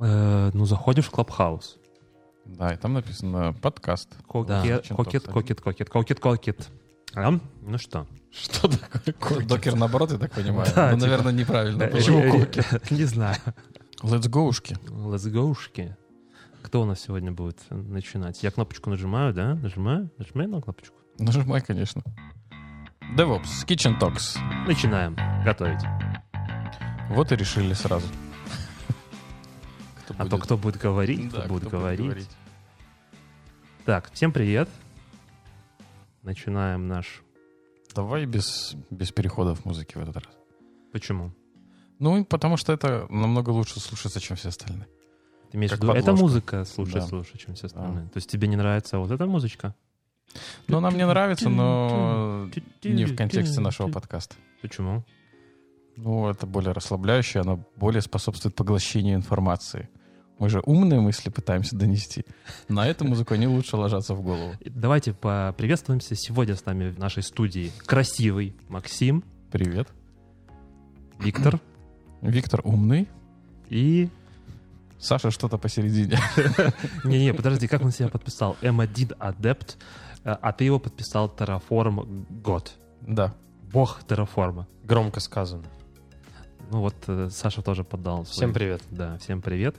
Ну, заходишь в Clubhouse. Да, и там написано подкаст. Кокет. Ну что? Что такое? Докер наоборот, я так понимаю. Да, Ну, типа, наверное, неправильно. Почему кокет? Не знаю. Let's go-шки. Let's go-шки. Кто у нас сегодня будет начинать? Я кнопочку нажимаю, да? Нажимаю на кнопочку. Нажимай, конечно. DevOps, Kitchen Talks. Начинаем готовить. Вот и решили сразу. А то кто будет говорить, Да, кто будет кто говорить. Так, всем привет. Начинаем наш... Давай без переходов музыки в этот раз. Почему? Ну, потому что это намного лучше слушается, чем все остальные. Ты имеешь в Как виду, эта подложка. музыка Да. слушай, чем все остальные. То есть тебе не нравится вот эта музычка? Ну, она мне нравится, но не в контексте нашего подкаста. Почему? Ну, это более расслабляюще, она более способствует поглощению информации. Мы же умные мысли пытаемся донести. На эту музыку они лучше ложатся в голову. Давайте поприветствуемся. Сегодня с нами в нашей студии красивый Максим, Привет. Виктор Виктор умный. и... Саша что-то посередине. Не, подожди, как он себя подписал? M1 Adept, а ты его подписал Terraform God. Да. Бог Terraform. Громко сказано. Ну вот Саша тоже поддал. Всем привет. Да, всем привет.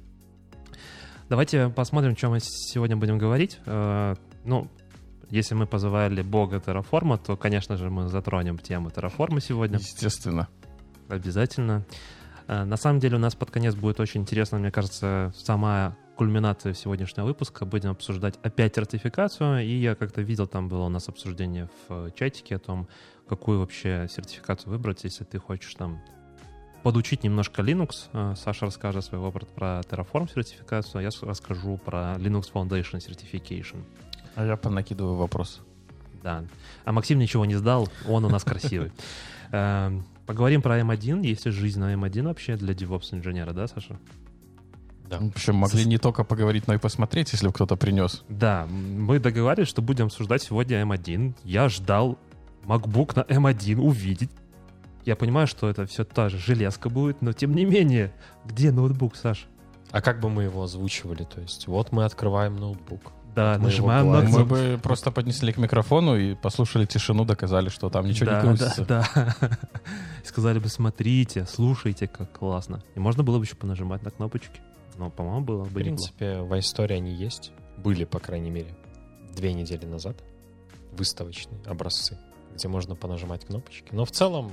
Давайте посмотрим, о чем мы сегодня будем говорить. Ну, если мы позвали бога Terraform, то, конечно же, мы затронем тему Terraform сегодня. Естественно. Обязательно. На самом деле у нас под конец будет очень интересно, мне кажется, сама кульминация сегодняшнего выпуска. Будем обсуждать опять сертификацию. И я как-то видел, там было у нас обсуждение в чатике о том, какую вообще сертификацию выбрать, если ты хочешь там подучить немножко Linux. Саша расскажет свой опыт про Terraform сертификацию, а я расскажу про Linux Foundation Certification. А я понакидываю вопрос. Да. А Максим ничего не сдал, он у нас красивый. Поговорим про M1. Есть ли жизнь на M1 вообще для DevOps-инженера, да, Саша? Да. В общем, могли не только поговорить, но и посмотреть, если бы кто-то принес. Да, мы договорились, что будем обсуждать сегодня M1. Я ждал MacBook на M1 увидеть. Я понимаю, что это все та же железка будет, но тем не менее, где ноутбук, Саша? А как бы мы его озвучивали? То есть вот мы открываем ноутбук. Да, Мы нажимаем его на гладим. Мы кнопку. бы просто поднесли к микрофону и послушали тишину, доказали, что там ничего не крутится. Да. И сказали бы, смотрите, слушайте, как классно. И можно было бы еще понажимать на кнопочки. Но, по-моему, было В бы неплохо. принципе, в истории они есть. Были, по крайней мере, 2 недели назад. Выставочные образцы, где можно понажимать кнопочки. Но в целом,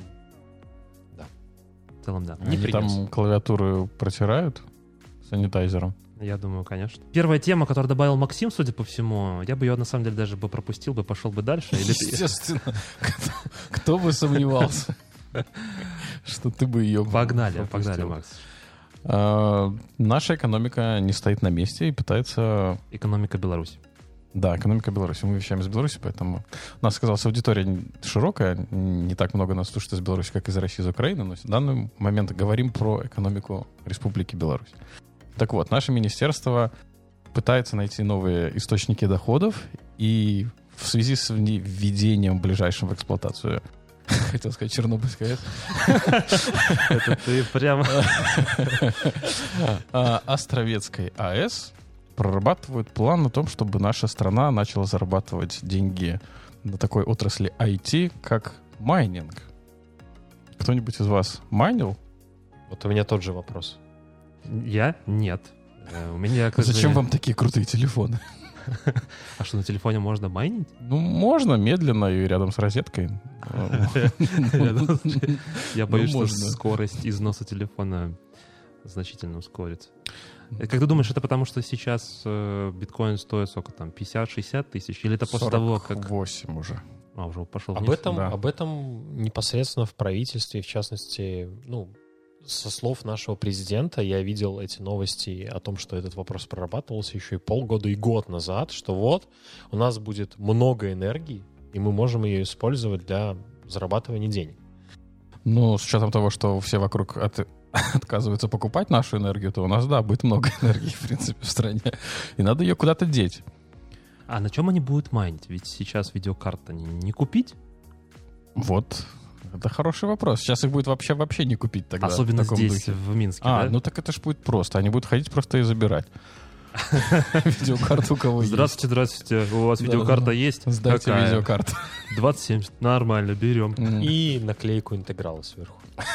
В целом, да. Не Они принес. там клавиатуру протирают санитайзером. Я думаю, конечно. Первая тема, которую добавил Максим, судя по всему, я бы ее, на самом деле, даже бы пропустил бы, пошел бы дальше. Естественно. Кто бы сомневался, что ты бы ее Погнали, пропустил. Макс. Наша экономика не стоит на месте и пытается... Экономика Беларуси. Да, экономика Беларуси. Мы вещаем из Беларуси, поэтому у нас оказалась аудитория широкая. Не так много нас слушает из Беларуси, как из России, из Украины. Но в данный момент говорим про экономику Республики Беларусь. Так вот, наше министерство пытается найти новые источники доходов и в связи с введением ближайшим в эксплуатацию, хотел сказать, Чернобыльская АЭС, Это ты прямо... Островецкой АЭС прорабатывают план на том, чтобы наша страна начала зарабатывать деньги на такой отрасли IT, как майнинг. Кто-нибудь из вас майнил? вот у меня тот же вопрос. Я? Нет. У меня... Зачем вам такие крутые телефоны? А что, на телефоне можно майнить? Ну, можно медленно и рядом с розеткой. Я боюсь, что можно. скорость износа телефона значительно ускорится. Как ты думаешь, это потому, что сейчас биткоин стоит сколько там, 50-60 тысяч? Или это после того, как... 48 уже. Уже пошел Об вниз? этом непосредственно в правительстве, в частности, со слов нашего президента я видел эти новости о том, что этот вопрос прорабатывался еще и полгода и год назад, что вот у нас будет много энергии, и мы можем ее использовать для зарабатывания денег. Ну, с учетом того, что все вокруг отказываются покупать нашу энергию, то у нас, да, будет много энергии, в принципе, в стране. И надо ее куда-то деть. А на чем они будут майнить? Ведь сейчас видеокарт они не купить. Вот. Это хороший вопрос. Сейчас их будет вообще не купить тогда. Особенно в таком здесь, духе. в Минске, да? Ну так это ж будет просто. Они будут ходить просто и забирать. Видеокарту у кого есть. Здравствуйте. У вас видеокарта есть? Сдайте Какая? видеокарту. 2070. Нормально, берем. И наклейку интеграла сверху.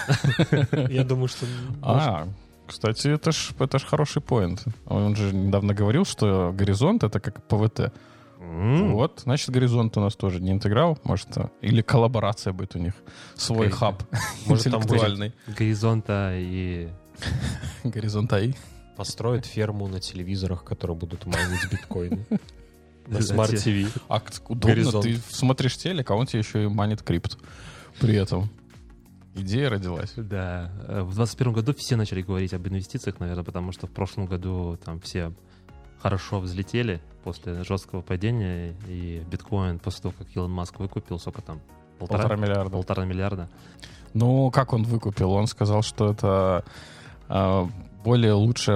Я думаю, что... Кстати, это ж хороший поинт. Он же недавно говорил, что горизонт — это как ПВТ. Вот, значит, горизонт у нас тоже не интеграл, может, или коллаборация будет у них. Свой хаб Может, там интеллектуальный. Горизонта и... Горизонт АИ. Построят ферму на телевизорах, которые будут майнить биткоины. На смарт-ТВ. А удобно, Горизонт. ты смотришь телек, а он тебе еще и манит крипт. При этом идея родилась. Да. В 2021 году все начали говорить об инвестициях, наверное, потому что в прошлом году там все хорошо взлетели после жесткого падения, и биткоин после того, как Илон Маск выкупил, сколько там? 1,5 миллиарда. 1,5 миллиарда. Ну, как он выкупил? Он сказал, что это более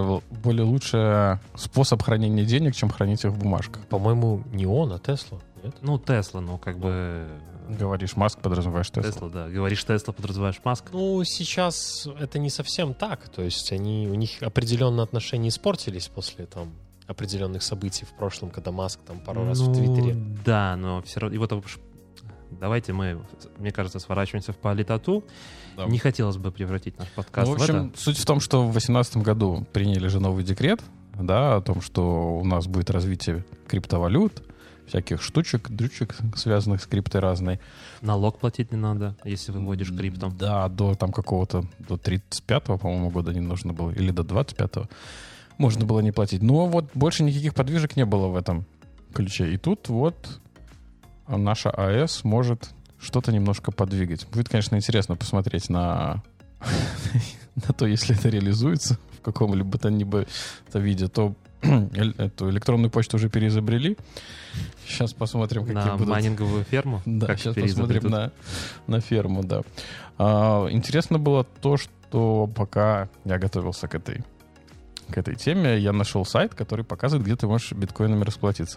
лучший способ хранения денег, чем хранить их в бумажках. По-моему, не он, а Тесла. Нет? Ну, Тесла, ну, как бы... Говоришь Маск, подразумеваешь Тесла. Тесла, да. Говоришь Тесла, подразумеваешь Маск. Ну, сейчас это не совсем так. То есть у них определенно отношения испортились после там определенных событий в прошлом, когда Маск там пару раз в Твиттере. Да, но все равно... И вот давайте мы, мне кажется, сворачиваемся в политоту. Да. Не хотелось бы превратить наш подкаст Ну, в общем, это. суть в том, что в 2018 году приняли же новый декрет, да, о том, что у нас будет развитие криптовалют, всяких штучек, дрючек, связанных с криптой разной. Налог платить не надо, если выводишь криптом. Да, до там какого-то, до 35-го, по-моему, года не нужно было, или до 25-го можно было не платить. Но вот больше никаких подвижек не было в этом ключе. И тут вот наша АЭС может что-то немножко подвигать. Будет, конечно, интересно посмотреть на то, если это реализуется в каком-либо то ни бы виде, то эту электронную почту уже переизобрели. Сейчас посмотрим, какие На будут... майнинговую ферму? Да, как сейчас посмотрим на ферму, да. Интересно было то, что пока я готовился к этой теме, я нашел сайт, который показывает, где ты можешь биткоинами расплатиться.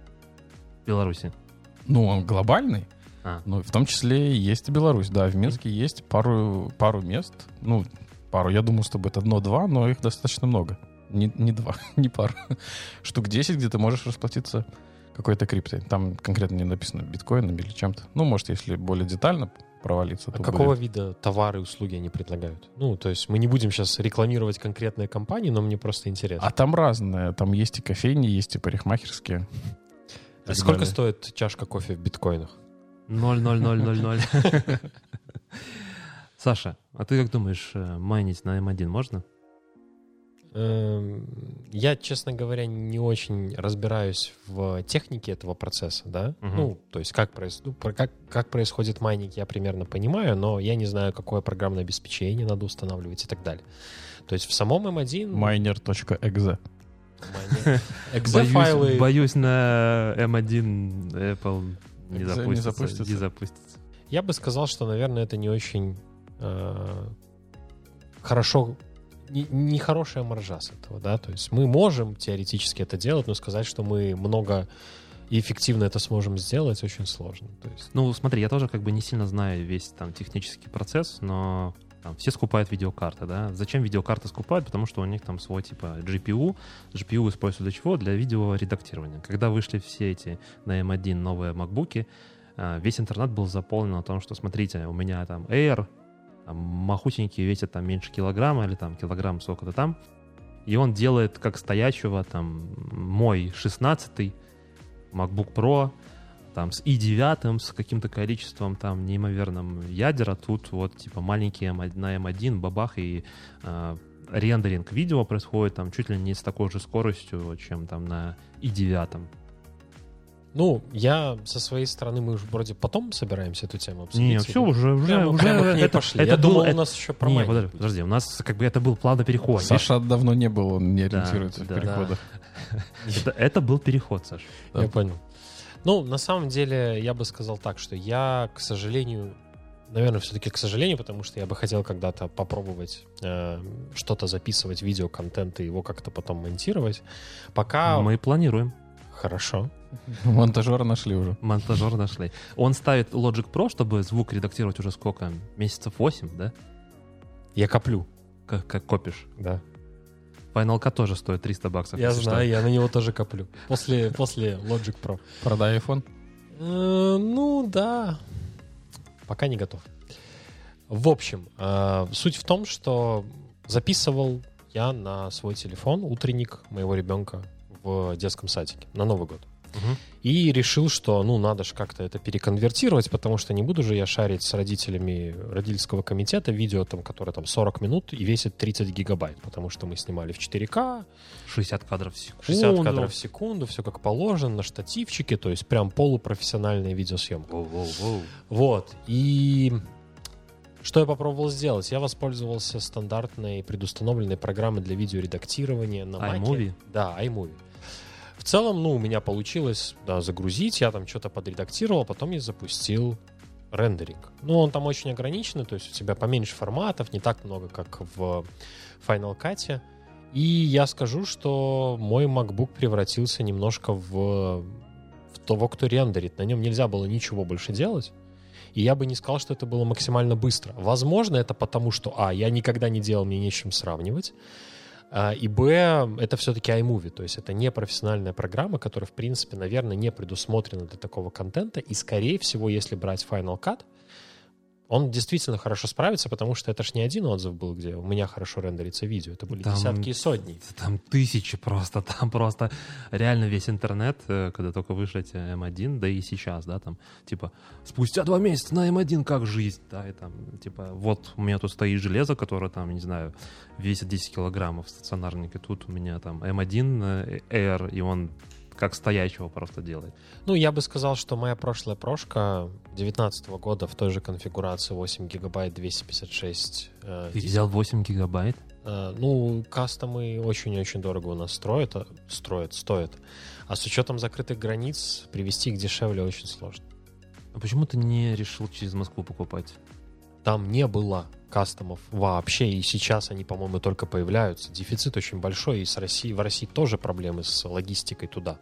В Беларуси. Ну, он глобальный. Ну, в том числе есть и Беларусь. Да, в Минске есть пару мест. Ну, пару. Я думал, чтобы это 1-2, но их достаточно много. Не 2, не пару. Штук 10, где ты можешь расплатиться какой-то криптой. Там конкретно не написано биткоинами или чем-то. Ну, может, если более детально провалиться. А какого вида товары и услуги они предлагают? Ну, то есть мы не будем сейчас рекламировать конкретные компании, но мне просто интересно. А там разное. Там есть и кофейни, есть и парикмахерские. Сколько стоит чашка кофе в биткоинах? 0,0000. Саша, а ты как думаешь, майнить на М1 можно? Я, честно говоря, не очень разбираюсь в технике этого процесса, да. Ну, то есть как происходит майнинг, я примерно понимаю, но я не знаю, какое программное обеспечение надо устанавливать и так далее. То есть в самом М1... Miner.exe. Exe-файлы... Боюсь, на М1 Apple не запустится. Я бы сказал, что, наверное, это не очень хорошо... Не хорошая маржа с этого, да, то есть мы можем теоретически это делать, но сказать, что мы много и эффективно это сможем сделать, очень сложно. То есть... Ну, смотри, я тоже как бы не сильно знаю весь там технический процесс, но там все скупают видеокарты, да. Зачем видеокарты скупают? Потому что у них там свой типа GPU. GPU используют для чего? Для видеоредактирования. Когда вышли все эти на M1 новые MacBook'и, весь интернет был заполнен о том, что, смотрите, у меня там Air, там, махутенькие весят там меньше килограмма или там килограмм сколько-то там. И он делает как стоячего там мой 16-й MacBook Pro там с i9, с каким-то количеством там неимоверным ядер, а тут вот типа маленький на M1 бабах, и рендеринг видео происходит там чуть ли не с такой же скоростью, чем там на i9. Ну, я со своей стороны, мы уже вроде потом собираемся эту тему обсудить. Не, все, уже к ней пошли. Я думал, у нас еще про майнинг. Подожди, у нас как бы это был плавный переход. Саша давно не был, он не ориентируется в переходах. Это был переход, Саша. Я понял. Ну, на самом деле, я бы сказал так, что я, к сожалению, наверное, все-таки к сожалению, потому что я бы хотел когда-то попробовать что-то записывать, видеоконтент и его как-то потом монтировать. Пока... Мы планируем. Хорошо. Монтажера нашли уже. Монтажер нашли. Он ставит Logic Pro, чтобы звук редактировать уже сколько? Месяцев 8, да? Я коплю. Как копишь. Да. Final Cut тоже стоит $300. Я если знаю, что. я на него тоже коплю. После Logic Pro. Продай iPhone. Ну, да. Пока не готов. В общем, суть в том, что записывал я на свой телефон утренник моего ребенка в детском садике на Новый год. Мгм. И решил, что, надо же как-то это переконвертировать, потому что не буду же я шарить с родителями родительского комитета видео, которое 40 минут и весит 30 гигабайт, потому что мы снимали в 4К, 60 кадров в секунду. 60 кадров в секунду, все как положено, на штативчике, то есть прям полупрофессиональная видеосъемка. Воу-воу-воу. Вот. И что я попробовал сделать? Я воспользовался стандартной предустановленной программой для видеоредактирования на Mac. iMovie? Да, iMovie. В целом, у меня получилось загрузить, я там что-то подредактировал, потом я запустил рендеринг. Он там очень ограниченный, то есть у тебя поменьше форматов, не так много, как в Final Cut. И я скажу, что мой MacBook превратился немножко в того, кто рендерит. На нем нельзя было ничего больше делать. И я бы не сказал, что это было максимально быстро. Возможно, это потому, что, я никогда не делал, мне не с чем сравнивать. И, б, это все-таки iMovie, то есть это не профессиональная программа, которая, в принципе, наверное, не предусмотрена для такого контента. И, скорее всего, если брать Final Cut, он действительно хорошо справится, потому что это ж не один отзыв был, где у меня хорошо рендерится видео. Это были десятки и сотни. Там тысячи просто. Там просто реально весь интернет, когда только вышли эти M1, да и сейчас, да, там, спустя 2 месяца на M1 как жизнь, да, и там, вот у меня тут стоит железо, которое там, не знаю, весит 10 килограммов в стационарнике, тут у меня там M1 Air, и он как стоячего просто делает. Я бы сказал, что моя прошлая прошка 2019 года в той же конфигурации 8 гигабайт 256. Ты взял 8 гигабайт? Кастомы очень-очень дорого у нас стоят. А с учетом закрытых границ привести их дешевле очень сложно. А почему ты не решил через Москву покупать? Там не было кастомов вообще, и сейчас они, по-моему, только появляются. Дефицит очень большой, и в России тоже проблемы с логистикой туда.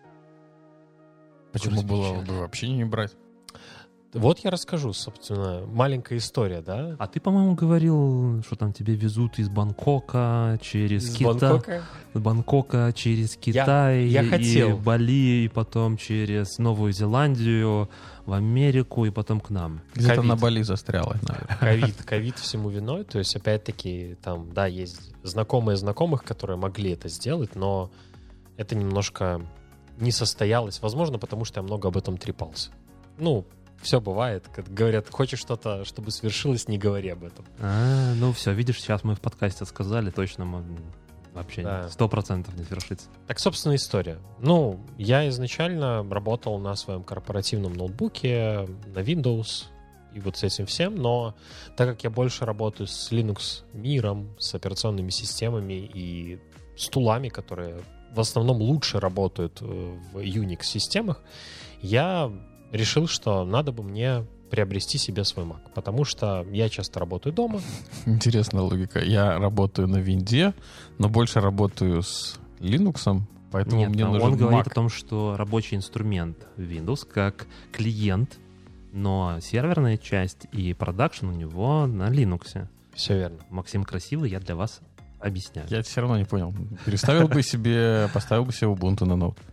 Почему было бы вообще не брать? Вот я расскажу, собственно, маленькая история, да? А ты, по-моему, говорил, что там тебе везут из Бангкока через Китай. Бангкока через Китай, я хотел. И Бали, и потом через Новую Зеландию, в Америку, и потом к нам. Где-то на Бали застряло, наверное. Ковид всему виной. То есть, опять-таки, там, да, есть знакомые знакомых, которые могли это сделать, но это немножко не состоялось. Возможно, потому что я много об этом трепался. Все бывает. Как говорят, хочешь что-то, чтобы свершилось, не говори об этом. Все, видишь, сейчас мы в подкасте сказали, точно вообще 100% не свершится. Так, собственно, история. Я изначально работал на своем корпоративном ноутбуке, на Windows и вот с этим всем, но так как я больше работаю с Linux миром, с операционными системами и с тулами, которые в основном лучше работают в Unix-системах, я решил, что надо бы мне приобрести себе свой Mac, потому что я часто работаю дома. Интересная логика. Я работаю на Винде, но больше работаю с Linux, поэтому мне нужен он говорит Mac. о том, что рабочий инструмент Windows как клиент, но серверная часть и продакшн у него на Linux. Все верно. Максим красивый, я для вас объясняю. Я все равно не понял. Поставил бы себе Ubuntu на ноут.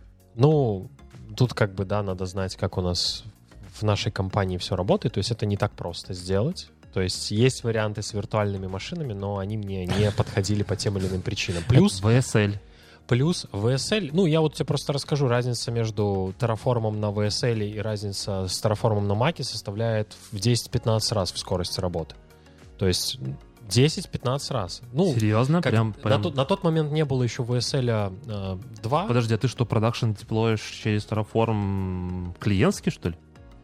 Тут надо знать, как у нас в нашей компании все работает. То есть это не так просто сделать. То есть есть варианты с виртуальными машинами, но они мне не подходили по тем или иным причинам. Плюс VSL. Плюс VSL. Я вот тебе просто расскажу. Разница между Terraform на VSL и разница с Terraform на Mac составляет в 10-15 раз в скорости работы. То есть 10-15 раз. Серьезно? Прям... На тот момент не было еще VSL 2. Подожди, а ты что, продакшн деплоишь через Terraform клиентский, что ли?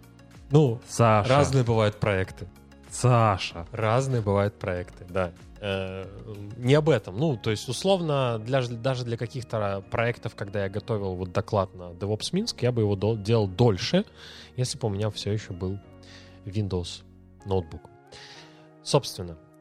Саша. Разные бывают проекты. Саша. Разные бывают проекты, да. Не об этом. То есть, условно, даже для каких-то проектов, когда я готовил доклад на DevOps Minsk, я бы его делал дольше, если бы у меня все еще был Windows ноутбук. Собственно,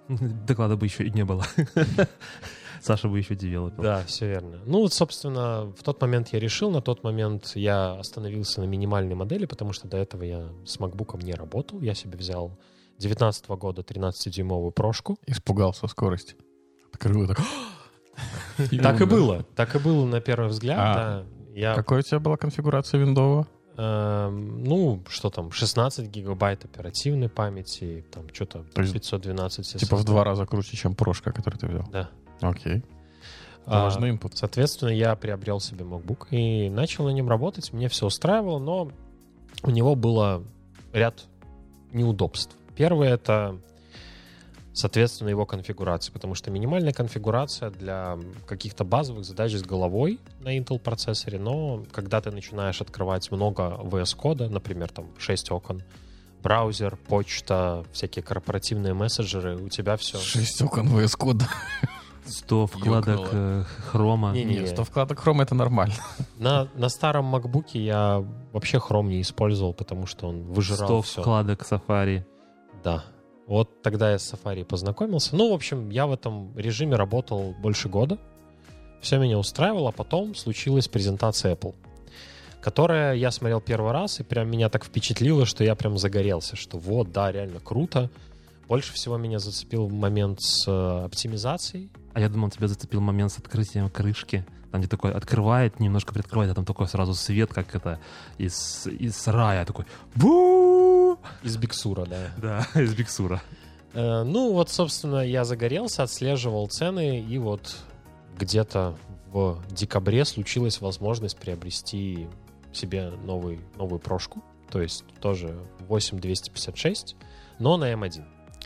Доклада бы еще и не было. Саша бы еще девелопил. Да, все верно. Ну, вот, собственно, в тот момент я решил, на тот момент я остановился на минимальной модели, потому что до этого я с MacBook'ом не работал. Я себе взял 2019 года 13-дюймовую прошку. Испугался скорости. Открыл и так... Так и было. Так и было на первый взгляд. Да. Какая у тебя была конфигурация виндового? Ну, что там, 16 гигабайт оперативной памяти, там что-то 512 SSD. Типа в 2 раза круче, чем прошка, которую ты взял? Да. Окей. Важный инпут. Соответственно, я приобрел себе MacBook и начал на нем работать. Мне все устраивало, но у него было ряд неудобств. Первое — это, соответственно, его конфигурация, потому что минимальная конфигурация для каких-то базовых задач с головой на Intel процессоре, но когда ты начинаешь открывать много VS-кода, например, там 6 окон, браузер, почта, всякие корпоративные мессенджеры, у тебя все... 6 окон VS-кода. 100 вкладок хрома. Не, 100 вкладок хрома — это нормально. На старом MacBook я вообще Chrome не использовал, потому что он выжирал 100 все. вкладок Safari. Да. Вот тогда я с Safari познакомился. Ну, в общем, я в этом режиме работал больше года. Все меня устраивало. А потом случилась презентация Apple, которая я смотрел первый раз, и прям меня так впечатлило, что я прям загорелся, что вот, да, реально круто. Больше всего меня зацепил момент с оптимизацией. А я думал, тебя зацепил момент с открытием крышки. Там, где такой открывает, немножко приоткрывает, а там такой сразу свет, как это из рая. Такой бу. Из Биксура, да. Да, из Биксура. Ну, вот, собственно, я загорелся, отслеживал цены, и вот где-то в декабре случилась возможность приобрести себе новую прошку, то есть тоже 8256, но на M1.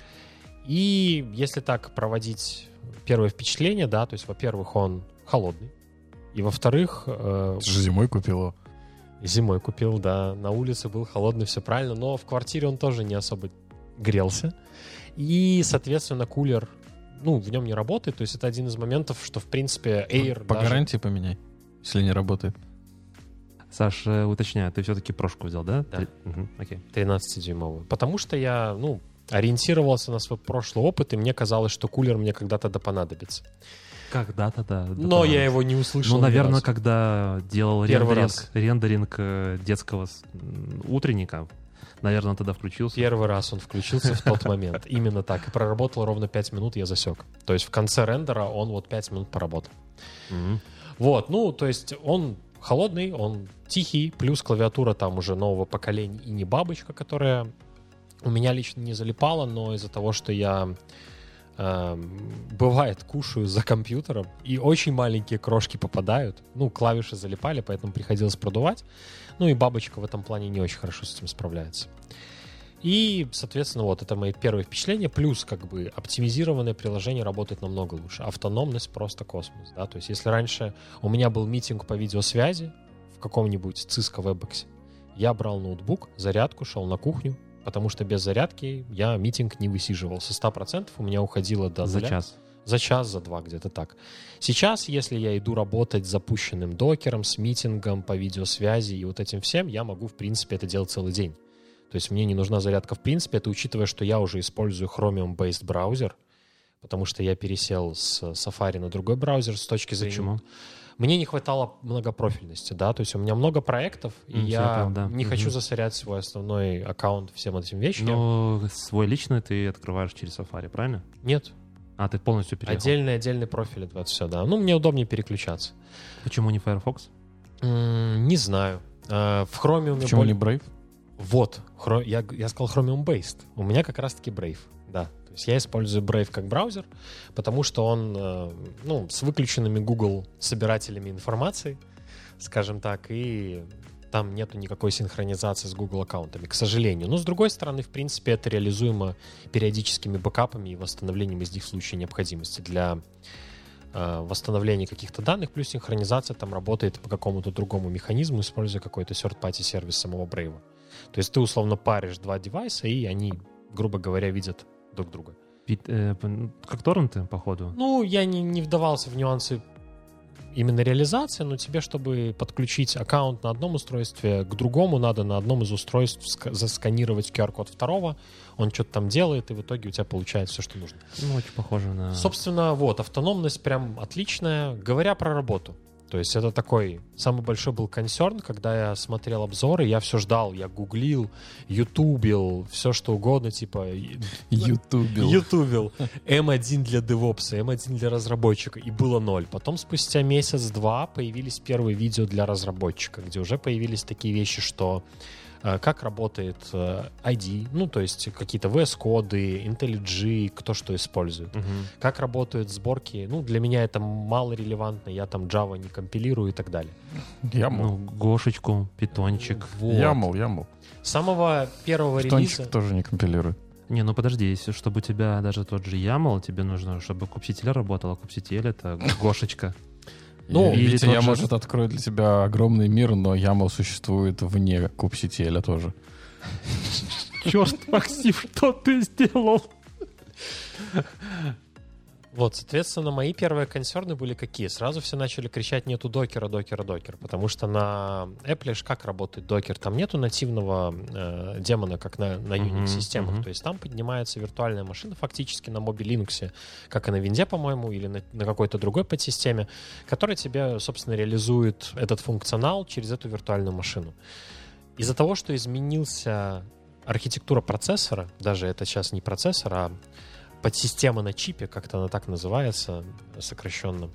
И если так проводить первое впечатление, да, то есть, во-первых, он холодный, и, во-вторых... Ты же зимой купил его. Зимой купил, да. На улице был холодный, все правильно, но в квартире он тоже не особо грелся. И, соответственно, кулер, ну, в нем не работает, то есть это один из моментов, что, в принципе, Air По даже... гарантии поменяй, если не работает. Саш, уточняю, ты все-таки прошку взял, да? Да. Угу, окей. 13-дюймовую. Потому что я, ориентировался на свой прошлый опыт, и мне казалось, что кулер мне когда-то да понадобится. Когда-то, да. Но я его не услышал. Ну, наверное, когда делал Первый рендеринг детского утренника, наверное, он тогда включился. Первый раз он включился в тот момент. Именно так. И проработал ровно 5 минут, я засек. То есть в конце рендера он вот 5 минут поработал. Вот, то есть он холодный, он тихий, плюс клавиатура там уже нового поколения и не бабочка, которая у меня лично не залипала, но из-за того, что я бывает кушаю за компьютером, и очень маленькие крошки попадают. Клавиши залипали, поэтому приходилось продувать. И бабочка в этом плане не очень хорошо с этим справляется. И, соответственно, вот это мои первые впечатления. Плюс, оптимизированное приложение работает намного лучше. Автономность просто космос, да. То есть, если раньше у меня был митинг по видеосвязи в каком-нибудь Cisco WebEx, я брал ноутбук, зарядку, шел на кухню, потому что без зарядки я митинг не высиживал. Со 100% у меня уходило до 0. За час. За час, за два, где-то так. Сейчас, если я иду работать с запущенным докером, с митингом по видеосвязи и вот этим всем, я могу, в принципе, это делать целый день. То есть мне не нужна зарядка в принципе. Это учитывая, что я уже использую Chromium-based браузер, потому что я пересел с Safari на другой браузер с точки зрения... Почему? Мне не хватало многопрофильности, да, то есть у меня много проектов, и я не хочу засорять свой основной аккаунт всем этим вещам. Но свой личный ты открываешь через Safari, правильно? Нет. А, ты полностью переехал? Отдельный профиль, это все, да. Мне удобнее переключаться. Почему не Firefox? Не знаю. В Chromium... Почему не Brave? Вот, я сказал Chromium-based. У меня как раз-таки Brave, да. То есть я использую Brave как браузер, потому что он, с выключенными Google собирателями информации, скажем так, и там нету никакой синхронизации с Google аккаунтами, к сожалению. Но, с другой стороны, в принципе, это реализуемо периодическими бэкапами и восстановлением из них в случае необходимости для восстановления каких-то данных, плюс синхронизация там работает по какому-то другому механизму, используя какой-то third-party сервис самого Brave. То есть ты условно паришь два девайса, и они, грубо говоря, видят друг друга. Как торренты, походу? Я не вдавался в нюансы именно реализация, но тебе, чтобы подключить аккаунт на одном устройстве к другому, надо на одном из устройств засканировать QR-код второго, он что-то там делает, и в итоге у тебя получается все, что нужно. Ну, очень похоже на... Собственно, вот, автономность прям отличная. Говоря про работу, то есть это такой самый большой был консерн, когда я смотрел обзоры, я все ждал, я гуглил, ютубил, все что угодно, типа... Ютубил. M1 для DevOps, M1 для разработчика, и было 0. Потом спустя месяц-два появились первые видео для разработчика, где уже появились такие вещи, что как работает ID, ну, то есть какие-то VS-коды, IntelliJ, кто что использует. Как работают сборки. Ну, для меня это мало релевантно, я там Java не компилирую и так далее. YAML. Ну, Гошечку, питончик. Вот. YAML. Самого первого питончик релиза... тоже не компилирует. Не, ну подожди, если чтобы у тебя даже тот же YAML, тебе нужно, чтобы kubectl работал, а kubectl — это Гошечка. Ну, Витя, я, может, открою для тебя огромный мир, но YAML существует вне kubectl тоже. Черт, Максим, что ты сделал? Вот, соответственно, мои первые консерны были какие? Сразу все начали кричать: нету докера, потому что на Apple как работает докер? Там нету нативного демона, как на Unix-системах. То есть там поднимается виртуальная машина фактически на Moby Linux, как и на Винде, по-моему, или на какой-то другой подсистеме, которая тебе, собственно, реализует этот функционал через эту виртуальную машину. Из-за того, что изменился архитектура процессора, даже это сейчас не процессор, а подсистема на чипе, как-то она так называется сокращенно,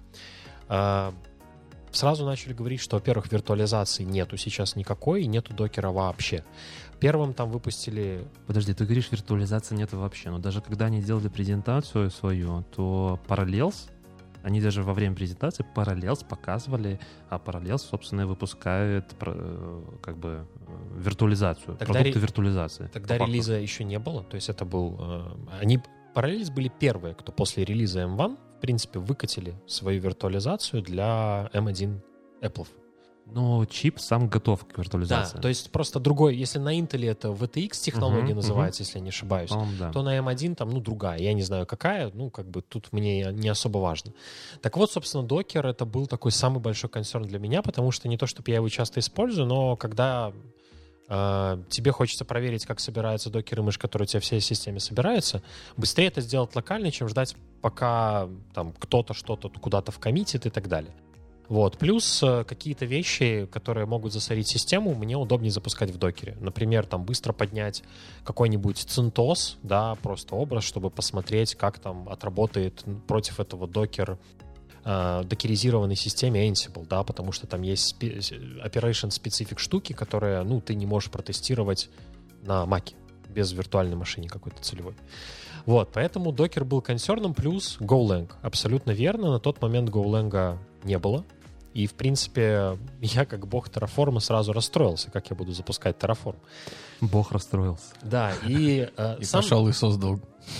сразу начали говорить, что, во-первых, виртуализации нету сейчас никакой, и нету докера вообще. Первым там выпустили... Подожди, ты говоришь, виртуализации нету вообще, но даже когда они делали презентацию свою, то Parallels, они даже во время презентации Parallels показывали, а Parallels, собственно, и выпускает как бы виртуализацию, продукты виртуализации. Тогда релиза еще не было, то есть это был... Parallels были первые, кто после релиза M1, в принципе, выкатили свою виртуализацию для M1 Apple. Но чип сам готов к виртуализации. Да, то есть просто другой. Если на Intel это VTX технология называется, если я не ошибаюсь, да. то на M1 там, другая. Я не знаю, какая, как бы тут мне не особо важно. Так вот, собственно, Docker — это был такой самый большой консерн для меня, потому что не то, чтобы я его часто использую, но когда... тебе хочется проверить, как собирается докер-имидж, который у тебя в всей системе собирается, быстрее это сделать локально, чем ждать, пока там кто-то что-то куда-то вкоммитит и так далее. Вот. Плюс какие-то вещи, которые могут засорить систему, мне удобнее запускать в докере. Например, там быстро поднять какой-нибудь CentOS, да, просто образ, чтобы посмотреть, как там отработает против этого докеризированной системе Ansible, да, потому что там есть operation-specific штуки, которые, ты не можешь протестировать на Mac без виртуальной машины какой-то целевой. Вот, поэтому докер был консерном, плюс Golang. Абсолютно верно, на тот момент Golang не было. И, в принципе, я как бог Terraform сразу расстроился, как я буду запускать Terraform. Бог расстроился. Да, и... пошел и создал.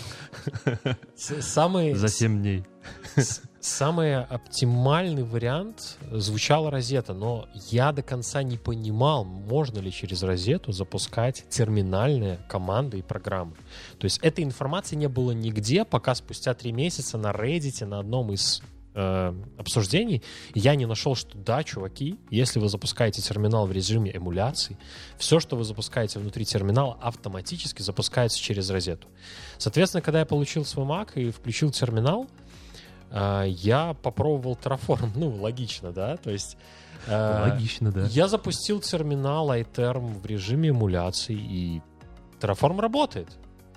За 7 дней. Самый оптимальный вариант звучала Розета, но я до конца не понимал, можно ли через Розету запускать терминальные команды и программы. То есть этой информации не было нигде, пока спустя 3 месяца на Reddit, на одном из обсуждений, я не нашел, что да, чуваки, если вы запускаете терминал в режиме эмуляции, все, что вы запускаете внутри терминала, автоматически запускается через Розету. Соответственно, когда я получил свой Mac и включил терминал, я попробовал Terraform. Логично, да? То есть... Логично, да. Я запустил терминал iTerm в режиме эмуляции, и Terraform работает.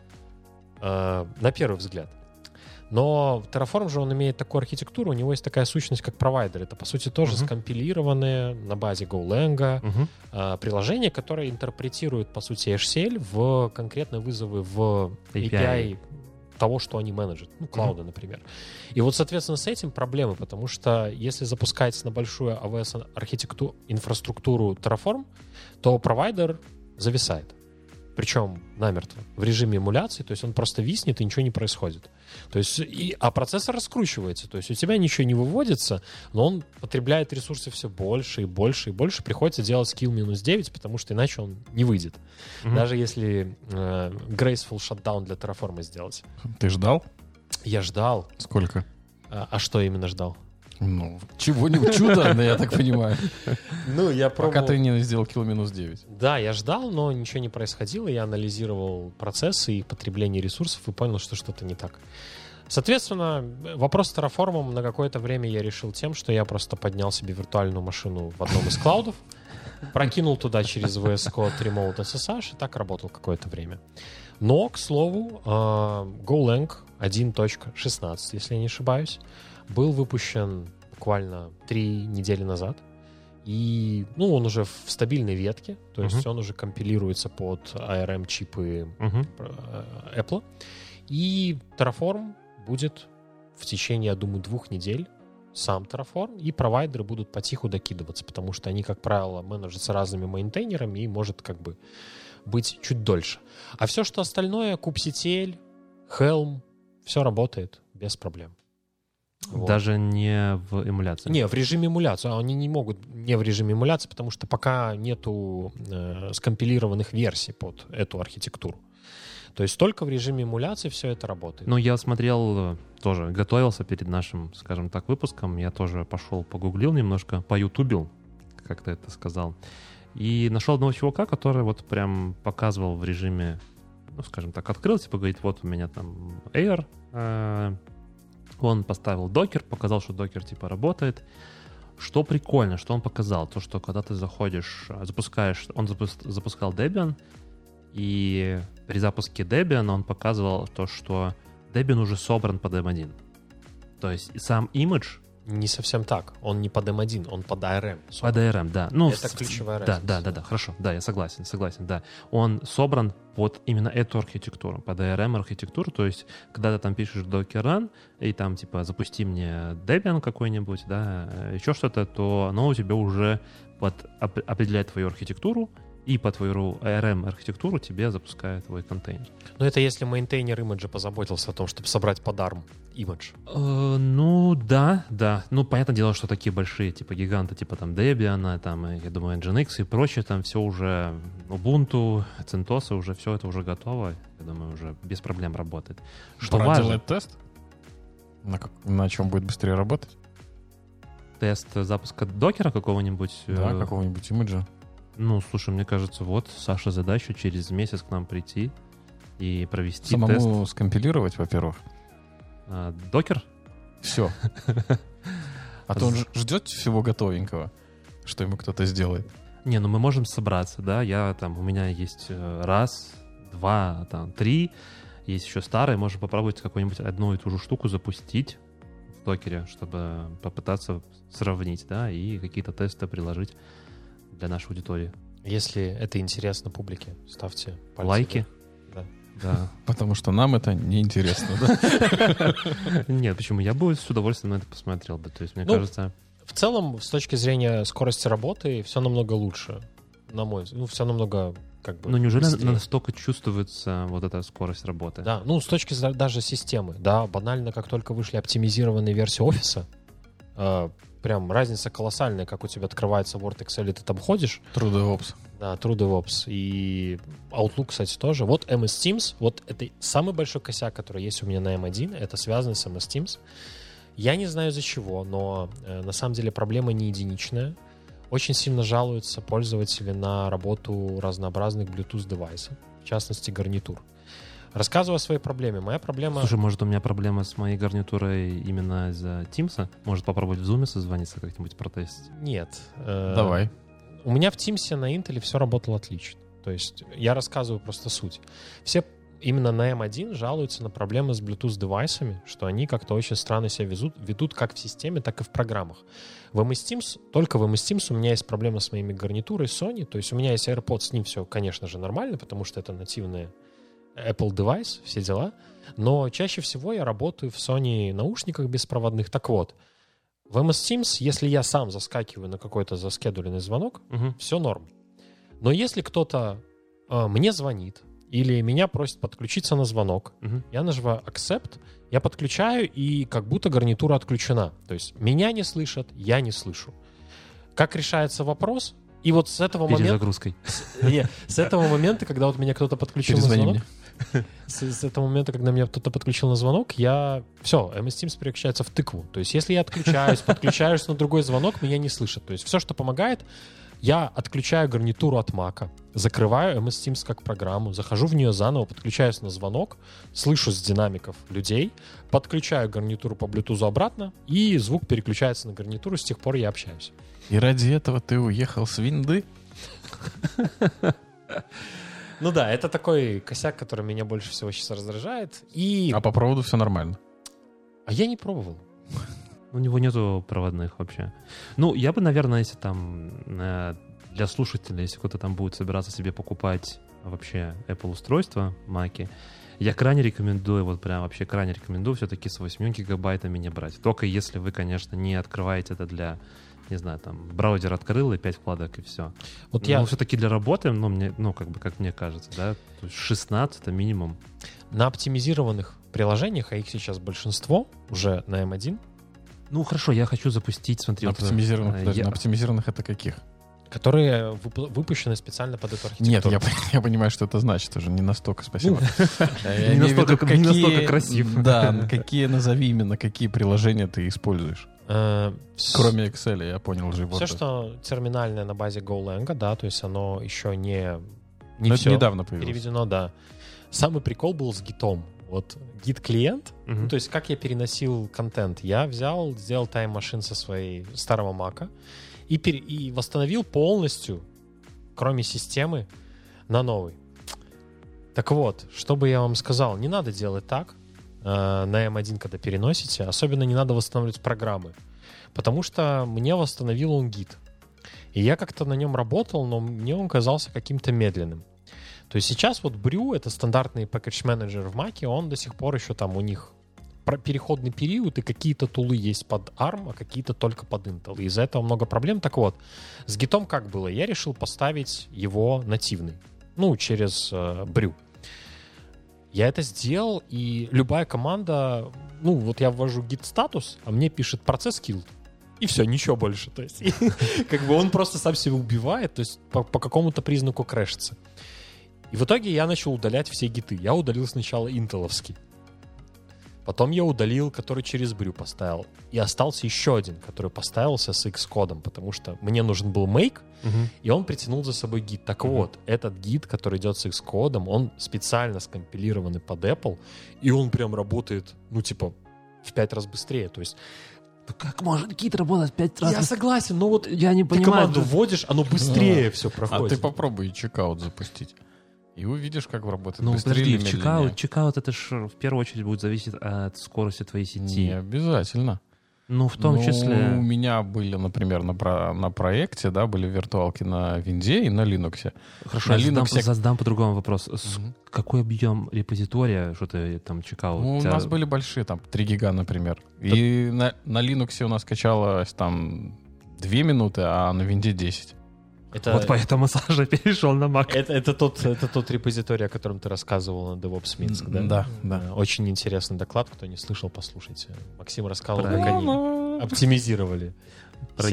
На первый взгляд. Но Terraform же, он имеет такую архитектуру, у него есть такая сущность, как провайдер. Это, по сути, тоже скомпилированное на базе Golang приложение, которое интерпретирует, по сути, HCL в конкретные вызовы в API того, что они менеджат. Клауда, например. И вот, соответственно, с этим проблемы, потому что если запускать на большую AWS инфраструктуру Terraform, то провайдер зависает. Причем намертво, в режиме эмуляции, то есть он просто виснет и ничего не происходит. То есть, а процессор раскручивается, то есть у тебя ничего не выводится, но он потребляет ресурсы все больше и больше и больше, приходится делать скилл -9, потому что иначе он не выйдет. Даже если graceful shutdown для Terraform сделать. Ты ждал? Я ждал. Сколько? А что именно ждал? Ну, чего-нибудь чудо, я так понимаю. Ну, я пробовал... Пока ты не сделал килл-9. Да, я ждал, но ничего не происходило. Я анализировал процессы и потребление ресурсов и понял, что что-то не так. Соответственно, вопрос с Terraform на какое-то время я решил тем, что я просто поднял себе виртуальную машину в одном из клаудов, прокинул туда через VS Code Remote SSH и так работал какое-то время. Но, к слову, Golang 1.16, если я не ошибаюсь, был выпущен буквально 3 недели назад. И, ну, он уже в стабильной ветке, то есть он уже компилируется под ARM-чипы Apple. И Terraform будет в течение, я думаю, 2 недель сам Terraform, и провайдеры будут потиху докидываться, потому что они, как правило, менеджатся разными мейнтейнерами и может как бы быть чуть дольше. А все, что остальное, kubectl, Helm, все работает без проблем. Вот. Даже не в эмуляции? Не, в режиме эмуляции. Они не могут не в режиме эмуляции, потому что пока нету скомпилированных версий под эту архитектуру. То есть только в режиме эмуляции все это работает. Ну, я смотрел, тоже готовился перед нашим, скажем так, выпуском. Я тоже пошел погуглил немножко, поютубил, как ты это сказал. И нашел одного чувака, который вот прям показывал в режиме, ну, скажем так, открыл, типа говорит, вот у меня там Air. Он поставил докер, показал, что докер типа работает. Что прикольно, что он показал, то, что когда ты заходишь, запускаешь, он запускал Debian, и при запуске Debian он показывал то, что Debian уже собран под M1. То есть сам имидж... Не совсем так. Он не под M1, он под ARM. Под ARM, да. Ну, это ключевая разница. Да, хорошо. Да, я согласен, да. Он собран под именно эту архитектуру, под ARM-архитектуру. То есть, когда ты там пишешь docker run, и там, типа, запусти мне Debian какой-нибудь, да, еще что-то, то оно у тебя уже определяет твою архитектуру, и по твою ARM-архитектуру тебе запускает твой контейнер. Но это если мейнтейнер имиджа позаботился о том, чтобы собрать под ARM имидж. Ну, да. Ну, понятное дело, что такие большие, типа, гиганты, типа, там, Debian, там, я думаю, Nginx и прочее, там все уже, Ubuntu, CentOS, уже все это уже готово. Я думаю, уже без проблем работает. Что Пора важно... делать тест? На чем будет быстрее работать? Тест запуска докера какого-нибудь? Да, какого-нибудь имиджа. Ну, слушай, мне кажется, вот Саша задача через месяц к нам прийти и провести Самому тест. скомпилировать, во-первых. Докер? Все. А то он ждет всего готовенького, что ему кто-то сделает. Не, ну мы можем собраться, да. У меня есть 1, 2, 3. Есть еще старые. Можем попробовать какую-нибудь одну и ту же штуку запустить в докере, чтобы попытаться сравнить, да, и какие-то тесты приложить для нашей аудитории. Если это интересно публике, ставьте пальцы лайки. вверх. Да. Потому что нам это неинтересно, да? Нет, почему? Я бы с удовольствием на это посмотрел бы. То есть, мне кажется... В целом, с точки зрения скорости работы, все намного лучше. На мой взгляд. Ну, все намного как бы... Но неужели быстрее. настолько чувствуется вот эта скорость работы? Да, ну, с точки зрения даже системы. Да, банально, как только вышли оптимизированные версии офиса, прям разница колоссальная, как у тебя открывается Word, Excel, и ты там ходишь. True DevOps. Да, True DevOps. И Outlook, кстати, тоже. Вот MS Teams, вот это самый большой косяк, который есть у меня на M1, это связано с MS Teams. Я не знаю из-за чего, но на самом деле проблема не единичная. Очень сильно жалуются пользователи на работу разнообразных Bluetooth-девайсов, в частности, гарнитур. Рассказываю о своей проблеме. Моя проблема... Слушай, может, у меня проблема с моей гарнитурой именно из-за Teams? Может, попробовать в Zoom созвониться как-нибудь протестить? Нет. Давай. У меня в Teams на Intel все работало отлично. То есть я рассказываю просто суть. Все именно на M1 жалуются на проблемы с Bluetooth-девайсами, что они как-то очень странно себя ведут как в системе, так и в программах. В MS Teams, только в MS Teams у меня есть проблема с моими гарнитурой Sony. То есть у меня есть AirPods, с ним все, конечно же, нормально, потому что это нативные Apple девайс, все дела. Но чаще всего я работаю в Sony наушниках беспроводных. Так вот, в MS Teams, если я сам заскакиваю на какой-то заскедуленный звонок, все норм. Но если кто-то мне звонит или меня просит подключиться на звонок, я нажимаю Accept, я подключаю, и как будто гарнитура отключена. То есть меня не слышат, я не слышу. Как решается вопрос? И вот с этого момента... Перезагрузкой. С этого момента, когда вот меня кто-то подключил на звонок... С этого момента, когда меня кто-то подключил на звонок, все, MS Teams превращается в тыкву. То есть если я отключаюсь, подключаюсь на другой звонок, меня не слышат. То есть все, что помогает, я отключаю гарнитуру от Mac, закрываю MS Teams как программу, захожу в нее заново, подключаюсь на звонок, слышу с динамиков людей, подключаю гарнитуру по Bluetooth обратно, и звук переключается на гарнитуру, с тех пор я общаюсь. И ради этого ты уехал с винды? Ну да, это такой косяк, который меня больше всего сейчас раздражает. А по проводу все нормально? А я не пробовал. У него нету проводных вообще. Ну, я бы, наверное, если там для слушателей, если кто-то там будет собираться себе покупать вообще Apple устройства, Mac'и, я крайне рекомендую, вот прям вообще крайне рекомендую все-таки с 8 гигабайтами не брать. Только если вы, конечно, не открываете это для, не знаю, там, браузер открыл и 5 вкладок и все. Вот Но все-таки для работы, как мне кажется, да, то есть 16 это минимум. На оптимизированных приложениях, а их сейчас большинство уже на M1. Ну, хорошо, я хочу запустить, смотри. На оптимизированных это каких? Которые выпущены специально под эту архитектуру. Нет, я понимаю, что это значит уже. Не настолько, спасибо. Не настолько красив. Да, какие приложения ты используешь? Кроме Excel, я понял же. Все, что терминальное на базе GoLang, да, то есть оно еще не все недавно появилось. Переведено, да. Самый прикол был с гитом. Вот гид-клиент, то есть как я переносил контент. Я взял, сделал тайм-машин со своей старого Мака и восстановил полностью, кроме системы, на новый. Так вот, что бы я вам сказал, не надо делать так на M1, когда переносите, особенно не надо восстанавливать программы, потому что мне восстановил он гид. И я как-то на нем работал, но мне он казался каким-то медленным. То есть сейчас вот Brew, это стандартный package manager в Mac, он до сих пор еще там у них переходный период, и какие-то тулы есть под ARM, а какие-то только под Intel. И из-за этого много проблем. Так вот, с гитом как было? Я решил поставить его нативный, через Brew. Я это сделал, и любая команда, вот я ввожу git статус, а мне пишет процесс killed. И все, ничего больше. То есть, как бы он просто сам себя убивает, то есть по какому-то признаку крэшится. И в итоге я начал удалять все гиты. Я удалил сначала интеловский. Потом я удалил, который через Brew поставил. И остался еще один, который поставился с Xcode, потому что мне нужен был make, и он притянул за собой гид. Так вот, этот гид, который идет с Xcode, он специально скомпилированный под Apple, и он прям работает, в 5 раз быстрее. То есть как может гид работать 5 раз? Я согласен, но вот я не понимаю. Ты команду вводишь, оно быстрее все проходит. А ты попробуй чекаут запустить. И увидишь, как работает. Ну, быстрее или подожди, медленнее. чекаут это ж в первую очередь будет зависеть от скорости твоей сети. Не обязательно. Ну, в том числе... У меня были, например, на проекте, да, были виртуалки на Винде и на Linux. Хорошо, я задам по-другому вопрос. Какой объем репозитория, что ты там чекал? У нас были большие, там, 3 гига, например. И на Linux у нас качалось там 2 минуты, а на Винде 10. Вот поэтому Саша перешел на Mac. Это тот репозиторий, о котором ты рассказывал на DevOps Minsk, да? Да. Очень интересный доклад. Кто не слышал, послушайте. Максим рассказывал, как они оптимизировали про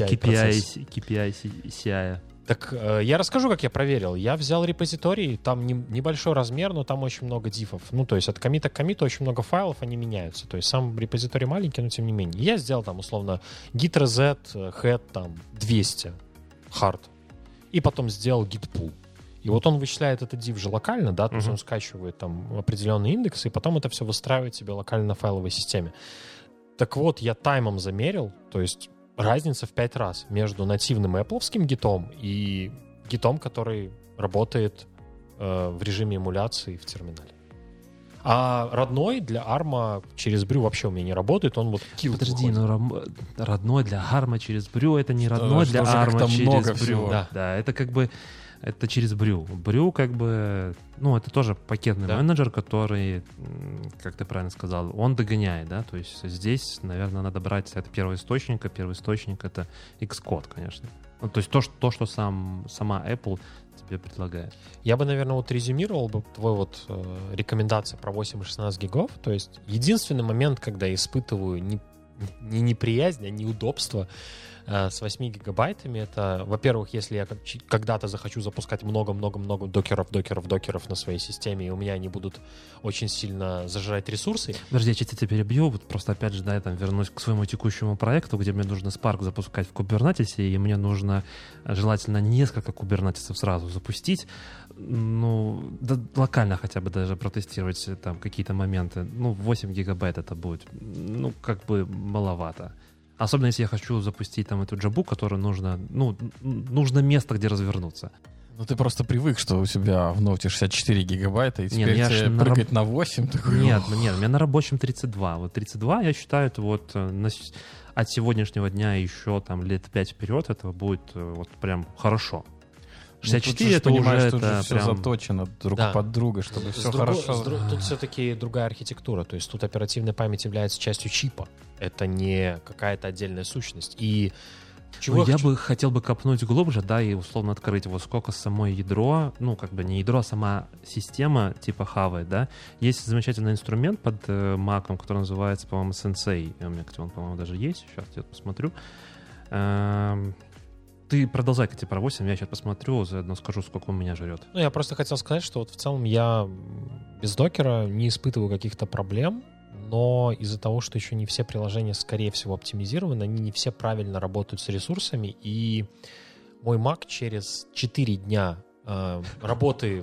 KPI CI. Так я расскажу, как я проверил. Я взял репозиторий, там небольшой размер, но там очень много дифов. То есть от коммита к коммиту очень много файлов, они меняются. То есть сам репозиторий маленький, но тем не менее. Я сделал там условно git reset, head там 200, hard. И потом сделал git pull. И вот он вычисляет этот div же локально, да, то есть он скачивает там определенный индекс, и потом это все выстраивает себе локально на файловой системе. Так вот, я таймом замерил, то есть разница в 5 раз между нативным Apple'овским гитом и гитом, который работает в режиме эмуляции в терминале. А родной для ARM через Brew вообще у меня не работает, он вот kill. Подожди, родной для ARM через Brew это не родной для ARM через Brew. Да, это как бы это через Brew. Brew как бы, это тоже пакетный менеджер, который, как ты правильно сказал, он догоняет, да, то есть здесь, наверное, надо брать от первого источника. Первый источник — это Xcode, конечно. То есть то, что сама Apple тебе предлагает. Я бы, наверное, резюмировал бы твой рекомендация про 8 и 16 гигов. То есть единственный момент, когда я испытываю не неприязнь, а неудобство с 8 гигабайтами. Это, во-первых, если я когда-то захочу запускать много-много-много докеров на своей системе, и у меня они будут очень сильно зажирать ресурсы. Подожди, я чуть тебя перебью, вот просто опять же, да, я там вернусь к своему текущему проекту, где мне нужно Spark запускать в Kubernetes, и мне нужно желательно несколько кубернетисов сразу запустить, ну, да, локально хотя бы даже протестировать там какие-то моменты. Ну, 8 гигабайт это будет, ну, как бы маловато. Особенно если я хочу запустить там эту джабу, которую нужно, ну, нужно место, где развернуться. Ну, ты просто привык, что у тебя в ноуте 64 гигабайта, и теперь Нет, тебе прыгать на 8. Такой... Нет, у меня на рабочем 32. Вот 32, я считаю, это вот от сегодняшнего дня еще там лет 5 вперед этого будет вот прям хорошо. 64 это понимаешь, уже тут это же все прям... заточено друг под друга, чтобы все хорошо. Тут все-таки другая архитектура, то есть тут оперативная память является частью чипа. Это не какая-то отдельная сущность. И чего я бы хотел бы копнуть глубже, да, и условно открыть вот сколько само ядро, ну, как бы не ядро, а сама система типа хавает, да. Есть замечательный инструмент под Mac'ом, который называется, по-моему, Sensei. У меня, кстати, он, по-моему, даже есть. Сейчас я посмотрю. Ты продолжай, Катя, про 8, я сейчас посмотрю, заодно скажу, сколько у меня жрет. Ну, я просто хотел сказать, что вот в целом я без докера не испытываю каких-то проблем, но из-за того, что еще не все приложения, скорее всего, оптимизированы, они не все правильно работают с ресурсами, и мой Mac через 4 дня работы,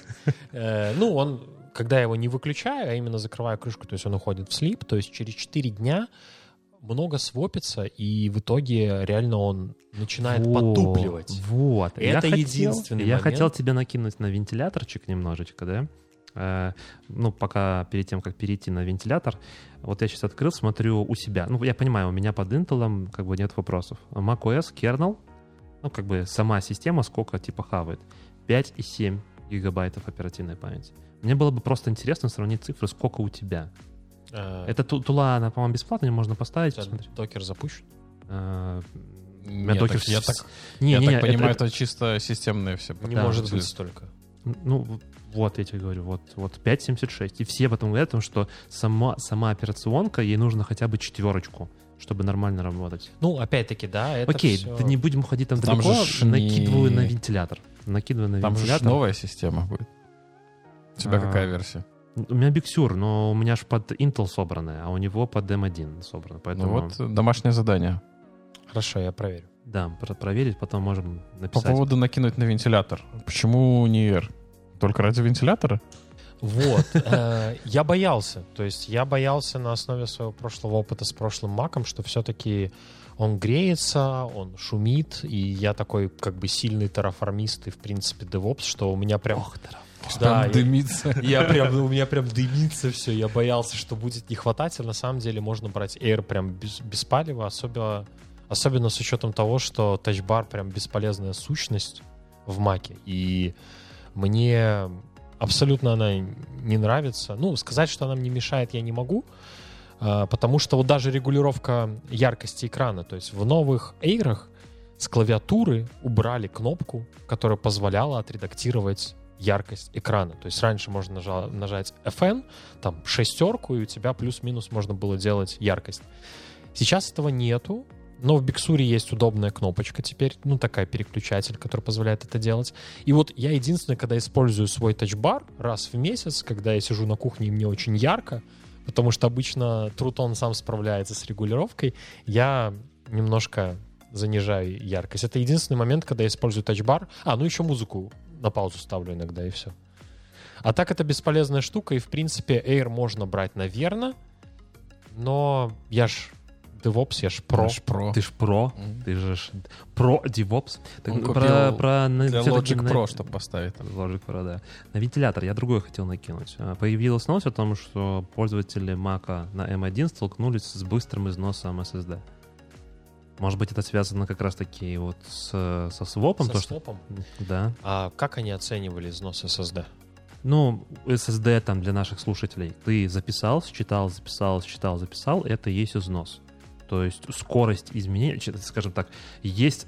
ну, он, когда я его не выключаю, а именно закрываю крышку, то есть он уходит в слип, то есть через 4 дня много свопится, и в итоге реально он начинает потупливать. Вот. Это единственный момент. Я хотел тебе накинуть на вентиляторчик немножечко, да? Ну, пока перед тем, как перейти на вентилятор, вот я сейчас открыл, смотрю у себя. Ну, я понимаю, у меня под Intel как бы нет вопросов. macOS, kernel, ну, как бы сама система сколько типа хавает. 5,7 гигабайтов оперативной памяти. Мне было бы просто интересно сравнить цифры, сколько у тебя. Это тула, она, по-моему, бесплатная, можно поставить. Докер запущен? Нет, докер... я так понимаю, это чисто системные все. Не может быть столько. Ну, вот я тебе говорю, вот 5.76. И все потом говорят, что сама операционка, ей нужно хотя бы 4, чтобы нормально работать. Ну, опять-таки, да, это окей, все... да не будем уходить там Там далеко, не... накидываю на вентилятор. Там же новая система будет. У тебя какая версия? У меня Big Sur, но у меня же под Intel собранная, а у него под M1 собрано. Поэтому... Ну вот домашнее задание. Хорошо, я проверю. Да, проверить, потом можем написать. По поводу накинуть на вентилятор. Почему не R? Только ради вентилятора? Вот. Я боялся. То есть я боялся на основе своего прошлого опыта с прошлым Mac'ом, что все-таки он греется, он шумит, и я такой как бы сильный терраформист и, в принципе, DevOps, что у меня прям... Да, прям дымится. У меня прям дымится все. Я боялся, что будет не хватать, а на самом деле можно брать Air прям без палева, особенно с учетом того, что Touch Bar прям бесполезная сущность в Mac'е. И мне абсолютно она не нравится. Ну, сказать, что она мне мешает, я не могу, потому что вот даже регулировка яркости экрана, то есть в новых Air'ах с клавиатуры убрали кнопку, которая позволяла отредактировать яркость экрана. То есть раньше можно нажать FN, там шестерку, и у тебя плюс-минус можно было делать яркость. Сейчас этого нету, но в Big Sur есть удобная кнопочка теперь, ну такая переключатель, который позволяет это делать. И вот я единственное, когда использую свой тачбар раз в месяц, когда я сижу на кухне и мне очень ярко, потому что обычно Truton сам справляется с регулировкой, я немножко занижаю яркость. Это единственный момент, когда я использую тачбар. Ну еще музыку на паузу ставлю иногда, и все. А так это бесполезная штука, и в принципе Air можно брать, наверное, но я ж DevOps, я ж про. Ты ж про, ты же про DevOps. Он купил для Logic Pro, чтобы поставить. Logic Pro, да. На вентилятор я другое хотел накинуть. Появилась новость о том, что пользователи Mac на M1 столкнулись с быстрым износом SSD. Может быть, это связано как раз-таки вот со свопом? Со свопом? Да. А как они оценивали износ SSD? Ну, SSD там для наших слушателей. Ты записал, считал, записал, это и есть износ. То есть скорость изменения, скажем так, есть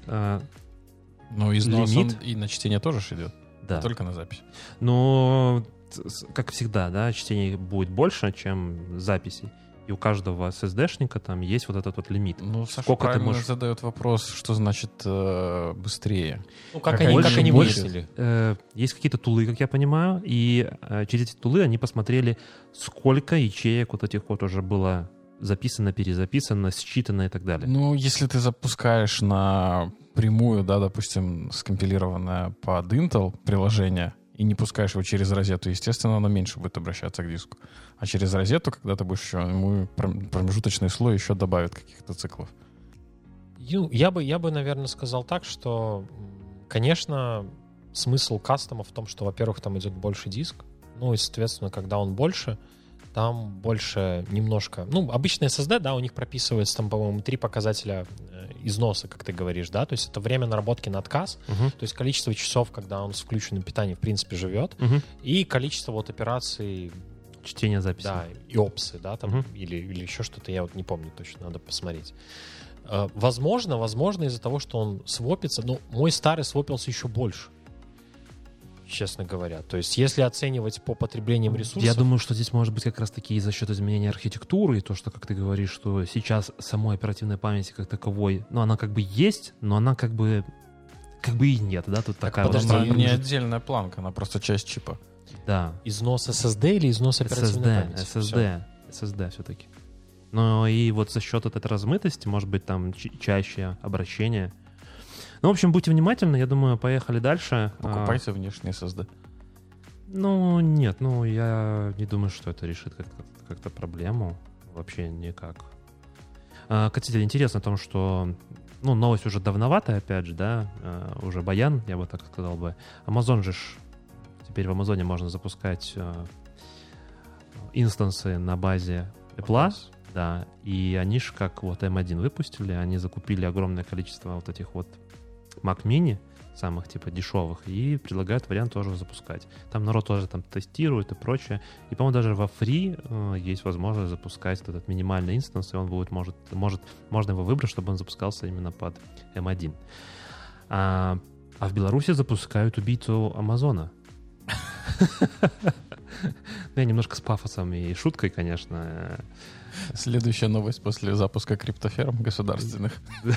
ну, износ лимит. И на чтение тоже идет, да. Только на запись. Но, как всегда, да, чтение будет больше, чем записей. И И у каждого SSD-шника там есть вот этот вот лимит. Ну, Саша Сколько ты правильно можешь... задает вопрос, что значит быстрее. Ну, как Как они они выяснили? Есть какие-то тулы, как я понимаю, и через эти тулы они посмотрели, сколько ячеек вот этих вот уже было записано, перезаписано, считано и так далее. Ну, если ты запускаешь напрямую, да, допустим, скомпилированное под Intel приложение, и не пускаешь его через розету, естественно, оно меньше будет обращаться к диску. А через розету, когда ты будешь еще, ему промежуточный слой еще добавит каких-то циклов. Я бы, наверное, сказал так, что, конечно, смысл кастома в том, что, во-первых, там идет больше диск, ну и, соответственно, когда он больше, там больше немножко... Ну, обычный SSD, да, у них прописывается там, по-моему, 3 показателя износа, как ты говоришь, да, то есть это время наработки на отказ, то есть количество часов, когда он с включенным питанием, в принципе, живет, и количество вот операций... Чтение записи. Да, и опсы, да, там, или еще что-то, я вот не помню точно, надо посмотреть. Возможно, из-за того, что он свопится, но мой старый свопился еще больше, честно говоря. То есть, если оценивать по потреблению ресурсов... Я думаю, что здесь может быть как раз-таки и за счет изменения архитектуры, и то, что, как ты говоришь, что сейчас самой оперативной памяти как таковой, ну, она как бы есть, но она как бы и нет, да, тут такая подожди, Она вот... не отдельная планка, она просто часть чипа. Да. Износ SSD или износ оперативной памяти? SSD все-таки. Но и вот за счет этой размытости, может быть, там чаще обращение. Ну, в общем, будьте внимательны, я думаю, поехали дальше. Покупайте внешний SSD. Ну, нет, я не думаю, что это решит как-то проблему. Вообще никак. Кстати, интересно о том, что новость уже давноватая, опять же, да, уже баян, я бы так сказал бы. Amazon же теперь в Амазоне можно запускать инстансы на базе Apple, да, и они же как вот M1 выпустили, они закупили огромное количество вот этих вот Mac Mini, самых типа дешевых, и предлагают вариант тоже запускать. Там народ тоже там тестирует и прочее. И, по-моему, даже во Free есть возможность запускать этот минимальный инстанс, и он будет, можно его выбрать, чтобы он запускался именно под M1. А в Беларуси запускают убийцу Амазона. Я немножко с пафосом и шуткой, конечно. Следующая новость после запуска криптоферм государственных.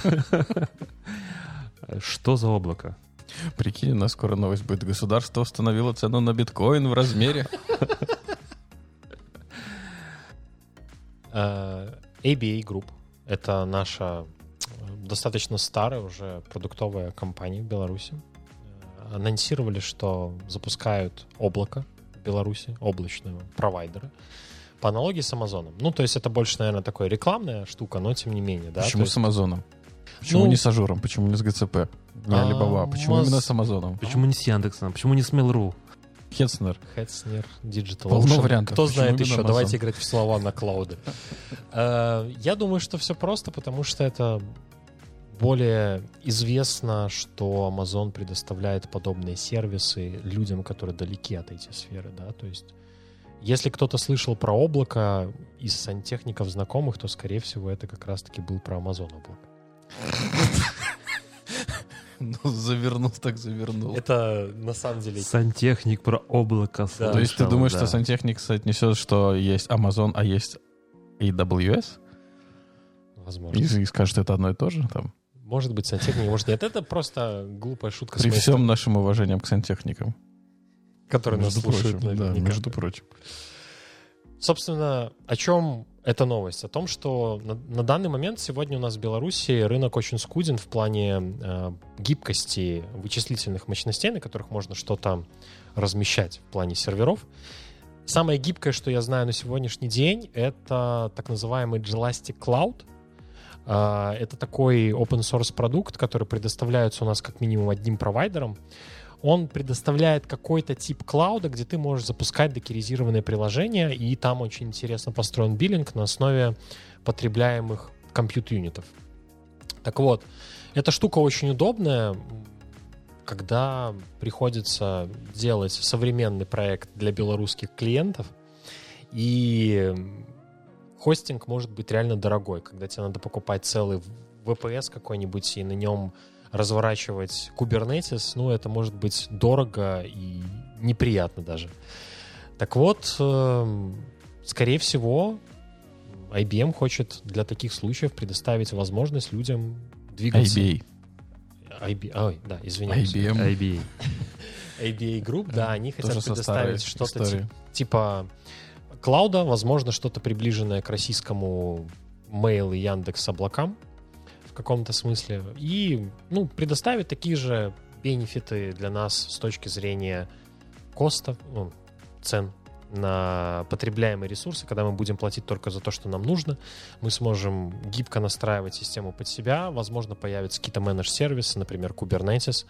Что за облако? Прикинь, у нас скоро новость будет. Государство установило цену на биткоин в размере. ABA Group — это наша достаточно старая уже продуктовая компания в Беларуси. Анонсировали, что запускают облако в Беларуси, облачного провайдера, по аналогии с Амазоном. Ну, то есть это больше, наверное, такая рекламная штука, но тем не менее. Да? Почему с Амазоном? Почему не с Ажуром? Почему не с ГЦП? Не Alibaba? Почему именно с Амазоном? Почему не с Яндексом? Почему не с Mail.ru? Хетцнер, Digital полно Ocean. вариантов. Кто знает Почему еще? именно Давайте Amazon? играть в слова на клауды. Я думаю, что все просто, потому что это более известно, что Amazon предоставляет подобные сервисы людям, которые далеки от этой сферы, да, то есть если кто-то слышал про облако из сантехников знакомых, то, скорее всего, это как раз-таки был про Amazon облако. Ну, завернул так завернул. Это, на самом деле... Сантехник про облако слышал. То есть ты думаешь, да. что сантехник соотнесет, что есть Amazon, а есть AWS? Возможно. И скажет, это одно и то же? Там? Может быть, сантехник, может нет. Это просто глупая шутка. При всем нашем уважении к сантехникам. Которые нас слушают. Да, наверняка. между прочим. Собственно, о чем эта новость? О том, что на данный момент сегодня у нас в Беларуси рынок очень скуден в плане гибкости вычислительных мощностей, на которых можно что-то размещать в плане серверов. Самое гибкое, что я знаю на сегодняшний день, это так называемый Gelastic Cloud. Это такой open-source продукт, который предоставляется у нас как минимум одним провайдером. Он предоставляет какой-то тип клауда, где ты можешь запускать докеризированные приложения, и там очень интересно построен биллинг на основе потребляемых компьют-юнитов. Так вот, эта штука очень удобная, когда приходится делать современный проект для белорусских клиентов, и хостинг может быть реально дорогой, когда тебе надо покупать целый VPS какой-нибудь и на нем разворачивать Kubernetes, это может быть дорого и неприятно даже. Так вот, скорее всего, IBM хочет для таких случаев предоставить возможность людям двигаться. Извиняюсь. IBA. IBA Group, да, они хотят Тоже предоставить что-то типа клауда, возможно, что-то приближенное к российскому Mail и Яндекс облакам в каком-то смысле. И, предоставить такие же бенефиты для нас с точки зрения коста, цен на потребляемые ресурсы, когда мы будем платить только за то, что нам нужно. Мы сможем гибко настраивать систему под себя. Возможно, появятся какие-то менедж-сервисы, например, Kubernetes.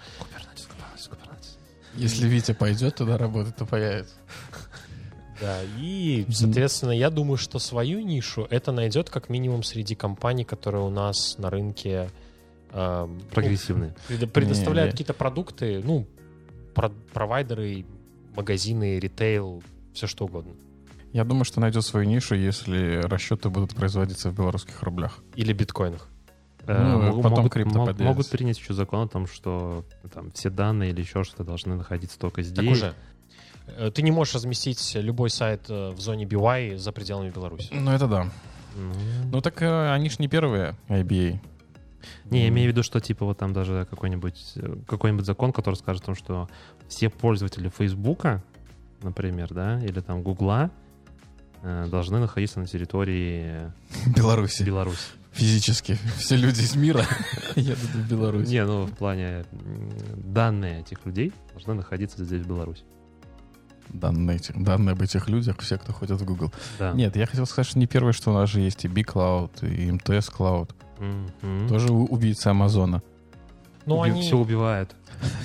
Если Витя пойдет туда работать, то появится. Да, и, соответственно, я думаю, что свою нишу это найдет как минимум среди компаний, которые у нас на рынке прогрессивные. Предоставляют какие-то продукты, провайдеры, магазины, ритейл, все что угодно. Я думаю, что найдет свою нишу, если расчеты будут производиться в белорусских рублях. Или биткоинах. Потом крипто подвесится. Могут принять еще закон о том, что там все данные или еще что-то должны находиться только здесь. Так уже. Ты не можешь разместить любой сайт в зоне BY за пределами Беларуси. Это да. Так они ж не первые IBA. Не, я имею в виду, что типа вот там даже какой-нибудь закон, который скажет о том, что все пользователи Фейсбука, например, да, или там Гугла должны находиться на территории Беларуси. Беларуси. Физически. Все люди из мира едут в Беларусь. Не, в плане данные этих людей должны находиться здесь, в Беларуси. Данные об этих людях, все, кто ходит в Google. Да. Нет, я хотел сказать, что не первое, что у нас же есть и B-Cloud, и MTS Cloud. Тоже убийцы Амазона. Они все убивают.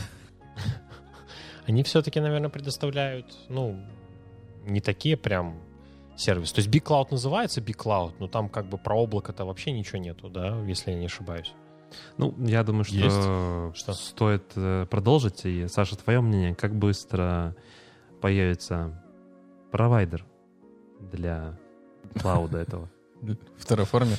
Они все-таки, наверное, предоставляют, не такие прям сервисы. То есть B-Cloud называется B-Cloud, но там как бы про облако-то вообще ничего нету, да, если я не ошибаюсь. Я думаю, что стоит продолжить. И, Саша, твое мнение, как быстро появится провайдер для клауда этого? В Terraform?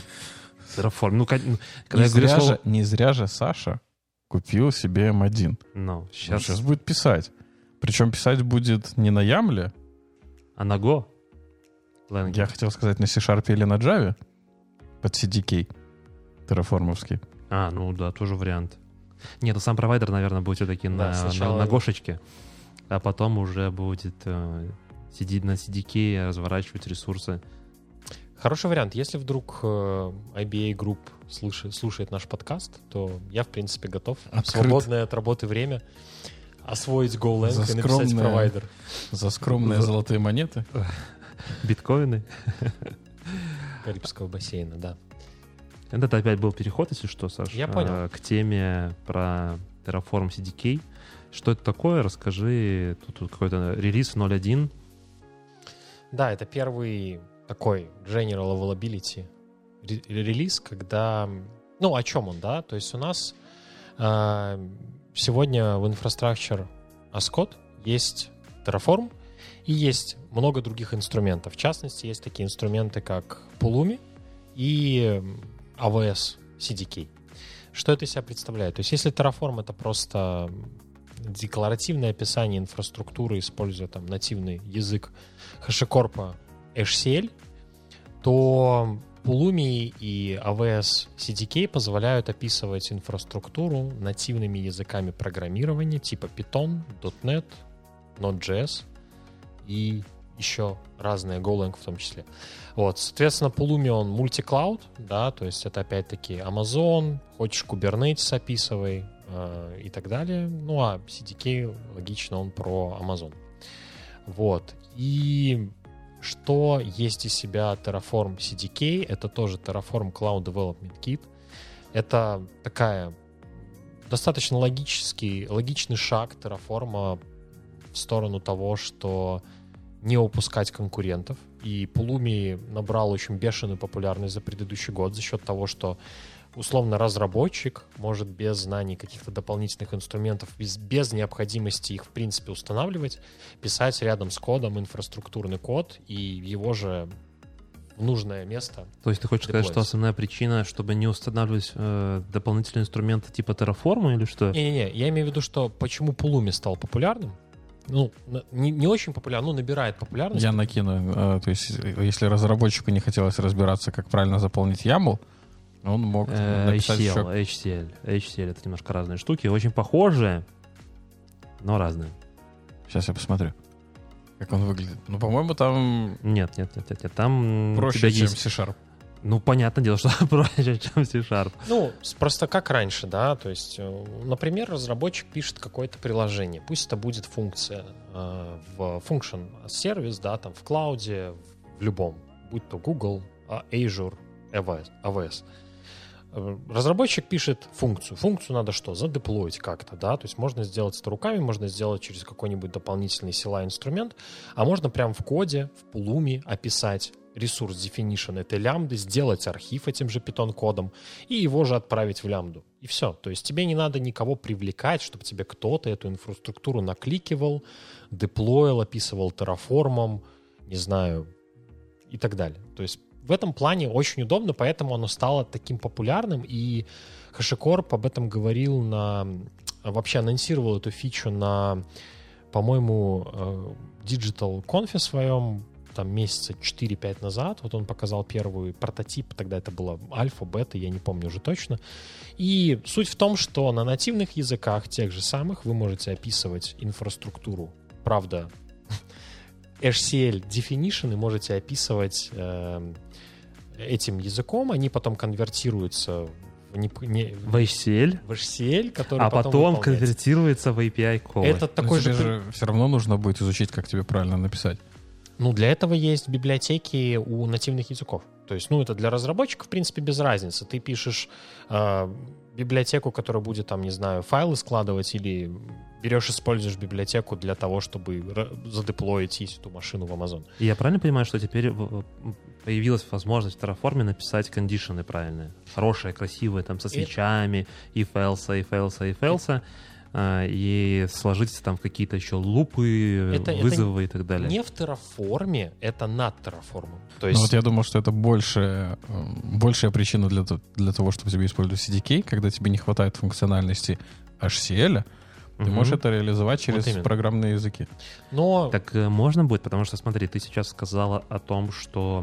Terraform. Не зря же Саша купил себе M1. Сейчас будет писать. Причем писать будет не на Ямле, а на Go. Я хотел сказать на C# или на Java под CDK терраформовский. Да, тоже вариант. Нет, сам провайдер, наверное, будет все-таки на Гошечке, а потом уже будет сидеть на CDK, разворачивать ресурсы. Хороший вариант. Если вдруг IBA Group слушает наш подкаст, то я, в принципе, готов в свободное от работы время освоить GoLang и написать провайдер. За скромные золотые монеты. Биткоины. Карибского бассейна, да. Это опять был переход, если что, Саш. Я понял. К теме про Terraform CDK. Что это такое? Расскажи. Тут какой-то релиз 0.1. Да, это первый такой General Availability релиз, когда... о чем он, да? То есть у нас сегодня в Infrastructure Ascot есть Terraform и есть много других инструментов. В частности, есть такие инструменты, как Pulumi и AWS CDK. Что это из себя представляет? То есть если Terraform — это просто декларативное описание инфраструктуры, используя там нативный язык HashiCorp HCL, то Pulumi и AWS CDK позволяют описывать инфраструктуру нативными языками программирования типа Python, .NET, Node.js и еще разные, GoLang в том числе. Соответственно, Pulumi, он мультиклауд, да, то есть это опять-таки Amazon, хочешь Kubernetes описывай и так далее. А CDK, логично, он про Amazon. И что есть из себя Terraform CDK? Это тоже Terraform Cloud Development Kit. Это такая достаточно логичный шаг Terraform в сторону того, что не упускать конкурентов. И Pulumi набрал очень бешеную популярность за предыдущий год за счет того, что условно разработчик может без знаний каких-то дополнительных инструментов, без необходимости их в принципе устанавливать, писать рядом с кодом инфраструктурный код и его же в нужное место. То есть ты хочешь сказать, что основная причина, чтобы не устанавливать дополнительные инструменты типа Terraform или что? Не-не-не, я имею в виду, что почему Pulumi стал популярным. не очень популярно, набирает популярность. Я накину. То есть, если разработчику не хотелось разбираться, как правильно заполнить YAML, он мог написать HCL — это немножко разные штуки, очень похожие, но разные. Сейчас я посмотрю, как он выглядит. Ну, по-моему, там... Нет, там проще, чем C-Sharp. Ну, понятное дело, что проще, чем C-Sharp. Ну, просто как раньше, да, то есть, например, разработчик пишет какое-то приложение, пусть это будет функция в function сервис, да, там в клауде, в любом, будь то Google, Azure, AWS. Разработчик пишет функцию. Функцию надо что? Задеплоить как-то, да, то есть можно сделать это руками, можно сделать через какой-нибудь дополнительный CLI-инструмент, а можно прямо в коде, в Pulumi описать ресурс definition этой лямбды, сделать архив этим же Python-кодом и его же отправить в лямбду. И все. То есть тебе не надо никого привлекать, чтобы тебе кто-то эту инфраструктуру накликивал, деплоил, описывал терраформом, не знаю, и так далее. То есть в этом плане очень удобно, поэтому оно стало таким популярным, и HashiCorp об этом говорил вообще анонсировал эту фичу на, по-моему, Digital Conf своем, там месяца 4-5 назад. Вот он показал первый прототип, тогда это было альфа, бета, я не помню уже точно. И суть в том, что на нативных языках тех же самых вы можете описывать инфраструктуру. Правда, HCL definition можете описывать этим языком, они потом конвертируются в HCL, который а потом конвертируется в API call. Это такой же все равно нужно будет изучить, как тебе правильно написать. Ну, для этого есть библиотеки у нативных языков. То есть, это для разработчиков, в принципе, без разницы. Ты пишешь библиотеку, которая будет, там, не знаю, файлы складывать, или используешь библиотеку для того, чтобы задеплоить эту машину в Amazon. И я правильно понимаю, что теперь появилась возможность в Terraform написать кондишены правильные? Хорошие, красивые, там, со свечами, if else, и сложить там в какие-то еще лупы, вызовы и так далее. Не в Terraform, это над Terraform. То есть... вот я думал, что это большая причина для того, чтобы тебе использовать CDK, когда тебе не хватает функциональности HCL, ты можешь это реализовать через программные языки. Но... Так можно будет, потому что, смотри, ты сейчас сказала о том, что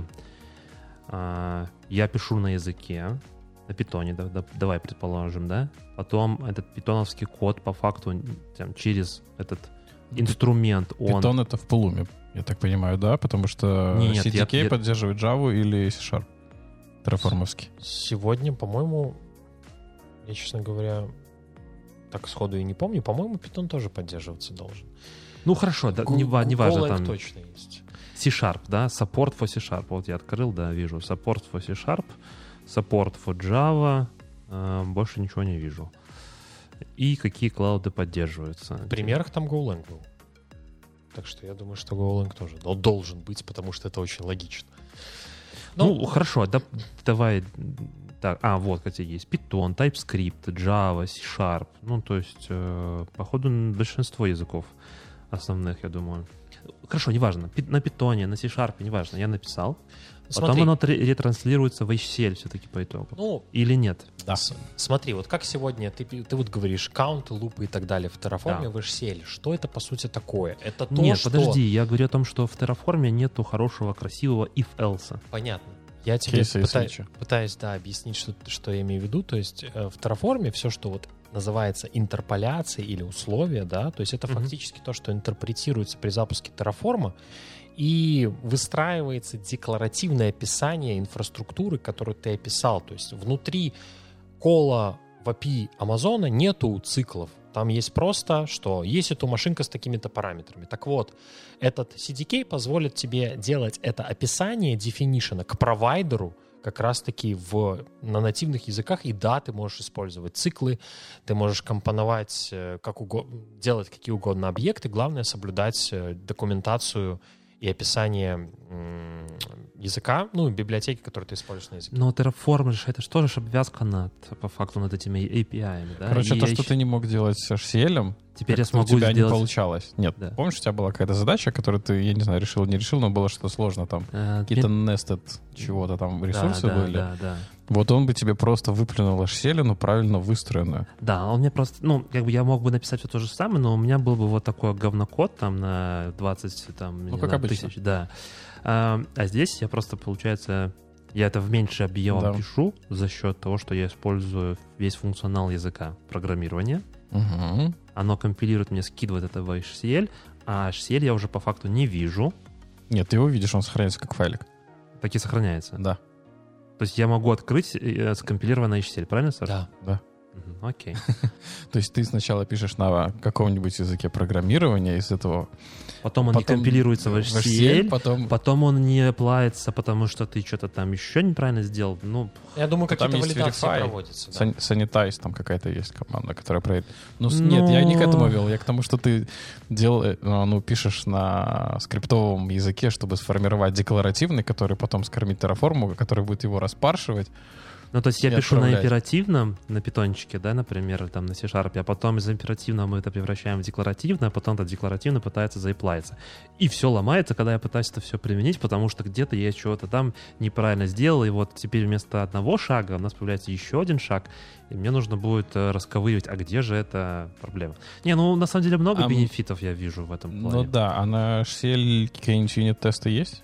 я пишу на языке, на питоне, давай предположим, да? Потом этот питоновский код по факту через этот инструмент он... Питон — это в Pulumi, я так понимаю, да? Потому что CDK поддерживает Java или C-Sharp, терраформовский. Сегодня, по-моему, я, честно говоря, так сходу и не помню, по-моему, Python тоже поддерживаться должен. Ну хорошо, да, не важно там. Точно есть. C-Sharp, да? Support for C-Sharp. Вот я открыл, да, вижу. Support for C-Sharp. Support for Java, больше ничего не вижу. И какие клауды поддерживаются. В примерах там GoLang был. Так что я думаю, что GoLang тоже должен быть, потому что это очень логично. Ну хорошо, давай. Так, вот, кстати, есть Python, TypeScript, Java, C-Sharp. Ну, то есть, походу, большинство языков основных, я думаю. Хорошо, неважно. На Python, на C-Sharp, неважно. Я написал. Потом оно ретранслируется в HCL все-таки по итогу. Или нет? Да. Смотри, вот как сегодня ты вот говоришь count, лупы и так далее в Terraform, в HCL. Что это по сути такое? Это то, Нет, подожди, я говорю о том, что в Terraform нету хорошего, красивого if-else. Понятно. Я тебе пытаюсь объяснить, что я имею в виду. То есть в Terraform все, что вот называется интерполяцией или условия, да, то есть это фактически то, что интерпретируется при запуске Terraform, и выстраивается декларативное описание инфраструктуры, которую ты описал. То есть внутри кола в API Амазона нету циклов. Там есть просто, что есть эта машинка с такими-то параметрами. Так вот, этот CDK позволит тебе делать это описание definition к провайдеру как раз-таки на нативных языках. И да, ты можешь использовать циклы, ты можешь компоновать как угодно, делать какие угодно объекты. Главное — соблюдать документацию и описание языка, ну, библиотеки, которые ты используешь на языке. Но Terraform же это что же обвязка по факту над этими API-ами, да? Короче, И то, я что еще- ты не мог делать с HCL, Теперь я у смогу тебя не сделать... получалось. Нет, Да. помнишь, у тебя была какая-то задача, которую ты, я не знаю, решил, не решил, но было что-то сложно там. Какие-то nested чего-то там ресурсы были. Да. Вот он бы тебе просто выплюнул HCL, правильно выстроенную. Да, он мне просто, ну, как бы я мог бы написать все то же самое, но у меня был бы вот такой говнокод там на 20 там, не как знаю, обычно. тысяч. Да. А здесь я просто, получается, я это в меньший объем Да. пишу за счет того, что я использую весь функционал языка программирования. Угу. Оно компилирует мне, скидывает это в HCL, а HCL я уже по факту не вижу, Нет, ты его видишь, он сохраняется как файлик. так и сохраняется. Да. То есть я могу открыть скомпилированный HCL, правильно, Саша? Да. Мгм, окей. То есть ты сначала пишешь на каком-нибудь языке программирования, из этого Потом он не компилируется в HCL, потом он не аплается, потому что ты что-то там еще неправильно сделал. Ну, Я думаю, Там какие-то есть валидации Verify, проводятся. Да. Sanitize, там какая-то есть команда, которая проверит. Ну- Нет, я не к этому вел, я к тому, что ты пишешь на скриптовом языке, чтобы сформировать декларативный, который потом скормит Terraform, который будет его распаршивать. ну, то есть я И пишу на отправлять. императивном, на питончике, да, например, там на C-Sharp, а потом из императивного мы это превращаем в декларативное, а потом это декларативно пытается заиплайться. И все ломается, когда я пытаюсь это все применить, потому что где-то я чего-то там неправильно сделал, и вот теперь вместо одного шага у нас появляется еще один шаг, и мне нужно будет расковыривать, а где же эта проблема. Не, ну, на самом деле много бенефитов я вижу в этом плане. Ну да, а на HCL какие-нибудь юнит-тесты есть?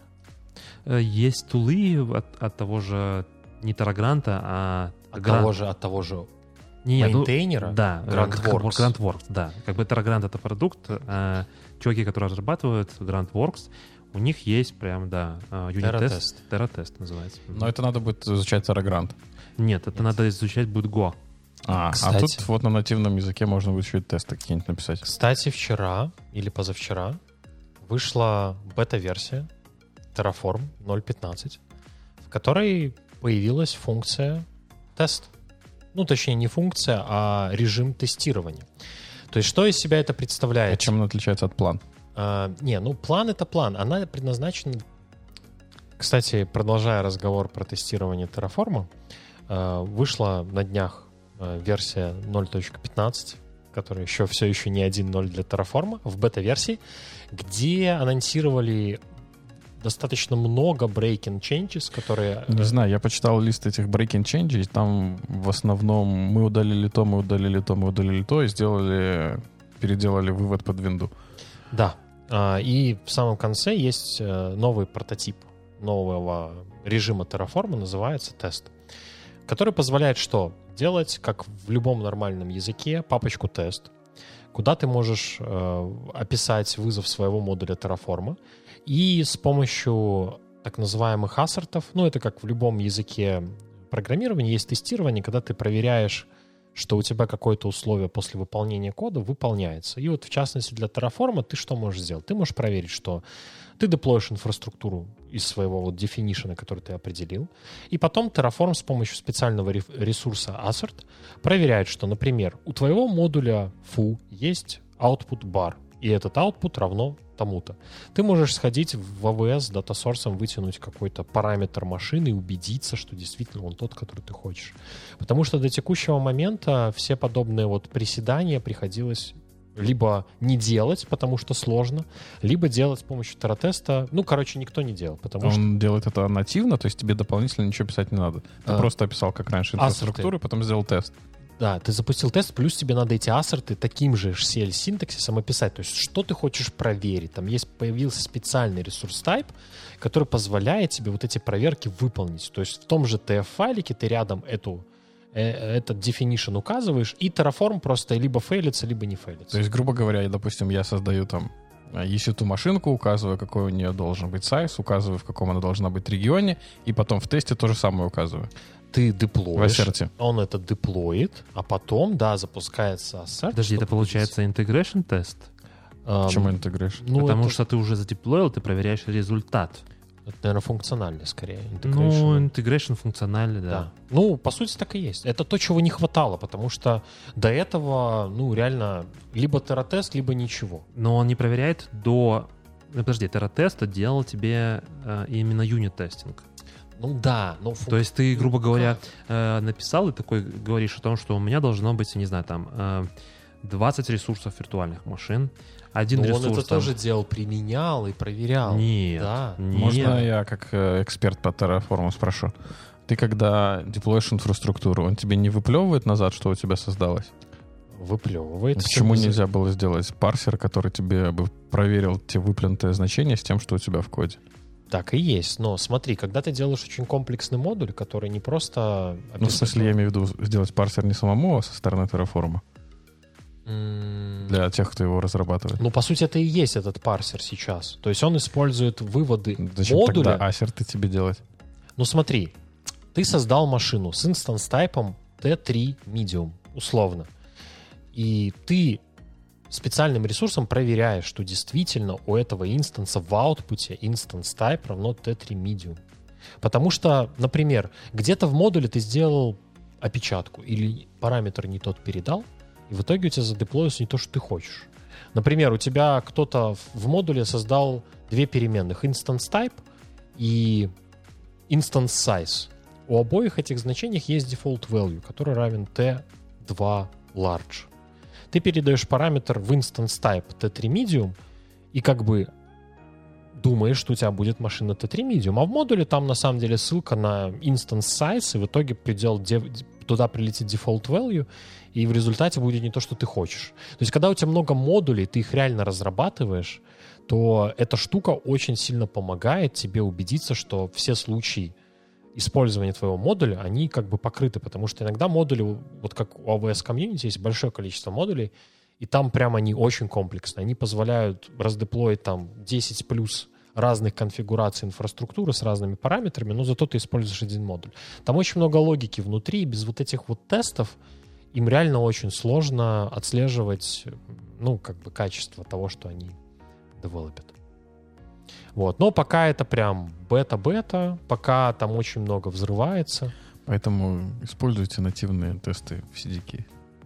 Есть тулы от того же не Terragranт, а От того же Не, ну, мейнтейнера? да, GrantWorks. GrantWorks, да. Как бы Terragranт — это продукт, а чуваки, которые разрабатывают GrantWorks, у них есть прям, да, юнит-тест. TerraTest называется. Но это надо будет изучать Terragrant. Нет, это надо изучать будет Go. А Кстати. тут вот на нативном языке можно будет еще и тесты какие-нибудь написать. Кстати, вчера или позавчера вышла бета-версия Terraform 0.15, в которой появилась функция тест. Ну, точнее, не функция, а режим тестирования. То есть, что из себя это представляет? А чем он отличается от план? План — это план. Она предназначена... Кстати, продолжая разговор про тестирование Terraform, вышла на днях версия 0.15, которая все еще не 1.0 для Terraform, в бета-версии, где анонсировали достаточно много breaking changes, которые... Не знаю, я почитал лист этих breaking changes, там в основном мы удалили то, мы удалили то, мы удалили то, и переделали вывод под винду. Да. И в самом конце есть новый прототип нового режима Terraform, называется тест, который позволяет что? Делать, как в любом нормальном языке, папочку тест, куда ты можешь описать вызов своего модуля Terraform, и с помощью так называемых ассертов, ну это как в любом языке программирования, есть тестирование, когда ты проверяешь, что у тебя какое-то условие после выполнения кода выполняется. И вот в частности для Terraform ты что можешь сделать? Ты можешь проверить, что ты деплоишь инфраструктуру из своего вот definition, который ты определил, и потом Terraform с помощью специального ресурса assert проверяет, что, например, у твоего модуля foo есть output bar, и этот output равно тому-то. Ты можешь сходить в AWS с дата-сорсом, вытянуть какой-то параметр машины и убедиться, что действительно он тот, который ты хочешь. Потому что до текущего момента все подобные вот приседания приходилось либо не делать, потому что сложно, либо делать с помощью терратеста. Ну, короче, никто не делал, потому что... Он делает это нативно, то есть тебе дополнительно ничего писать не надо. Ты просто описал, как раньше, инфраструктуру, и потом сделал тест. Да, ты запустил тест, плюс тебе надо эти ассерты таким же HCL-синтаксисом описать. То есть что ты хочешь проверить. Там появился специальный ресурс type, который позволяет тебе вот эти проверки выполнить. То есть в том же TF-файлике ты рядом этот definition указываешь, и Terraform просто либо фейлится, либо не фейлится. То есть, грубо говоря, допустим, я создаю там EC2 машинку, указываю, какой у нее должен быть сайз, указываю, в каком она должна быть регионе, и потом в тесте то же самое указываю. Ты деплоишь, в ассерте. Он это деплоит, а потом, да, запускается ассерт. Подожди, это получается integration тест? Почему integration? Ну, Потому что ты уже задеплоил, ты проверяешь результат. Это, наверное, функциональный скорее. Ну, integration функциональный, да. Ну, по сути, так и есть. Это то, чего не хватало, потому что до этого, ну, реально, либо терратест, либо ничего. Но он не проверяет до подожди, Terra-тест делал тебе именно юнит-тестинг. Ну да, но... То есть ты, грубо говоря, написал и такой говоришь о том, что у меня должно быть, не знаю, там 20 ресурсов виртуальных машин, один ресурс... Он это там... тоже делал, применял и проверял. Нет, да. нет. Можно я как эксперт по Terraform спрошу? Ты когда деплоишь инфраструктуру, он тебе не выплевывает назад, что у тебя создалось? Выплевывает. Почему нельзя было сделать парсер, который тебе бы проверил те выплюнутые значения с тем, что у тебя в коде? Так и есть. Но смотри, когда ты делаешь очень комплексный модуль, который не просто... Ну, в смысле, я имею в виду сделать парсер не самому, а со стороны Terraform. Для тех, кто его разрабатывает. Ну, по сути, это и есть этот парсер сейчас. То есть он использует выводы Зачем модуля. тогда ассерты тебе делать? Ну, смотри, ты создал машину с инстанс-тайпом T3 Medium, условно. И ты специальным ресурсом проверяешь, что действительно у этого инстанса в аутпуте instance-type равно T3 Medium. Потому что, например, где-то в модуле ты сделал опечатку или параметр не тот передал, и в итоге у тебя задеплоился не то, что ты хочешь. Например, у тебя кто-то в модуле создал две переменных instance-type и instance-size. У обоих этих значений есть default value, который равен T2 large. Ты передаешь параметр в instance type T3 medium и как бы думаешь, что у тебя будет машина T3 medium, а в модуле там на самом деле ссылка на instance size, и в итоге туда прилетит default value, и в результате будет не то, что ты хочешь. То есть когда у тебя много модулей, ты их реально разрабатываешь, то эта штука очень сильно помогает тебе убедиться, что все случаи использования твоего модуля, они как бы покрыты, потому что иногда модули, вот как у AWS Community есть большое количество модулей, и там прям они очень комплексные. Они позволяют раздеплоить там 10 плюс разных конфигураций инфраструктуры с разными параметрами, но зато ты используешь один модуль. Там очень много логики внутри, и без вот этих вот тестов им реально очень сложно отслеживать, ну, как бы качество того, что они девелопят. Вот. Но пока это прям бета-бета, пока там очень много взрывается. Поэтому используйте нативные тесты в CDK.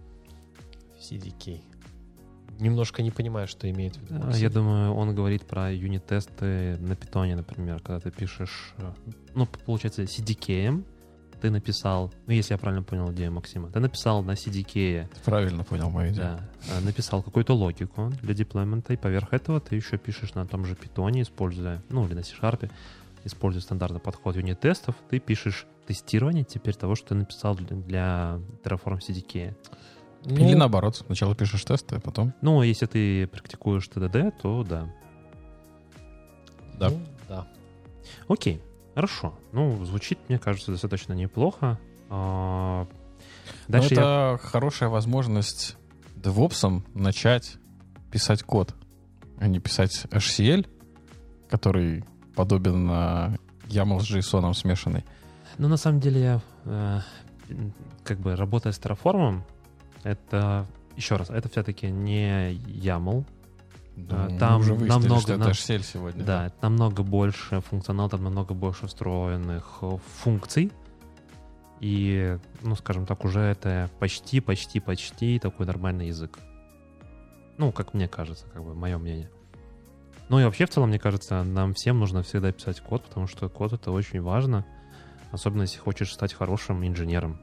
CDK. Немножко не понимаю, что имеет в виду. Я думаю, он говорит про юнит-тесты на питоне, например, когда ты пишешь, ну, получается, CDK, ты написал, ну, если я правильно понял идею Максима, ты написал на CDK... Ты правильно понял мою идею. Да, написал какую-то логику для деплоймента, и поверх этого ты еще пишешь на том же питоне, используя, ну, или на C-Sharp, используя стандартный подход юнит-тестов, ты пишешь тестирование теперь того, что ты написал для Terraform CDK. Ну, или наоборот, сначала пишешь тесты, а потом... Ну, если ты практикуешь TDD, то да. Да. Ну, да. Окей, хорошо. Ну, звучит, мне кажется, достаточно неплохо. Дальше это хорошая возможность девопсам начать писать код, а не писать HCL, который подобен на YAML с JSON смешанный. Ну, на самом деле, как бы работая с Terraform, это, еще раз, это все-таки не YAML. Там уже выяснили, намного, что это HCL сегодня. Да, это намного больше функционал, там намного больше встроенных функций. И, ну, скажем так, уже это почти такой нормальный язык. Ну, как мне кажется, как бы мое мнение. Ну и вообще, в целом, мне кажется, нам всем нужно всегда писать код, потому что код — это очень важно, особенно если хочешь стать хорошим инженером.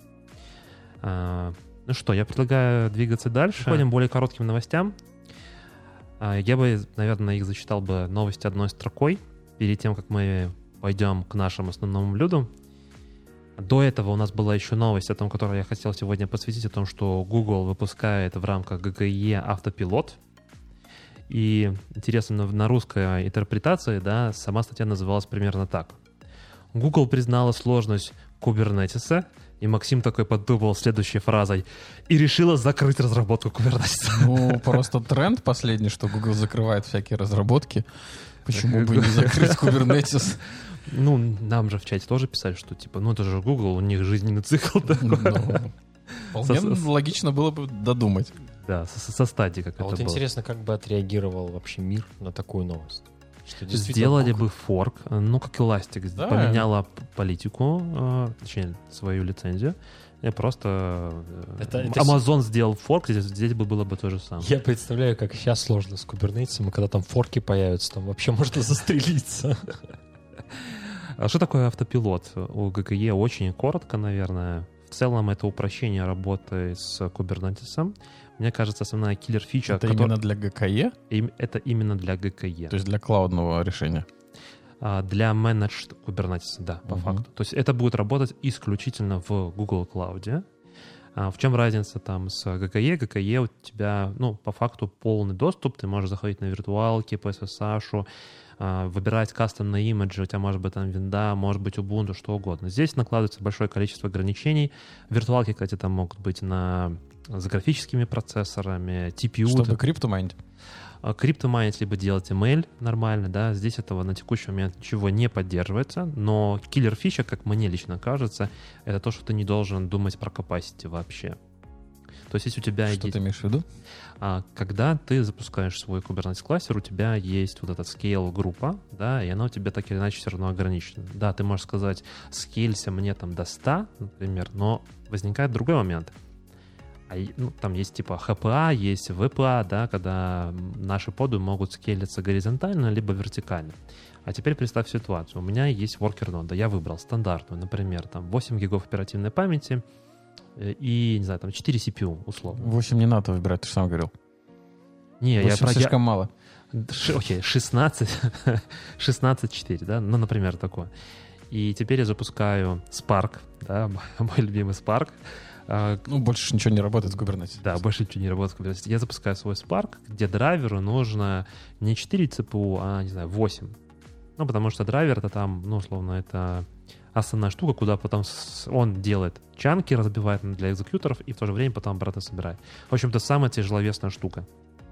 Ну что, я предлагаю двигаться дальше. Переходим к более коротким новостям. Я бы, наверное, их зачитал бы новости одной строкой перед тем, как мы пойдем к нашему основному блюду. До этого у нас была еще новость, о том, которую я хотел сегодня посвятить, о том, что Google выпускает в рамках GKE автопилот. И интересно, на русской интерпретации, да, сама статья называлась примерно так. Google признала сложность кубернетиса, и Максим такой подумал следующей фразой: и решила закрыть разработку кубернетиса. Ну, просто тренд последний, что Google закрывает всякие разработки. Почему бы не закрыть Kubernetes? Ну, нам же в чате тоже писали, что типа, ну это же Google, у них жизненный цикл такой. Вполне логично было бы додумать. Да, со стадии как это было. Вот интересно, как бы отреагировал вообще мир на такую новость. Сделали бы форк, ну, как Elastic, поменяла политику, точнее, свою лицензию, И просто Это Amazon сделал форк, здесь бы было бы то же самое. Я представляю, как сейчас сложно с кубернетисом, и когда там форки появятся, там вообще можно застрелиться. А что такое автопилот? У GKE очень коротко, наверное. В целом это упрощение работы с кубернетисом. Мне кажется, основная киллер-фича... Это именно для GKE? Это именно для GKE. То есть для клаудного решения? Для managed Kubernetes, да, по факту. То есть это будет работать исключительно в Google Cloud. В чем разница там с GKE? GKE у тебя, по факту полный доступ. Ты можешь заходить на виртуалки, по SSH, выбирать кастомные имиджи. У тебя может быть там винда, может быть Ubuntu, что угодно. Здесь накладывается большое количество ограничений. Виртуалки, кстати, там могут быть с графическими процессорами, TPU. Чтобы крипту майнить? Крипту майнить, либо делать email нормально, да, здесь этого на текущий момент ничего не поддерживается, но киллер-фича, как мне лично кажется, это то, что ты не должен думать про capacity вообще. То есть если у тебя... Что ты имеешь в виду? Когда ты запускаешь свой Kubernetes кластер, у тебя есть вот эта scale-группа, да, и она у тебя так или иначе все равно ограничена. Да, ты можешь сказать, скейлься мне там до 100, например, но возникает другой момент. Там есть типа HPA, есть VPA, да, когда наши поды могут скейлиться горизонтально, либо вертикально. А теперь представь ситуацию. У меня есть worker-нода, я выбрал стандартную, например, там 8 гигов оперативной памяти и, не знаю, там 4 CPU, условно. 8 не надо выбирать, ты же сам говорил. Не, 8 слишком мало. Окей, 16-4, да, например, такое. И теперь я запускаю Spark, да, мой любимый Spark. Больше ничего не работает в Kubernetes. Да, больше ничего не работает в Kubernetes. Я запускаю свой Spark, где драйверу нужно не 4 CPU, а, не знаю, 8. Потому что драйвер это там, условно, это основная штука, куда потом он делает чанки, разбивает для экзекьюторов и в то же время потом обратно собирает. В общем-то, самая тяжеловесная штука.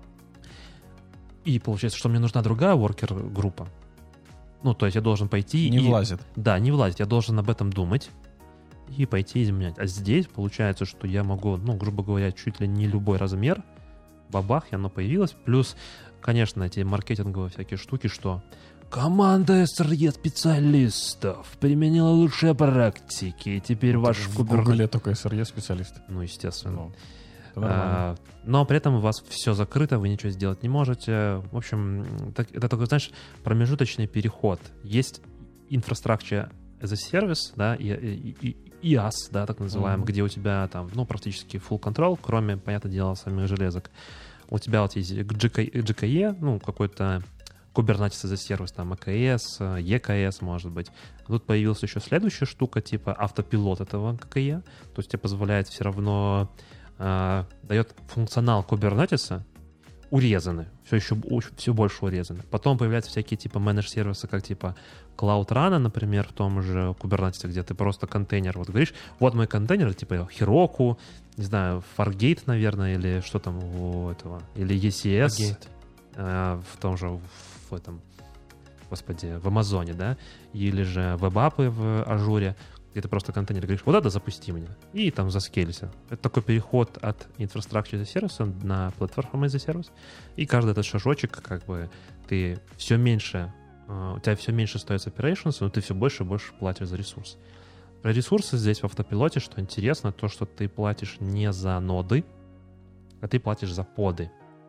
И получается, что мне нужна другая worker-группа. То есть я должен пойти... Не влазит. Да, не влазит. Я должен об этом думать и пойти изменять. А здесь получается, что я могу, грубо говоря, чуть ли не любой размер, бабах, и оно появилось. Плюс, конечно, эти маркетинговые всякие штуки, что команда SRE-специалистов применила лучшие практики, и теперь ваш в Google только SRE-специалист. Естественно. Но при этом у вас все закрыто, вы ничего сделать не можете. В общем, это такой, знаешь, промежуточный переход. Есть инфраструктура as a service, да, и IaaS, да, так называемый, где у тебя там, практически full control, кроме, понятное дело, самих железок. У тебя вот есть GKE, какой-то Kubernetes as a service, там, AKS, EKS, может быть. Тут появилась еще следующая штука, типа автопилот этого GKE, то есть тебе позволяет все равно, дает функционал Kubernetes, урезаны, все больше урезаны. Потом появляются всякие типа менедж-сервисы, как типа Cloud Run, например, в том же Kubernetes, где ты просто контейнер, вот говоришь, вот мой контейнер, типа Heroku, не знаю, Fargate, наверное, или что там у этого, или ECS, в том же, в Амазоне, да, или же веб-апы в Ажуре, где ты просто контейнер говоришь, вот это запусти мне, и там заскейлься. Это такой переход от инфраструктуры as a service на платформу as a service, и каждый этот шажочек, ты все меньше, у тебя все меньше остается operations, но ты все больше и больше платишь за ресурс. Про ресурсы здесь в автопилоте, что интересно, то, что ты платишь не за ноды, а ты платишь за поды.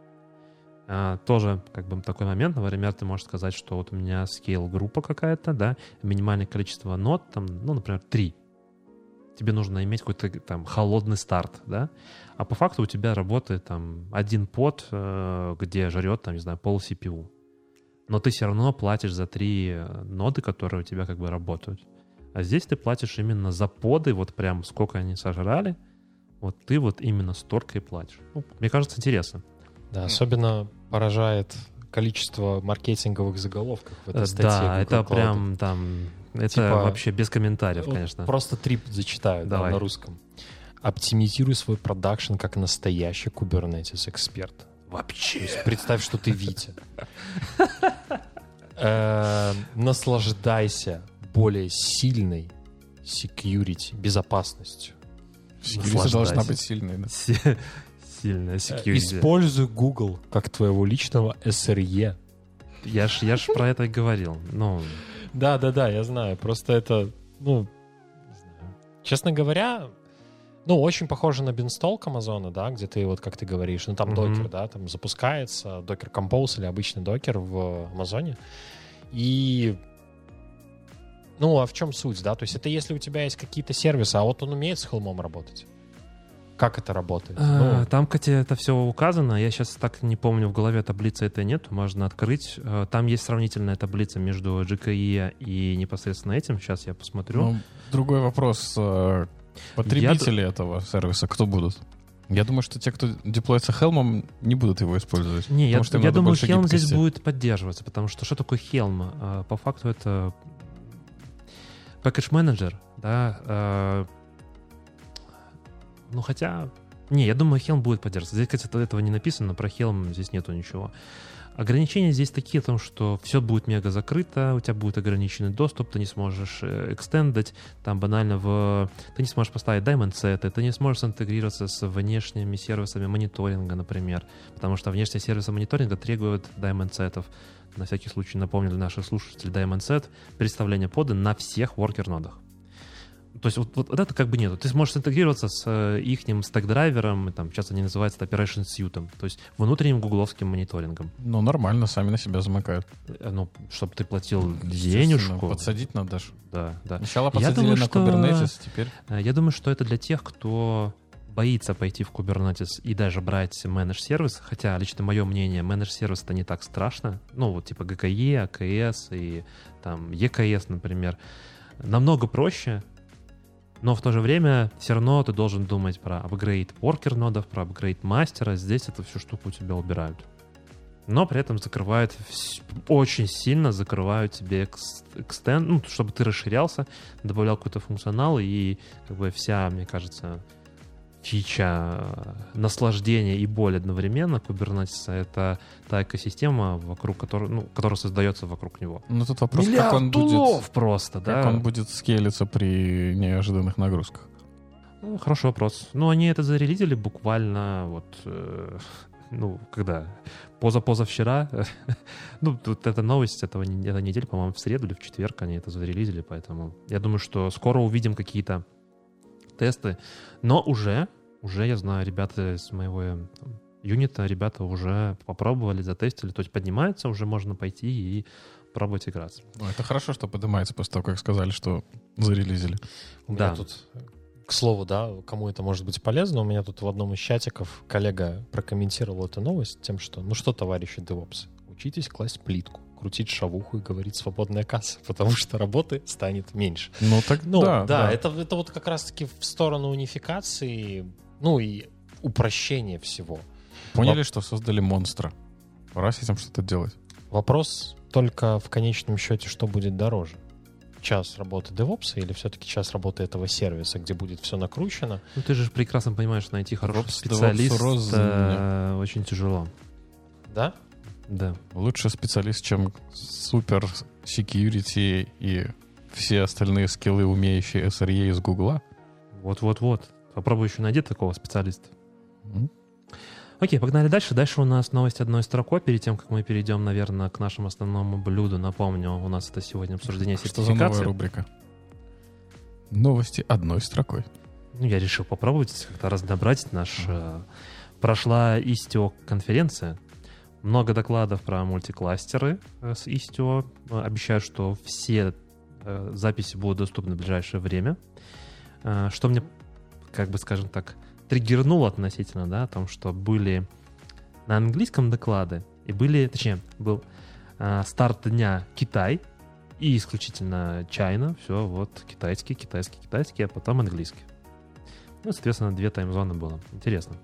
Тоже такой момент, например, ты можешь сказать, что вот у меня scale-группа какая-то, да, минимальное количество нод, там, например, 3. Тебе нужно иметь какой-то там холодный старт, да, а по факту у тебя работает там один под, где жрет, там, не знаю, пол CPU. Но ты все равно платишь за 3 ноды, которые у тебя работают. А здесь ты платишь именно за поды, вот прям сколько они сожрали, вот ты вот именно столько и платишь. Мне кажется, интересно. Да, особенно поражает количество маркетинговых заголовков в этой статье. Да, это прям там... Это вообще без комментариев, конечно. Просто 3 зачитаю на русском. Оптимизируй свой продакшн как настоящий Kubernetes-эксперт. Вообще. То есть представь, что ты Витя. Наслаждайся более сильной security, безопасностью. Security должна быть сильной, да? Сильная security. Используй Google как твоего личного SRE. Я ж про это и говорил. Да, я знаю. Просто это, не знаю. Честно говоря, Ну, очень похоже на Beanstalk Амазона, да, где ты, вот как ты говоришь, ну, там докер, да, там запускается Docker Compose или обычный докер в Амазоне. И, ну, а в чем суть, да? То есть это если у тебя есть какие-то сервисы, а вот он умеет с Helm работать. Как это работает? Там, кстати, это все указано. Я сейчас так не помню, в голове таблицы это нет. Можно открыть. Там есть сравнительная таблица между GKE и непосредственно этим. Сейчас я посмотрю. Ну, другой вопрос. Потребители этого сервиса кто будут? Я думаю, что те, кто деплоится Helm, не будут его использовать. Не, я что им надо думаю, больше Helm гибкости. здесь будет поддерживаться, потому что такое Helm? По факту это package manager, да. Ну, хотя... Не, я думаю, Helm будет поддерживаться. Здесь, кстати, этого не написано, про Helm здесь нету ничего. Ограничения здесь такие о том, что все будет мега закрыто, у тебя будет ограниченный доступ, ты не сможешь экстендать, там банально ты не сможешь поставить diamond сеты, ты не сможешь интегрироваться с внешними сервисами мониторинга, например, потому что внешние сервисы мониторинга требуют diamond сетов. На всякий случай напомню для наших слушателей, diamond set — представление пода на всех worker-нодах. То есть вот это как бы нету. Ты сможешь интегрироваться с ихним стэк-драйвером, там, сейчас они называются Operation Suite, то есть внутренним гугловским мониторингом. Ну, нормально, сами на себя замыкают. Ну, чтобы ты платил денежку. Подсадить надо же. Да. Сначала подсадили на Kubernetes, теперь... Я думаю, что это для тех, кто боится пойти в Kubernetes и даже брать managed сервис, хотя, лично мое мнение, managed сервис это не так страшно. Ну, вот типа GKE, AKS и там EKS, например. Намного проще. Но в то же время все равно ты должен думать про апгрейд worker-нодов, про апгрейд мастера. Здесь эту всю штуку у тебя убирают. Но при этом закрывают, очень сильно закрывают тебе экстенд, ну, чтобы ты расширялся, добавлял какой-то функционал, и как бы вся, мне кажется, фича наслаждения и боль одновременно Kubernetes — это та экосистема, вокруг которой, которая создается вокруг него. Ну, тут вопрос, Миллиард как он тулов будет... просто, да? Как он будет скейлиться при неожиданных нагрузках? Ну, хороший вопрос. Ну, они это зарелизили буквально когда? Позавчера. Ну, тут эта новость этой недели, по-моему, в среду или в четверг они это зарелизили, поэтому я думаю, что скоро увидим какие-то тесты. Но уже я знаю, ребята из моего юнита, ребята уже попробовали, затестили, то есть поднимается, уже можно пойти и пробовать играться. Ну, это хорошо, что поднимается после того, как сказали, что зарелизили. У меня тут, к слову, да, кому это может быть полезно, у меня тут в одном из чатиков коллега прокомментировал эту новость тем, что, что, товарищи DevOps, учитесь класть плитку, крутить шавуху и говорить «свободная касса», потому что работы станет меньше. Ну, так да. Это вот как раз-таки в сторону унификации, и упрощения всего. Поняли, что создали монстра. Пора с этим что-то делать. Вопрос только в конечном счете, что будет дороже. Час работы DevOps или все-таки час работы этого сервиса, где будет все накручено? Ну, ты же прекрасно понимаешь, найти хорошего специалиста очень тяжело. Да? Да. Лучше специалист, чем супер security и все остальные скиллы, умеющие SRE из Гугла. Вот. Попробуй еще найди такого специалиста. Окей, погнали дальше. Дальше у нас новость одной строкой. Перед тем, как мы перейдем, наверное, к нашему основному блюду, напомню, у нас это сегодня обсуждение сертификации. Что за новая рубрика? Новости одной строкой. Я решил попробовать как-то разнообразить Прошла Istio конференция. Много докладов про мультикластеры с Istio. Обещают, что все записи будут доступны в ближайшее время. Что мне, скажем так, триггернуло относительно, да, о том, что были на английском доклады, и был старт дня Китай, и исключительно China, все, вот, китайский, а потом английский. Ну, соответственно, 2 таймзоны было. Интересно.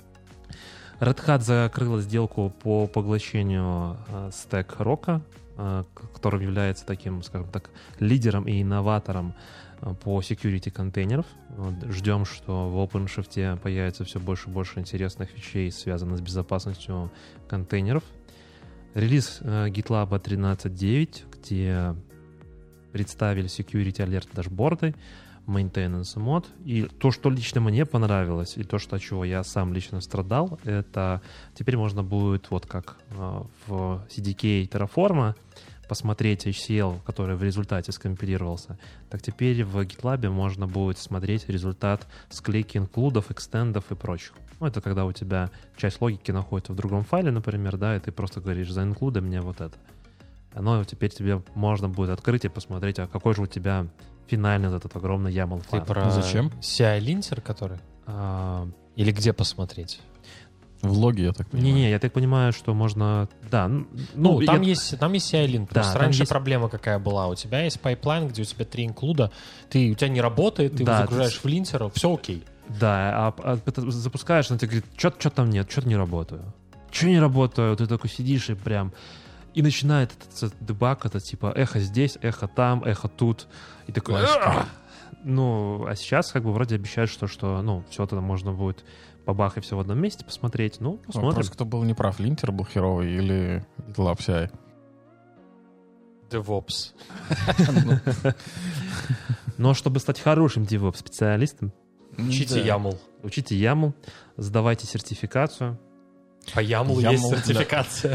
Red Hat закрыла сделку по поглощению Stack Rock, который является таким, скажем так, лидером и инноватором по security контейнеров. Ждем, что в OpenShift появится все больше и больше интересных вещей, связанных с безопасностью контейнеров. Релиз GitLab 13.9, где представили security alert дашборды, maintenance мод. И то, что лично мне понравилось, и то, от чего я сам лично страдал, это теперь можно будет, вот как в CDK Terraform, посмотреть HCL, который в результате скомпилировался, так теперь в GitLab можно будет смотреть результат склейки инклюдов, экстендов и прочих. Ну, это когда у тебя часть логики находится в другом файле, например, да, и ты просто говоришь, за инклюда мне вот это. Оно теперь тебе можно будет открыть и посмотреть, а какой же у тебя финальный вот этот огромный YAML файл. Ты про Зачем? CI-линтер, который? Или где посмотреть? В логе, я так понимаю. Не-не, я так понимаю, что можно... Да, Ну, там есть CI-линк. Да, Просто там раньше есть- проблема какая была. У тебя есть пайплайн, где у тебя 3 инклюда, у тебя не работает, ты его Да, загружаешь в линтер, все окей. Да, это запускаешь, он тебе говорит, что там нет, что-то не работаю. Что не работаю? Ты такой сидишь и прям... И начинает этот дебаг, это типа эхо здесь, эхо там, эхо тут. И такой... Классика. Ну, а сейчас как бы вроде обещают, что все это можно будет побахать все в одном месте посмотреть. Ну, посмотрим. Вопрос, кто был неправ, линтер был херовый или GitLab CI? DevOps. Но чтобы стать хорошим DevOps-специалистом, Учите YAML. учите YAML, сдавайте сертификацию. По YAML YAML, есть да. сертификация.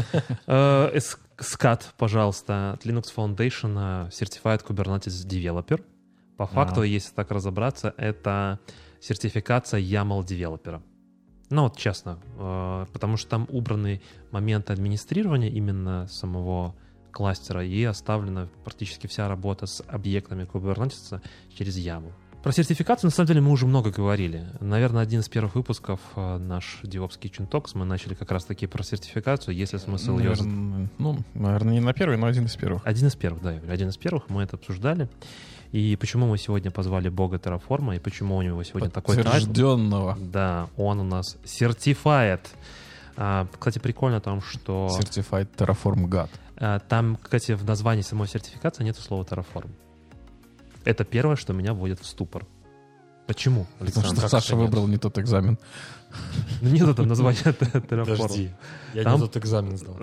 SCAT, пожалуйста, от Linux Foundation, Certified Kubernetes Developer. По факту, если так разобраться, это сертификация YAML-девелопера. Ну вот честно, потому что там убраны моменты администрирования именно самого кластера и оставлена практически вся работа с объектами Kubernetes через YAML. Про сертификацию, на самом деле, мы уже много говорили. Наверное, один из первых выпусков наш DevOps Kitchen Talks мы начали как раз-таки про сертификацию, если смысл ее... Наверное, не на первый, но один из первых. Один из первых, да, Юрий, один из первых, мы это обсуждали. И почему мы сегодня позвали бога Terraform, и почему у него сегодня такой тайтл? Подтвержденного. Да, он у нас certified. Кстати, прикольно о том, что Certified Terraform God. там, кстати, в названии самой сертификации нет слова Terraform. Это первое, что меня вводит в ступор. Почему, Потому Александр? что Саша выбрал не тот экзамен. Ну, нету там названия Terraform. Подожди, я Там- не тот экзамен сдал.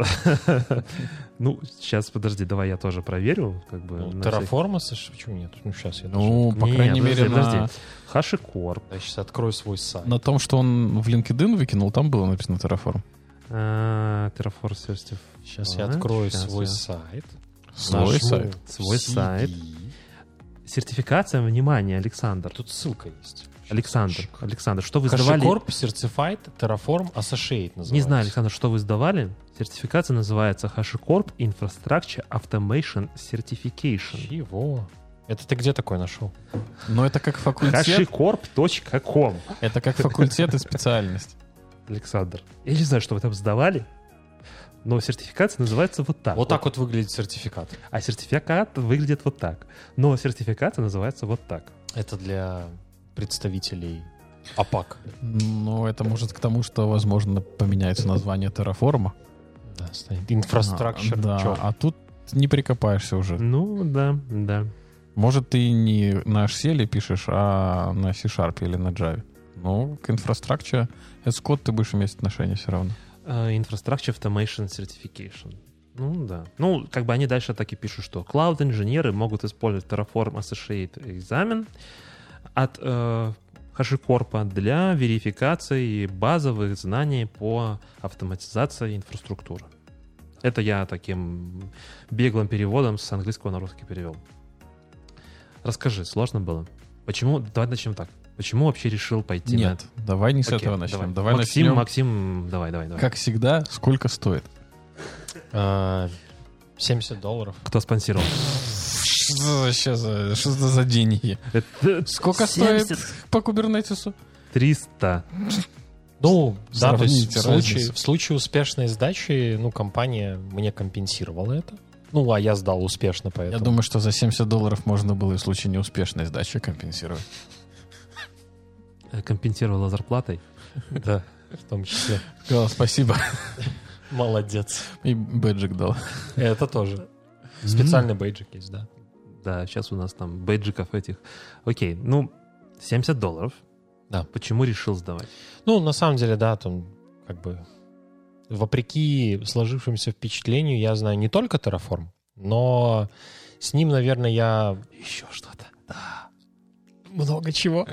Ну, сейчас, подожди, давай я тоже проверю. Как бы, на всякий- Terraform, Саша, почему нет? Ну, сейчас я даже... Ну, по Не, крайней подожди, мере, подожди. HashiCorp. Я сейчас открою свой сайт. на том, что он в LinkedIn выкинул, там было написано Terraform. Terraform Certified. Сейчас я открою Щас свой я- сайт. Свой Нажму сайт. Свой CD. сайт. Сертификация, внимание, Александр. Тут ссылка есть. Александр, что вы сдавали? HashiCorp Certified Terraform Associate называется. Не знаю, Александр, что вы сдавали. Сертификация называется HashiCorp Infrastructure Automation Certification. Чего? Это ты где такой нашел? Но это как факультет. HashiCorp.com. Это как факультет и специальность. Александр, я не знаю, что вы там сдавали, но сертификация называется вот так. Вот так вот выглядит сертификат. А сертификат выглядит вот так. Но сертификация называется вот так. Это для представителей АПАК. Ну, это может к тому, что, возможно, поменяется название Terraform. Да, станет Infrastructure. Да, Чё? а тут не прикопаешься уже. Ну, да. Может, ты не на HCL пишешь, а на C-Sharp или на Java. Ну, к Infrastructure, это код ты будешь иметь отношение все равно. Infrastructure Automation Certification. Ну, да. Ну, как бы они дальше так и пишут, что cloud-инженеры могут использовать Terraform Associate экзамен от HashiCorp для верификации базовых знаний по автоматизации инфраструктуры. Это я таким беглым переводом с английского на русский перевел. Расскажи, сложно было? Почему? Давай начнем так. Почему вообще решил пойти на Нет, давай не с Окей, этого начнем. Давай Максим, начнем, давай. как всегда, сколько стоит. $70. Кто спонсировал? Что за деньги? Это Сколько 70. стоит по кубернетису? 300. Ну, да, то есть Сравните в случае успешной сдачи, ну, компания мне компенсировала это. Ну, а я сдал успешно, поэтому... Я думаю, что за $70 можно было и в случае неуспешной сдачи компенсировать. Компенсировала зарплатой. Да, в том числе. Сказал спасибо. Молодец. И бэджик дал. Это тоже. Специальный бейджик есть, да. Да, сейчас у нас там бейджиков этих. Окей, ну, $70. Да. Почему решил сдавать? Ну, на самом деле, да, там как бы вопреки сложившемуся впечатлению я знаю не только Terraform, но с ним, наверное, я... Еще что-то. Много чего.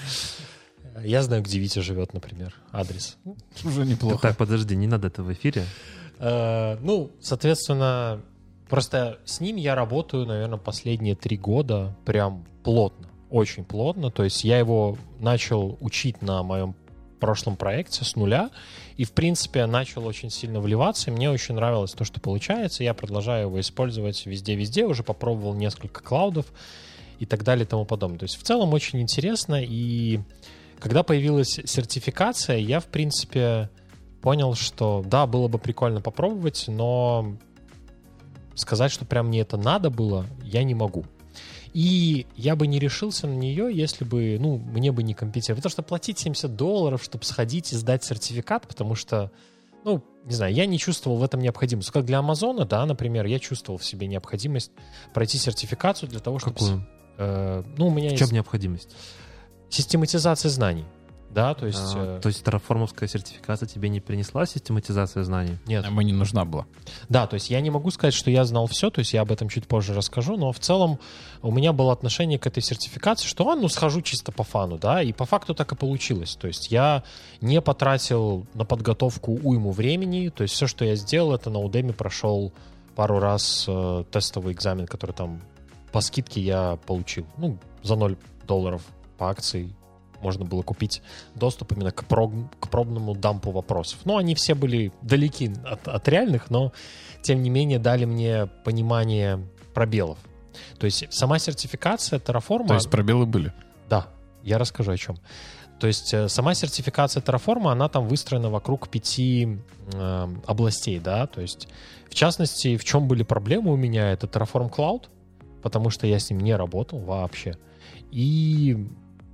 Я знаю, где Витя живет, например, адрес. Уже неплохо. Так, подожди, не надо это в эфире. Ну, соответственно, Просто с ним я работаю, наверное, последние 3 года прям плотно, очень плотно. То есть я его начал учить на моем прошлом проекте с нуля, и, в принципе, начал очень сильно вливаться, и мне очень нравилось то, что получается. Я продолжаю его использовать везде-везде, уже попробовал несколько клаудов и так далее и тому подобное. То есть в целом очень интересно, и когда появилась сертификация, я, в принципе, понял, что да, было бы прикольно попробовать, но сказать, что прям мне это надо было, я не могу. И я бы не решился на нее, если бы, мне бы не компетировать. Потому что платить $70, чтобы сходить и сдать сертификат, потому что, не знаю, я не чувствовал в этом необходимость. Как для Амазона, да, например, я чувствовал в себе необходимость пройти сертификацию для того, чтобы... Какую? У меня в есть... чем необходимость? Систематизация знаний. Да, то есть... То есть терраформовская сертификация тебе не принесла систематизацию знаний? Нет. Ему не нужна была. Да, то есть я не могу сказать, что я знал все, то есть я об этом чуть позже расскажу, но в целом у меня было отношение к этой сертификации, что, схожу чисто по фану, да, и по факту так и получилось. То есть я не потратил на подготовку уйму времени, то есть все, что я сделал, это на Udemy прошел пару раз тестовый экзамен, который там по скидке я получил. За $0 по акции можно было купить доступ именно к пробному дампу вопросов. Они все были далеки от реальных, но, тем не менее, дали мне понимание пробелов. То есть сама сертификация Terraform... То есть пробелы были? Да, я расскажу о чем. То есть сама сертификация Terraform, она там выстроена вокруг 5 областей, да, то есть, в частности, в чем были проблемы у меня, это Terraform Cloud, потому что я с ним не работал вообще, и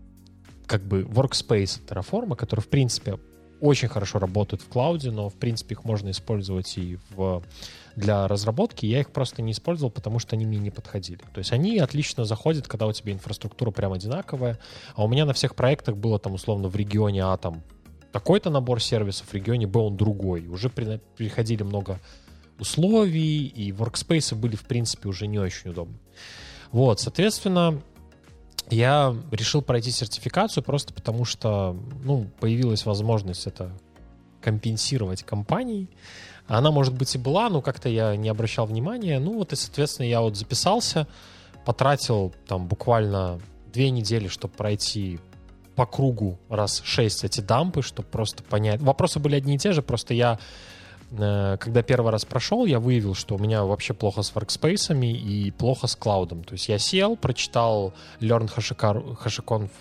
workspace Terraform, который, в принципе, очень хорошо работают в клауде, но, в принципе, их можно использовать и для разработки. Я их просто не использовал, потому что они мне не подходили. То есть они отлично заходят, когда у тебя инфраструктура прям одинаковая, а у меня на всех проектах было там, условно, в регионе А там такой-то набор сервисов, в регионе Б он другой. Уже приходили много условий, и workspace были, в принципе, уже не очень удобны. Соответственно, я решил пройти сертификацию просто потому, что появилась возможность это компенсировать компанией. Она, может быть, и была, но как-то я не обращал внимания. И, соответственно, я записался, потратил там буквально 2 недели, чтобы пройти по кругу раз 6 эти дампы, чтобы просто понять. Вопросы были одни и те же, просто я, когда первый раз прошел, я выявил, что у меня вообще плохо с workspace'ами и плохо с клаудом. То есть я сел, прочитал Learn HashiCorp,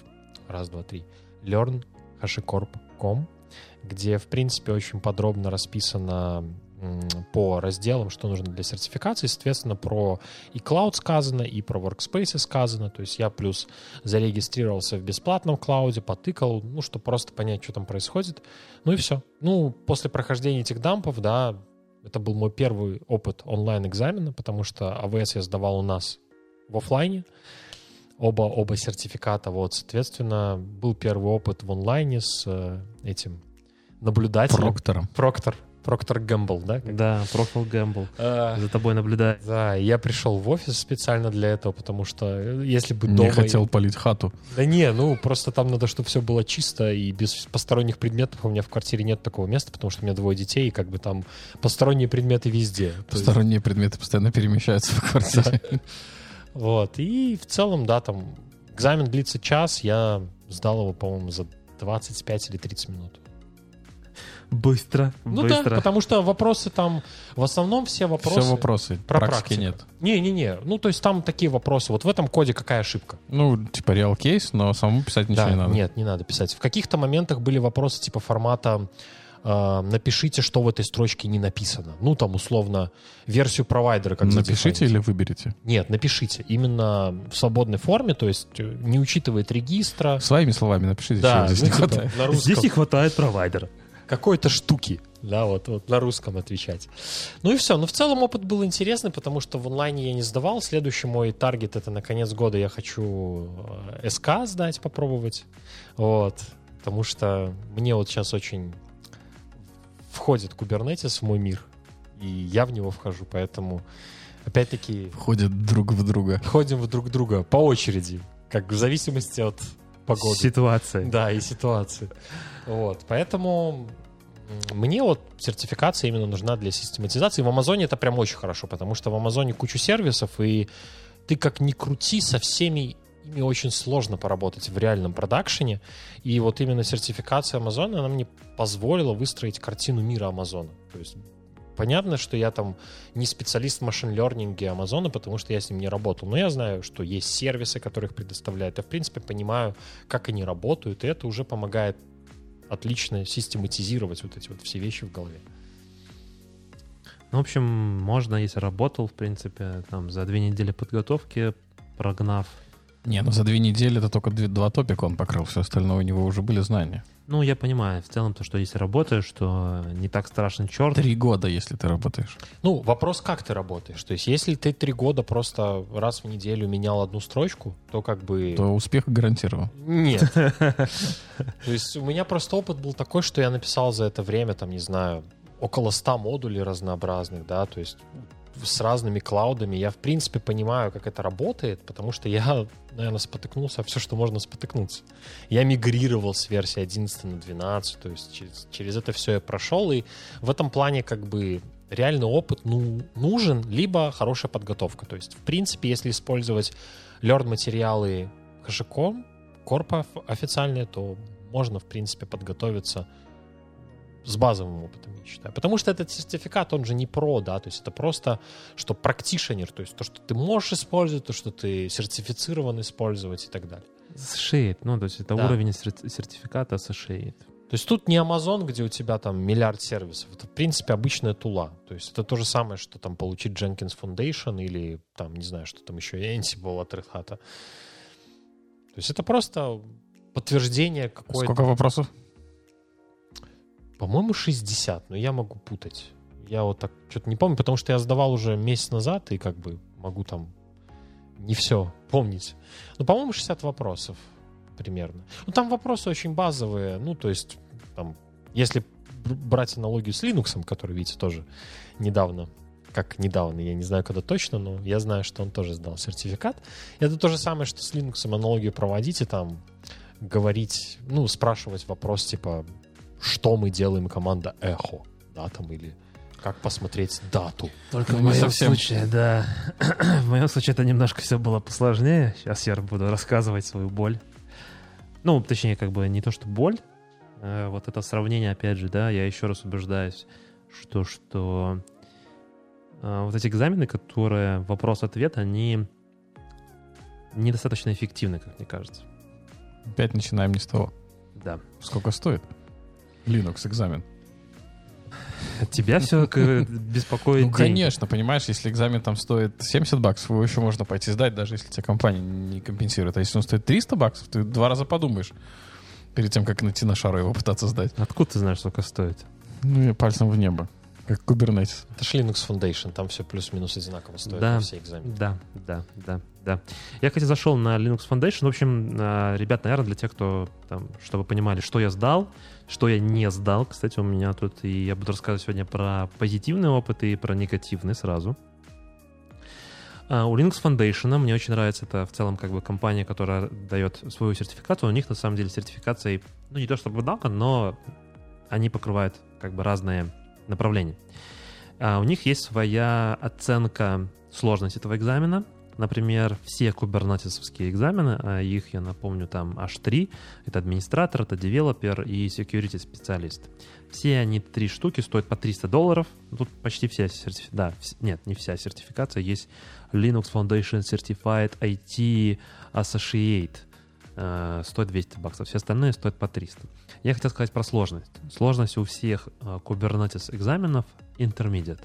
Learn HashiCorp.com, где, в принципе, очень подробно расписано по разделам, что нужно для сертификации. Соответственно, про и клауд сказано, и про workspace сказано. То есть я плюс зарегистрировался в бесплатном клауде, потыкал, чтобы просто понять, что там происходит. И все. После прохождения этих дампов, да, это был мой первый опыт онлайн-экзамена, потому что AWS я сдавал у нас в офлайне. Оба сертификата. Соответственно, был первый опыт в онлайне с этим наблюдателем. Проктор Гэмбл, да? Да, Проктор Гэмбл. За тобой наблюдает. Да, я пришел в офис специально для этого, потому что если бы дома... Не хотел палить хату. Да не, просто там надо, чтобы все было чисто и без посторонних предметов. У меня в квартире нет такого места, потому что у меня 2 детей, и там посторонние предметы везде. Посторонние предметы постоянно перемещаются в квартире. И в целом, да, там экзамен длится час, я сдал его, по-моему, за 25 или 30 минут. Быстро. Да, потому что вопросы там, в основном все вопросы... Все вопросы, про практики нет. Не-не-не, то есть там такие вопросы. В этом коде какая ошибка? Типа real case, но самому писать ничего не надо. Нет, не надо писать. В каких-то моментах были вопросы типа формата напишите, что в этой строчке не написано. Там, условно, версию провайдера как напишите или выберите? Нет, напишите. Именно в свободной форме, то есть не учитывает регистра. Своими словами напишите, чего здесь не хватает. Здесь не хватает провайдера. Какой-то штуки, да, на русском отвечать. И все. Но в целом опыт был интересный, потому что в онлайне я не сдавал. Следующий мой таргет — это на конец года я хочу СК сдать, попробовать. Потому что мне сейчас очень входит Kubernetes в мой мир, и я в него вхожу, поэтому опять-таки... Входят друг в друга. Входим в друг друга по очереди, в зависимости от погоды. Ситуации. Да, и ситуации. Поэтому Мне вот сертификация именно нужна для систематизации. В Амазоне это прям очень хорошо, потому что в Амазоне кучу сервисов, и ты как ни крути, со всеми ими очень сложно поработать в реальном продакшене. И вот именно сертификация Амазона, она мне позволила выстроить картину мира Амазона. То есть понятно, что я там не специалист в машин-лернинге Амазона, потому что я с ним не работал. Но я знаю, что есть сервисы, которые их предоставляют. Я, в принципе, понимаю, как они работают, и это уже помогает отлично систематизировать вот эти вот все вещи в голове. Ну, в общем, можно, если работал, в принципе, там за 2 недели подготовки, прогнав. Не, ну за 2 недели это только 2 топика он покрыл, все остальное у него уже были знания. Ну, я понимаю, в целом то, что если работаешь, то не так страшен черт. 3 года, если ты работаешь. Ну, вопрос, как ты работаешь. То есть, если ты 3 года просто раз в неделю менял одну строчку, то как бы... То успех гарантирован. Нет. То есть, у меня просто опыт был такой, что я написал за это время, там, не знаю, около 100 модулей разнообразных, да, то есть с разными клаудами. Я, в принципе, понимаю, как это работает, потому что я, наверное, спотыкнулся, все, что можно спотыкнуться. Я мигрировал с версии 11 на 12, то есть через это все я прошел, и в этом плане как бы реальный опыт нужен, либо хорошая подготовка. То есть, в принципе, если использовать learn-материалы HashiCorp, Корпа официальные, то можно, в принципе, подготовиться с базовым опытом, я считаю. Потому что этот сертификат, он же не про, да, то есть это просто, что practitioner, то есть то, что ты можешь использовать, то, что ты сертифицирован использовать и так далее. Сшеет, ну, то есть это уровень сертификата сшеет. То есть тут не Amazon, где у тебя там миллиард сервисов, это, в принципе, обычная тула. То есть это то же самое, что там получить Jenkins Foundation или там, не знаю, что там еще, Ansible от Red Hat. То есть это просто подтверждение какое-то... Сколько вопросов? По-моему, 60, но я могу путать. Я вот так что-то не помню, потому что я сдавал уже месяц назад, и как бы могу там не все помнить. Ну, по-моему, 60 вопросов примерно. Ну, там вопросы очень базовые. Ну, то есть, там, если брать аналогию с Linux, который, видите, тоже недавно, я не знаю, когда точно, но я знаю, что он тоже сдал сертификат. Это то же самое, что с Linux аналогию проводить и там говорить, ну, спрашивать вопрос типа... Что мы делаем, команда Echo, да, там, или как посмотреть дату. Только в моем случае, да. В моем случае это немножко все было посложнее. Сейчас я буду рассказывать свою боль. Ну, точнее, как бы не то, что боль. Вот это сравнение, опять же, да, я еще раз убеждаюсь, что вот эти экзамены, которые вопрос-ответ, они недостаточно эффективны, как мне кажется. Опять начинаем не с того. Да. Сколько стоит? Linux экзамен. Тебя все беспокоит Ну, конечно, понимаешь, если экзамен там стоит $70, его еще можно пойти сдать, даже если тебе компания не компенсирует. А если он стоит $300, ты 2 раза подумаешь перед тем, как найти на шару его пытаться сдать. Откуда ты знаешь, сколько стоит? Ну, и пальцем в небо. Как Kubernetes. Это же Linux Foundation, там все плюс-минус одинаково стоит да, на все экзамены. Да. Я, кстати, зашел на Linux Foundation. В общем, ребят, наверное, для тех, кто там, чтобы понимали, что я сдал, что я не сдал. Кстати, у меня тут, и я буду рассказывать сегодня про позитивный опыт и про негативный сразу. У Linux Foundation мне очень нравится, это в целом как бы компания, которая дает свою сертификацию. У них на самом деле сертификация, ну не то чтобы много, но они покрывают как бы разные направления. У них есть своя оценка сложности этого экзамена. Например, все кубернетесовские экзамены, а их, я напомню, там аж 3. Это администратор, это девелопер и security специалист. Все они 3 штуки стоят по $300. Тут почти вся сертификация. Да, нет, не вся сертификация. Есть Linux Foundation Certified IT Associate. Стоит $200. Все остальные стоят по 300. Я хотел сказать про сложность. Сложность у всех Kubernetes экзаменов intermediate.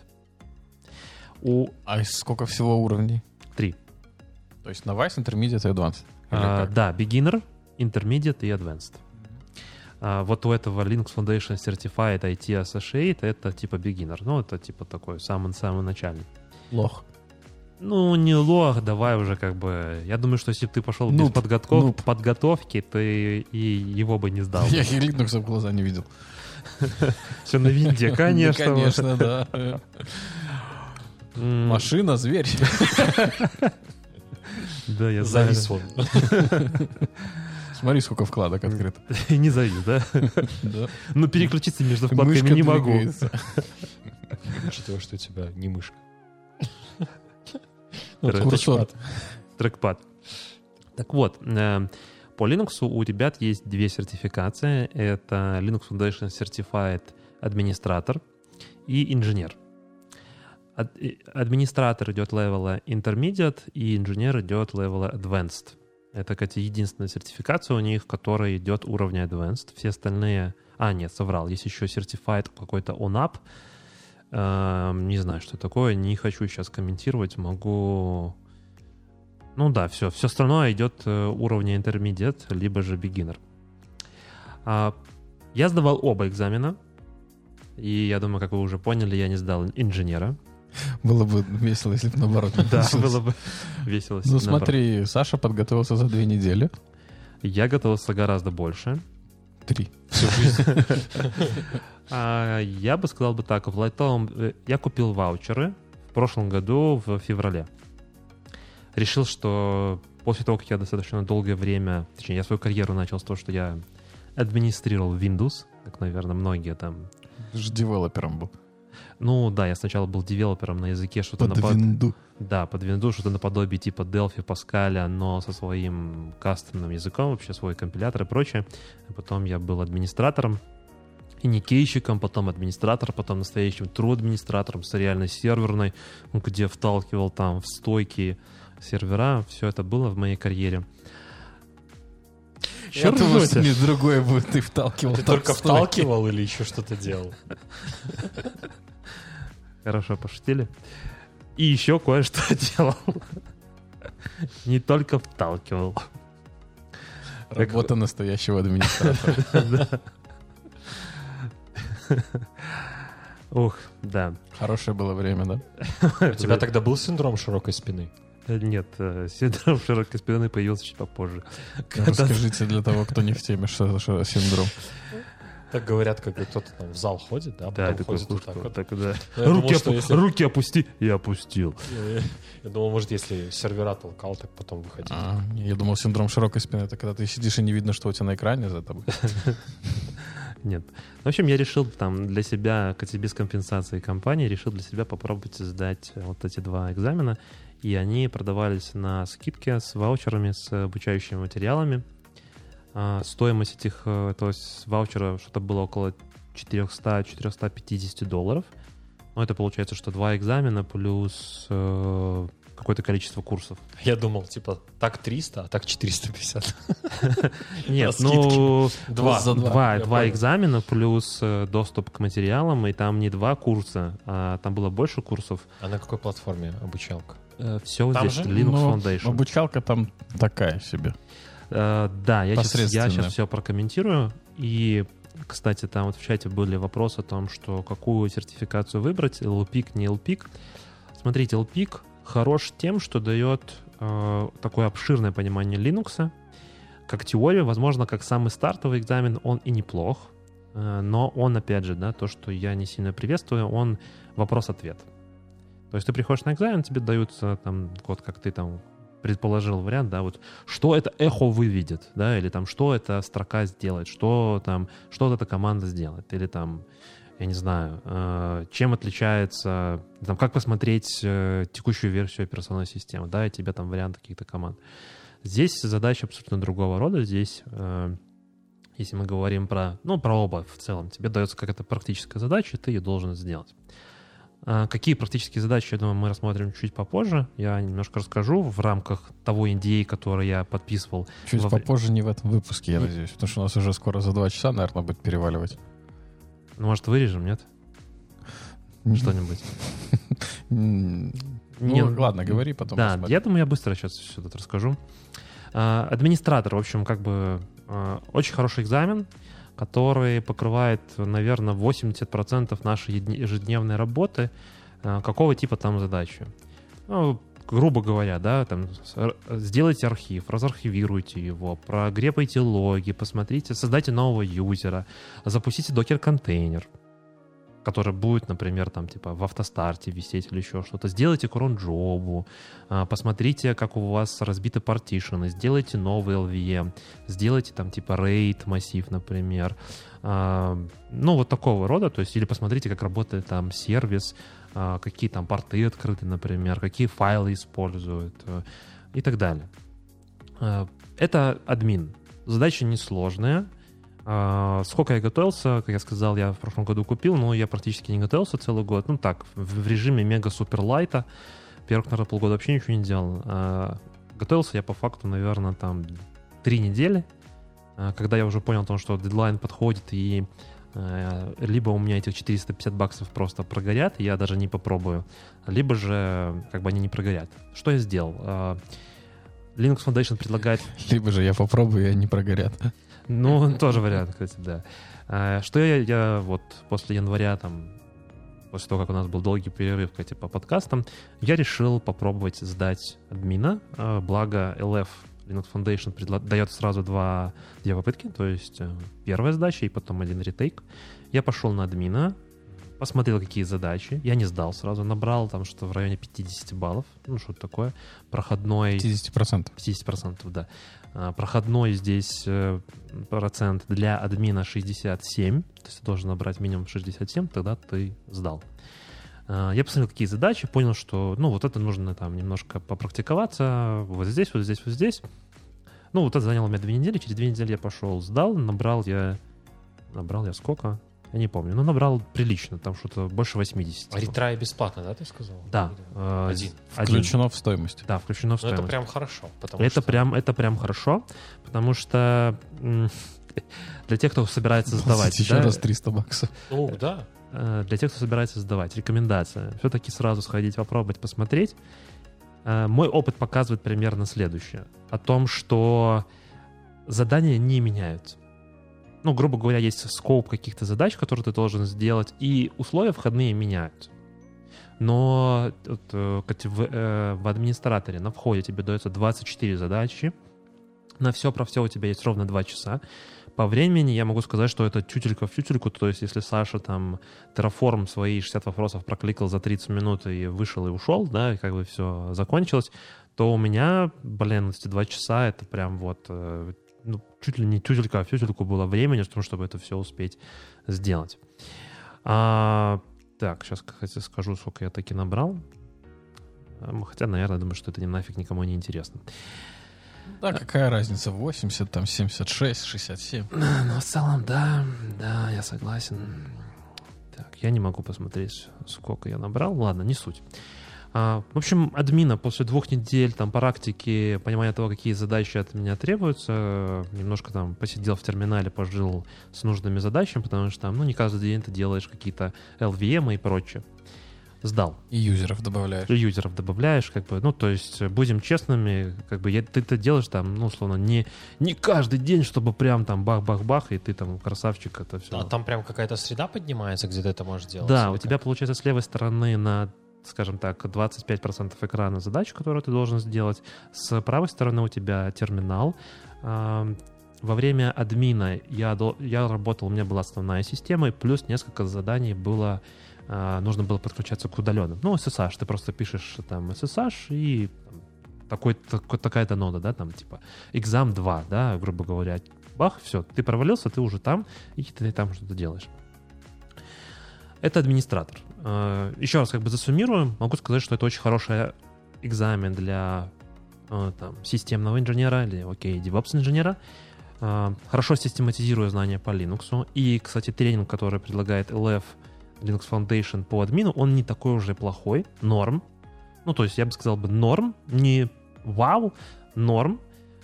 А сколько всего уровней? 3. То есть на Vice, Intermediate и Advanced? Да, Beginner, Intermediate и Advanced. Вот у этого Linux Foundation Certified IT Associate это типа Beginner. Ну, это типа такой самый начальный. Лох. Ну, не лох, давай уже как бы... Я думаю, что если бы ты пошел без подготовки, ты и его бы не сдал. Я и Linux в глаза не видел. Все на винде, конечно. Конечно, да. Машина, зверь. Да, я завис он. Смотри, сколько вкладок открыто. Не завис, да? Да. Ну, переключиться между вкладками Мышка не могу. двигается. Учитывая, что у тебя не мышка. Курсор. Трекпад. Так вот, по Linux у ребят есть две сертификации. Это Linux Foundation Certified Administrator и инженер. Администратор идет левела Intermediate, и инженер идет левела Advanced. Это, кстати, единственная сертификация у них, которая идет уровня Advanced. Все остальные... нет, соврал. Есть еще Certified какой-то ONAP. Не знаю, что такое. Не хочу сейчас комментировать. Могу... Ну да, все остальное идет уровня Intermediate, либо же Beginner. Я сдавал оба экзамена. И я думаю, как вы уже поняли, я не сдал инженера. Было бы весело, если бы наоборот. Да, было бы весело. Ну смотри, Саша подготовился за 2 недели. Я готовился гораздо больше. 3. Всю жизнь. Я бы сказал бы так, в лайтовом... Я купил ваучеры в прошлом году в феврале. Решил, что после того, как я достаточно долгое время... Точнее, я свою карьеру начал с того, что я администрировал Windows, как, наверное, многие там... Ты же девелопером был. Ну да, я сначала был девелопером на языке что-то... Под винду. Да, под Windows, что-то наподобие типа Delphi, Pascal, но со своим кастомным языком, вообще свой компилятор и прочее. А потом я был администратором, и никейщиком, потом администратор, потом настоящим true администратором с реальной серверной, где вталкивал там в стойки сервера. Все это было в моей карьере. Я думал, что не другое будет, ты вталкивал. Ты только вталкивал или еще что-то делал? Хорошо, пошутили. И еще кое-что делал. Не только вталкивал. Работа настоящего администратора. Ух, да. Хорошее было время, да? У тебя тогда был синдром широкой спины? Нет, синдром широкой спины появился чуть попозже. Расскажите для того, кто не в теме, что это синдром. Так говорят, когда кто-то там в зал ходит, да? Да, такой, ходит вот так вот. так, да. Если- Руки опусти. Я опустил. Я думал, может, если сервера толкал, так потом выходил. Я думал, синдром широкой спины — это когда ты сидишь и не видно, что у тебя на экране за тобой. Нет. В общем, я решил там для себя, хотя без компенсации компании, решил для себя попробовать сдать вот эти 2 экзамена. И они продавались на скидке с ваучерами, с обучающими материалами. Стоимость этих, то есть ваучера, что-то было около $400-450. Но это получается, что 2 экзамена плюс какое-то количество курсов. Я думал, типа, так 300, а так 450. Нет, скидки. ну... Два. Два экзамена плюс доступ к материалам, и там не 2 курса, а там было больше курсов. А на какой платформе обучалка? Все Там здесь, же? Linux Ну, Foundation. обучалка там такая себе. Да, я Посредственная. сейчас все прокомментирую. И, кстати, там вот в чате были вопросы о том, что какую сертификацию выбрать, LPIC, не LPIC. Смотрите, LPIC хорош тем, что дает такое обширное понимание Linux. Как теория, возможно, как самый стартовый экзамен, он и неплох. Но он, опять же, да, то, что я не сильно приветствую, он вопрос-ответ. То есть ты приходишь на экзамен, тебе даются там, вот как ты там предположил вариант, да, вот что это эхо выведет, да, или там что эта строка сделает, что там, что вот эта команда сделает, или там, я не знаю, чем отличается, там, как посмотреть текущую версию операционной системы, да, и тебе там варианты каких-то команд. Здесь задача абсолютно другого рода, здесь, если мы говорим про оба в целом, тебе дается какая-то практическая задача, и ты ее должен сделать. Какие практические задачи, я думаю, мы рассмотрим чуть попозже. Я немножко расскажу в рамках того NDA, который я подписывал. Чуть попозже, не в этом выпуске, я надеюсь. Потому что у нас уже скоро за 2 часа, наверное, будет переваливать. Ну, может, вырежем, нет? Что-нибудь. Ладно, говори, потом Да, посмотрим. я думаю, я быстро сейчас все тут расскажу. Администратор, в общем, как бы очень хороший экзамен, который покрывает, наверное, 80% нашей ежедневной работы. Какого типа там задачи? Ну, грубо говоря, да, там сделайте архив, разархивируйте его, прогрепайте логи, посмотрите, создайте нового юзера, запустите докер-контейнер. который будет, например, там, типа, в автостарте висеть или еще что-то. Сделайте кронджобу, посмотрите, как у вас разбиты партишены, сделайте новый LVM, сделайте там, типа, RAID массив, например. Ну, вот такого рода, то есть, или посмотрите, как работает там сервис, какие там порты открыты, например, какие файлы используют и так далее. Это админ. Задача несложная. Сколько я готовился, как я сказал, я в прошлом году купил, но я практически не готовился целый год. Ну так, в режиме мега-супер лайта. Первых, наверное, полгода вообще ничего не делал. Готовился я по факту, наверное, там 3 недели, когда я уже понял, что дедлайн подходит, и либо у меня этих $450 просто прогорят, и я даже не попробую, либо же как бы они не прогорят. Что я сделал? Linux Foundation предлагает... Либо же я попробую, и они прогорят. Ну, тоже вариант, кстати, да. Что я вот после января, там, после того, как у нас был долгий перерыв, кстати, по подкастам, я решил попробовать сдать админа. Благо, LF Linux Foundation дает сразу две попытки, то есть первая сдача и потом один ретейк. Я пошел на админа, посмотрел, какие задачи. Я не сдал сразу, набрал там что-то в районе 50 баллов. Ну, что-то такое. Проходной... 50%. 50%, да. Проходной здесь процент для админа 67. То есть ты должен набрать минимум 67, тогда ты сдал. Я посмотрел, какие задачи, понял, что, ну, вот это нужно там немножко попрактиковаться. Вот здесь, вот здесь, вот здесь. Ну, вот это заняло у меня 2 недели. Через 2 недели я пошел, сдал. Набрал я сколько? Я не помню. Но набрал прилично. Там что-то больше 80. А ретрай бесплатно, да, ты сказал? Да. Один. Включено в стоимость. Да, включено в стоимость. Это прям хорошо. Это прям хорошо, потому что для тех, кто собирается сдавать... Еще раз $300. Ну, да. Для тех, кто собирается сдавать, рекомендация. Все-таки сразу сходить, попробовать, посмотреть. Мой опыт показывает примерно следующее. О том, что задания не меняются. Ну, грубо говоря, есть скоуп каких-то задач, которые ты должен сделать, и условия входные меняются. Но в администраторе на входе тебе дается 24 задачи. На все про все у тебя есть ровно 2 часа. По времени я могу сказать, что это тютелька в тютельку, то есть если Саша там Terraform свои 60 вопросов прокликал за 30 минут и вышел и ушел, да, и как бы все закончилось, то у меня, эти 2 часа, это прям вот, ну, чуть ли не тютелька, а в тютельку было времени, чтобы это все успеть сделать. Так, сейчас, кстати, скажу, сколько я таки набрал. Хотя, наверное, думаю, что это нафиг никому не интересно. Да, какая разница, 80, там 76, 67. Ну, в целом, да, я согласен. Так, я не могу посмотреть, сколько я набрал. Ладно, не суть. В общем, админа после 2 недель там практики, понимания того, какие задачи от меня требуются, немножко там посидел в терминале, пожил с нужными задачами, потому что там, ну, не каждый день ты делаешь какие-то LVM и прочее. Сдал. И юзеров добавляешь. И юзеров добавляешь, как бы, ну, то есть, будем честными, как бы, ты это делаешь там, ну, условно, не каждый день, чтобы прям там бах-бах-бах, и ты там красавчик, это все. А там прям какая-то среда поднимается, где ты это можешь делать? Да, у тебя, получается, с левой стороны на, скажем так, 25% экрана задач, которые ты должен сделать, с правой стороны у тебя терминал. Во время админа я работал, у меня была основная система, и плюс несколько заданий было... нужно было подключаться к удаленным. Ну, SSH. Ты просто пишешь там SSH и такая-то нода, да, там типа exam 2, да, грубо говоря. Бах, все, ты провалился, ты уже там, и ты там что-то делаешь. Это администратор. Еще раз как бы засуммируем. Могу сказать, что это очень хороший экзамен для там, системного инженера или, DevOps инженера. Хорошо систематизируя знания по Linux. И, кстати, тренинг, который предлагает LF Linux Foundation по админу, он не такой уже плохой, норм. Ну, то есть я бы сказал норм, не вау, норм.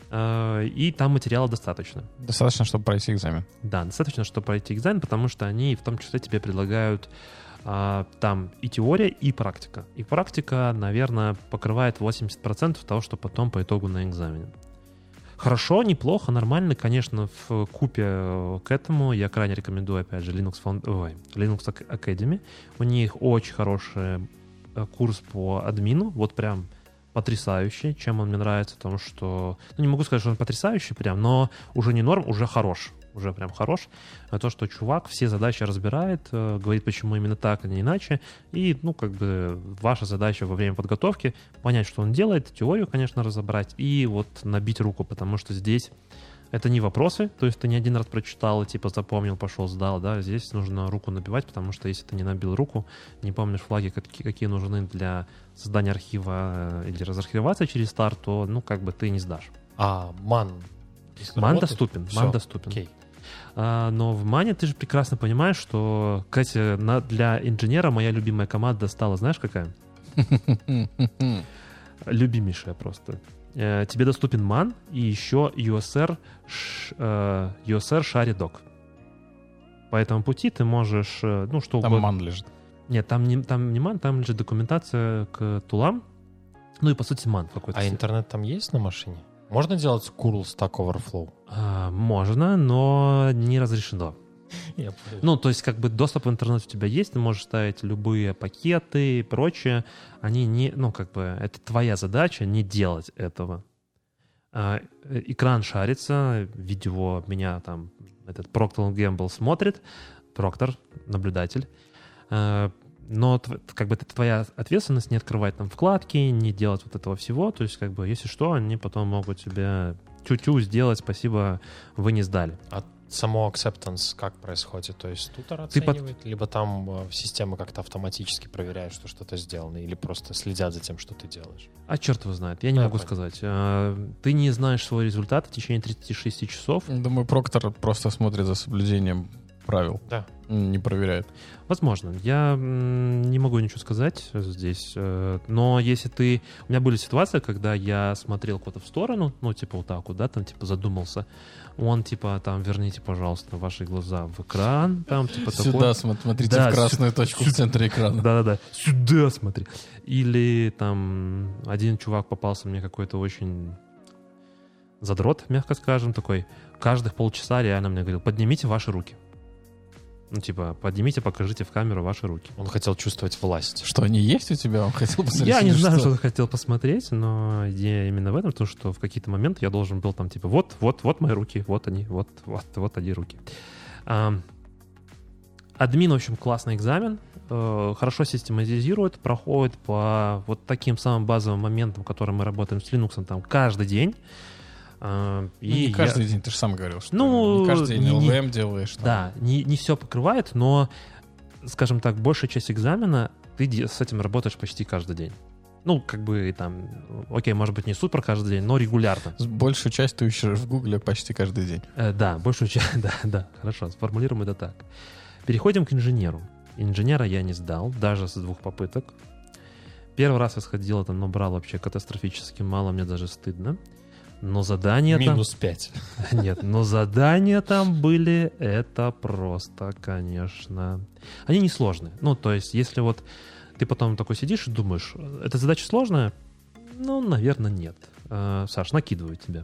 И там материала достаточно. Достаточно, чтобы пройти экзамен. Да, достаточно, чтобы пройти экзамен, потому что они в том числе тебе предлагают там и теория, и практика. И практика, наверное, покрывает 80% того, что потом по итогу на экзамене. Хорошо, неплохо, нормально, конечно, в купе к этому я крайне рекомендую, опять же, Linux Academy. У них очень хороший курс по админу, вот прям потрясающий. Чем он мне нравится, потому что... Ну, не могу сказать, что он потрясающий прям, но уже не норм, уже хорош. уже прям хорош. А то, что чувак все задачи разбирает, говорит, почему именно так, а не иначе. И, ну, как бы ваша задача во время подготовки понять, что он делает, теорию, конечно, разобрать и вот набить руку, потому что здесь это не вопросы, то есть ты не один раз прочитал и типа запомнил, пошел, сдал, да, здесь нужно руку набивать, потому что если ты не набил руку, не помнишь флаги, какие нужны для создания архива или разархивации через старт, то, ну, как бы ты не сдашь. А ман? Ман доступен, Всё, ман доступен. Окей. Но в мане ты же прекрасно понимаешь, что, кстати, для инженера моя любимая команда стала, знаешь, какая? Любимейшая просто. Тебе доступен ман и еще USR Sharedog. По этому пути ты можешь, ну, что Там угодно. ман лежит. Нет, там не ман, там лежит документация к тулам. Ну и, по сути, ман какой-то. А интернет там есть на машине? Можно делать curl Stack Overflow? Можно, но не разрешено. Я понял. Ну, то есть, как бы доступ в интернет у тебя есть, ты можешь ставить любые пакеты и прочее. Они не, ну, как бы, это твоя задача не делать этого. Экран шарится, видео меня там, этот Procter & Gamble смотрит, Проктор, наблюдатель. Но, как бы, это твоя ответственность не открывать там вкладки, не делать вот этого всего. То есть, как бы, если что, они потом могут тебе тю-тю сделать, спасибо, вы не сдали. А само acceptance как происходит? То есть тутор оценивает, либо там система как-то автоматически проверяет, что что-то сделано, или просто следят за тем, что ты делаешь? А черт его знает, я не могу сказать. Ты не знаешь свой результат в течение 36 часов. Думаю, Проктор просто смотрит за соблюдением правил. Да. Не проверяет. Возможно. Я не могу ничего сказать здесь. Но если ты... У меня были ситуации, когда я смотрел куда-то в сторону, ну, типа вот так вот, да, там, типа, задумался. Он, типа, там, верните, пожалуйста, ваши глаза в экран. Там, типа, сюда такой... смотрите, да, в красную точку в центре экрана. Да-да-да, сюда смотри. Или там один чувак попался мне какой-то очень задрот, мягко скажем, такой. Каждых полчаса реально мне говорил, поднимите ваши руки. Ну, типа, поднимите, покажите в камеру ваши руки. Он хотел чувствовать власть. Что, они есть у тебя? Он хотел посмотреть? Я не знаю, что он хотел посмотреть, но идея именно в этом, то, что в какие-то моменты я должен был там, типа, вот мои руки, вот они, вот они руки. Админ, в общем, классный экзамен, хорошо систематизирует, проходит по вот таким самым базовым моментам, которые мы работаем с Linux там каждый день. Не каждый день, ты же сам говорил, что не каждый день LVM делаешь. Там. Да, не все покрывает, но, скажем так, большая часть экзамена ты с этим работаешь почти каждый день. Ну, как бы там, окей, может быть, не супер каждый день, но регулярно. Большую часть ты ищешь в Гугле почти каждый день. Да, большую часть, да, хорошо, сформулируем это так. Переходим к инженеру. Инженера я не сдал, даже с 2 попыток. Первый раз я сходил, там набрал вообще катастрофически мало, мне даже стыдно. Но задания Минус 5. Нет, но задания там были, это просто, конечно... Они несложные. Ну, то есть, если вот ты потом такой сидишь и думаешь, эта задача сложная? Ну, наверное, нет. Саш, накидываю тебе.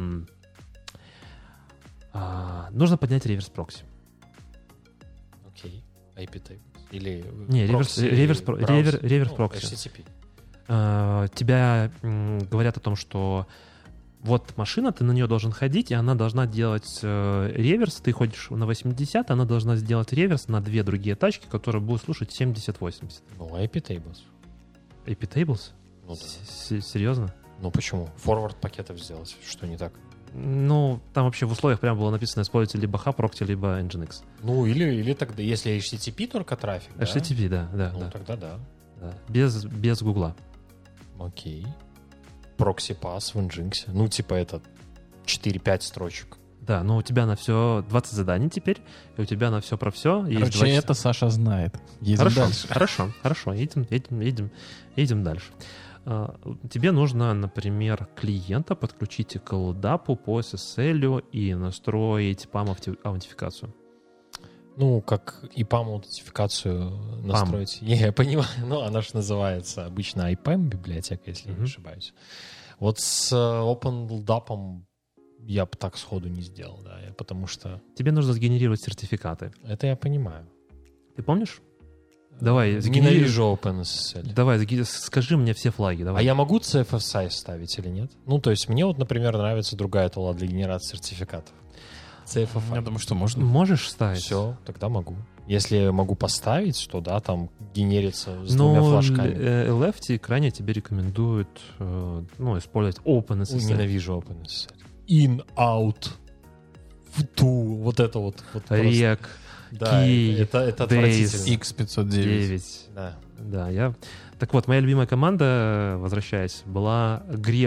Нужно поднять реверс-прокси. Окей. IP tables. Или Не, реверс-прокси. HTTP. Тебя говорят о том, что вот машина, ты на нее должен ходить, и она должна делать реверс. Ты ходишь на 80, она должна сделать реверс на 2 другие тачки, которые будут слушать 70-80. Ну, IP tables. AP tables? Ну, да. Серьезно? Ну, почему? Форвард пакетов сделать. Что не так? Ну, там вообще в условиях прямо было написано, используйте либо HAPROCT, либо Nginx. Ну, или тогда, если HTTP только трафик, HTTP, да. Ну, тогда да. Без Гугла. Окей. Прокси-пас в Nginx. Ну, типа это 4-5 строчек. Да, но у тебя на все 20 заданий теперь, и у тебя на все про все есть Короче, 2 часа. это Саша знает. Едем Хорошо, дальше. хорошо. Едем дальше. Тебе нужно, например, клиента подключить к LDAP по SSL и настроить PAM-аутентификацию. Ну, как IPAM-аутентификацию настроить. Я понимаю, но она же называется обычно IPAM библиотека, если я не ошибаюсь. Вот с OpenLDAP я бы так сходу не сделал, да, потому что... Тебе нужно сгенерировать сертификаты. Это я понимаю. Ты помнишь? Давай, ненавижу OpenSSL. Давай, скажи мне все флаги. Давай. А я могу CFF size ставить или нет? Ну, то есть мне вот, например, нравится другая тула для генерации сертификатов. CFFI. Я думаю, что можно. Можешь ставить? Все, тогда могу. Если я могу поставить, то да, там генерится с двумя Но флажками. Lefty крайне тебе рекомендуют использовать OpenSSL. Ненавижу OpenSSL. In, out, to, вот это вот. просто. Rec, Да, Key, это Days, отвратительно. X509. 9. Да. Да, Так вот, моя любимая команда, возвращаясь, была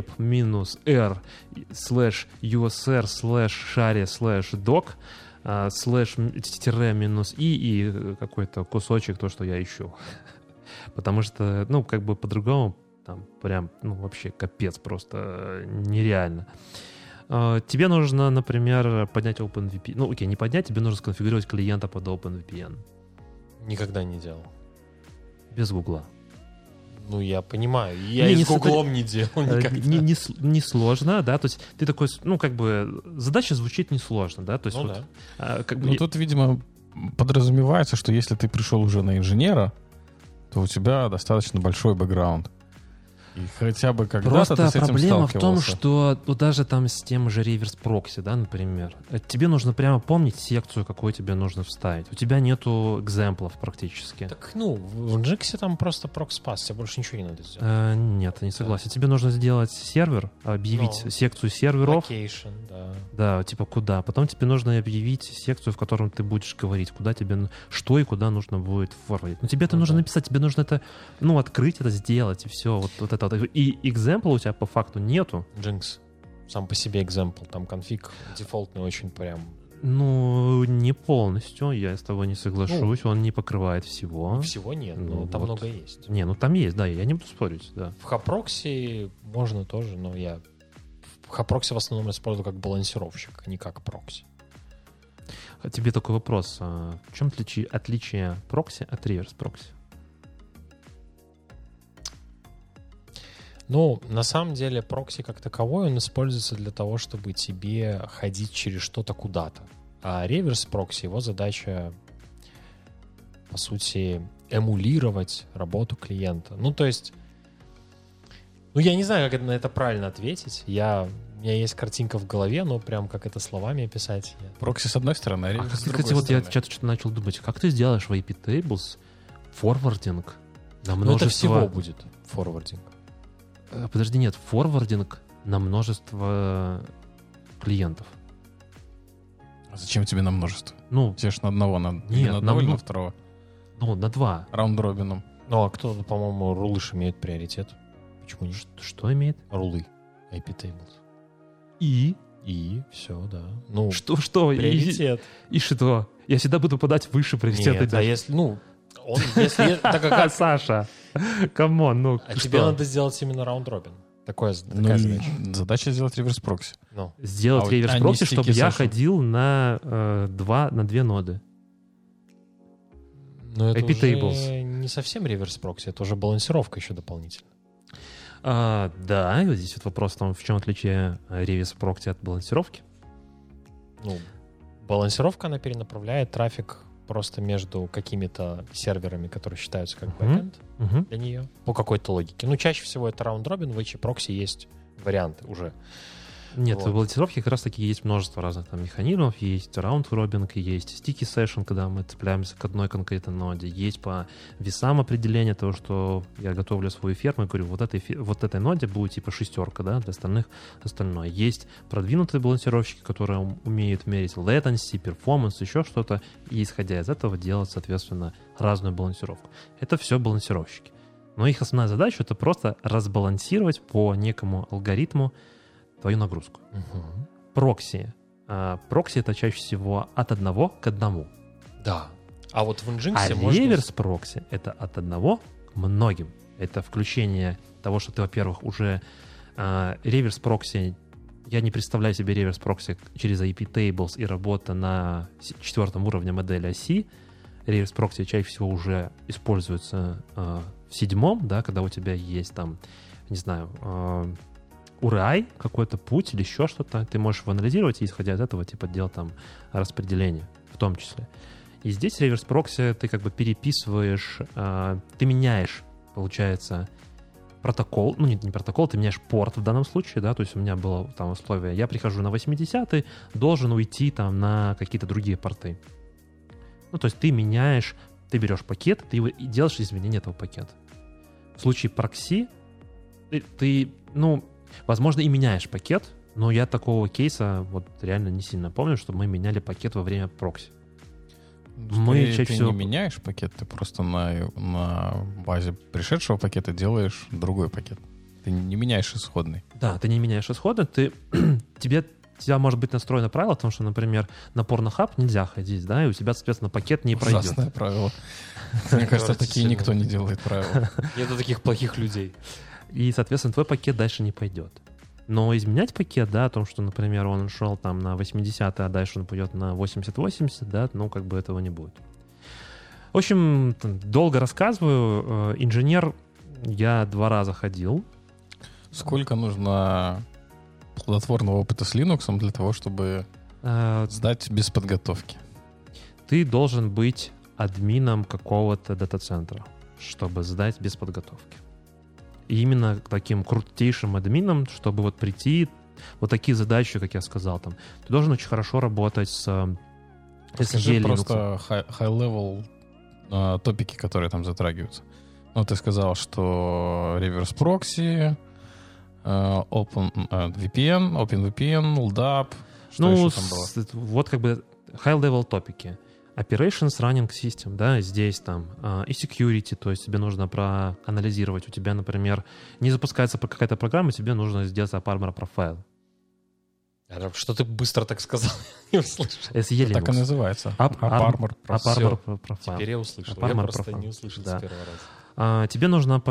grep-r/usr/share/doc /-i и какой-то кусочек, то, что я ищу. Потому что, по-другому там прям, вообще капец, просто нереально. Тебе нужно, например, поднять OpenVPN. Не поднять, тебе нужно сконфигурировать клиента под OpenVPN. Никогда не делал. Без Гугла. Я понимаю. Я и с Гуглом не делал никогда. Не сложно, да, то есть ты такой, задача звучит несложно, да, то есть тут, видимо, подразумевается, что если ты пришел уже на инженера, то у тебя достаточно большой бэкграунд. И хотя бы когда-то просто ты с этим проблема в том, сталкивался. что даже там с тем же реверс-прокси, да, например, тебе нужно прямо помнить секцию, какую тебе нужно вставить. У тебя нету экземплов практически. Так, в Nginx там просто прокспас, тебе больше ничего не надо сделать. Нет, не согласен. Тебе нужно сделать сервер, объявить секцию серверов. Location, да. Да, типа куда. Потом тебе нужно объявить секцию, в котором ты будешь говорить, куда тебе, что и куда нужно будет форвардить. Но тебе это нужно написать, тебе нужно это, открыть это, сделать, и все. Вот это. И экземпла у тебя по факту нету. Nginx сам по себе экземпл, там конфиг дефолтный очень прям. Не полностью, я с тобой не соглашусь, он не покрывает всего. Всего нет, но там много есть. Там есть, да, я не буду спорить, да. В Haproxy можно тоже, но я в Haproxy в основном использую как балансировщик, а не как прокси. Тебе такой вопрос. В чем отличие прокси от реверс-прокси? На самом деле прокси как таковой, он используется для того, чтобы тебе ходить через что-то куда-то. А реверс-прокси, его задача, по сути, эмулировать работу клиента. То есть, я не знаю, как на это правильно ответить. У меня есть картинка в голове, но прям как это словами описать. Прокси с одной стороны, а реверс с другой Кстати, стороны. я что-то начал думать, как ты сделаешь в IP Tables форвардинг на множество... это всего будет форвардинг. Подожди, нет, форвардинг на множество клиентов. А зачем тебе на множество? Тебе ж на одного надо. Нет, на одного или на второго? На 2. Раунд-робином. А кто-то, по-моему, рулы ж имеют приоритет. Почему нет? Что имеет? Рулы. IP Tables. И все, да. Что? Приоритет. И что? Я всегда буду подать выше приоритета. Нет, а если, так как... Саша, камон, А тебе надо сделать именно раунд-робин. Такая задача. Задача сделать реверс-прокси. Сделать реверс-прокси, чтобы я ходил на 2 ноды. Но это IP уже Tables. не совсем реверс-прокси, это уже балансировка еще дополнительно. Да, здесь вот вопрос в том, в чем отличие реверс-прокси от балансировки. Балансировка, она перенаправляет трафик просто между какими-то серверами, которые считаются как бэкэнд для нее, по какой-то логике. Чаще всего это раунд-робин, в HProxy есть варианты уже. Нет, в балансировке как раз-таки есть множество разных там механизмов. Есть раунд-робинг, есть sticky session, когда мы цепляемся к одной конкретной ноде. Есть по весам определение того, что я готовлю свою ферму и говорю, вот этой ноде будет типа 6, да, для остальных остальное. Есть продвинутые балансировщики, которые умеют мерить latency, performance, еще что-то, и исходя из этого делать, соответственно, разную балансировку. Это все балансировщики. Но их основная задача — это просто разбалансировать по некому алгоритму твою нагрузку. Прокси. Прокси — это чаще всего от 1 к 1. Да. А вот в Nginx можно... реверс-прокси — это от 1 к многим. Это включение того, что ты, во-первых, уже реверс-прокси... Я не представляю себе реверс-прокси через IP Tables и работа на 4 уровне модели оси. Реверс-прокси чаще всего уже используется в 7, да, когда у тебя есть там, не знаю... URI, какой-то путь или еще что-то, ты можешь его анализировать и, исходя из этого, типа, делать там распределение в том числе. И здесь реверс-прокси ты как бы переписываешь, ты меняешь, получается, протокол, ну, не протокол, ты меняешь порт в данном случае, да, то есть у меня было там условие, я прихожу на 80-й, должен уйти там на какие-то другие порты. Ну, то есть ты берешь пакет, ты делаешь изменение этого пакета. В случае прокси ты, ну, возможно, и меняешь пакет, но я такого кейса вот реально не сильно помню, что мы меняли пакет во время прокси. Ты не меняешь пакет, ты просто на базе пришедшего пакета делаешь другой пакет. Ты не меняешь исходный. Да, ты не меняешь исходный, тебя может быть настроено правило, потому что, например, на порнохаб нельзя ходить, да, и у тебя, соответственно, пакет не пройдет. Ужасное правило. Мне кажется, такие никто не делает правила. Нету таких плохих людей. И, соответственно, твой пакет дальше не пойдет. Но изменять пакет, да, о том, что, например, он шел там на 80, а дальше он пойдет на 80-80, да, ну, как бы этого не будет. В общем, долго рассказываю. Инженер, я 2 раза ходил. Сколько нужно плодотворного опыта с Linux для того, чтобы сдать без подготовки? Ты должен быть админом какого-то дата-центра, чтобы сдать без подготовки. И именно таким крутейшим админом, чтобы вот прийти, вот такие задачи, как я сказал, там, ты должен очень хорошо работать с Скажи SE просто high-level топики, которые там затрагиваются. Ну, ты сказал, что reverse proxy, OpenVPN, LDAP, что ну, еще там было? Вот как бы high-level топики. Operations Running System, да, здесь там и security, то есть тебе нужно проанализировать. У тебя, например, не запускается какая-то программа, тебе нужно сделать AppArmor профайл. Что ты быстро так сказал? Не услышал. SE Linux. Так и называется. AppArmor профайл. Теперь я услышал. Я просто не услышал с первого раза. Тебе нужно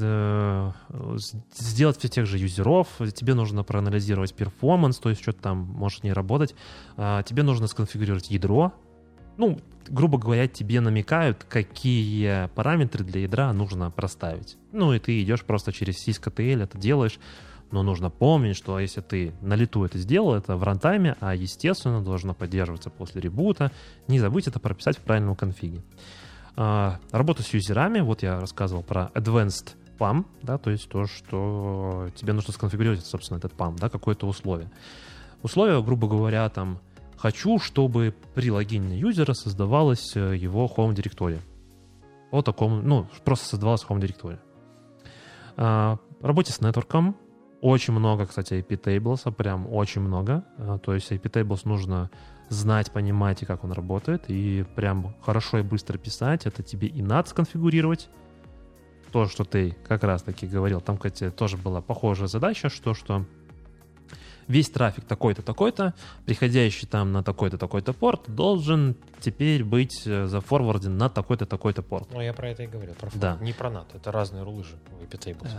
сделать все тех же юзеров, тебе нужно проанализировать перформанс, то есть что-то там может не работать. Тебе нужно сконфигурировать ядро. Ну, грубо говоря, тебе намекают, какие параметры для ядра нужно проставить. Ну, и ты идешь просто через sysctl, это делаешь. Но нужно помнить, что если ты на лету это сделал, это в рантайме, а, естественно, должно поддерживаться после ребута. Не забудь это прописать в правильном конфиге. Работа с юзерами. Вот я рассказывал про Advanced PAM, да, то есть то, что тебе нужно сконфигурировать, собственно, этот PAM, да, какое-то условие. Условие, грубо говоря, там, хочу, чтобы при логине юзера создавалась его home директория. По такому, ну, просто создавалась home директория. Работе с нетворком. Очень много, кстати, IP tables, прям очень много. То есть IP tables нужно знать, понимать, и как он работает, и прям хорошо и быстро писать. Это тебе и надо сконфигурировать. То, что ты как раз-таки говорил, там, кстати, тоже была похожая задача, что весь трафик такой-то, такой-то, приходящий там на такой-то, такой-то порт, должен теперь быть зафорварден на такой-то, такой-то порт. Ну, я про это и говорил. Да. Не про NAT, это разные рулы же в IP-tables.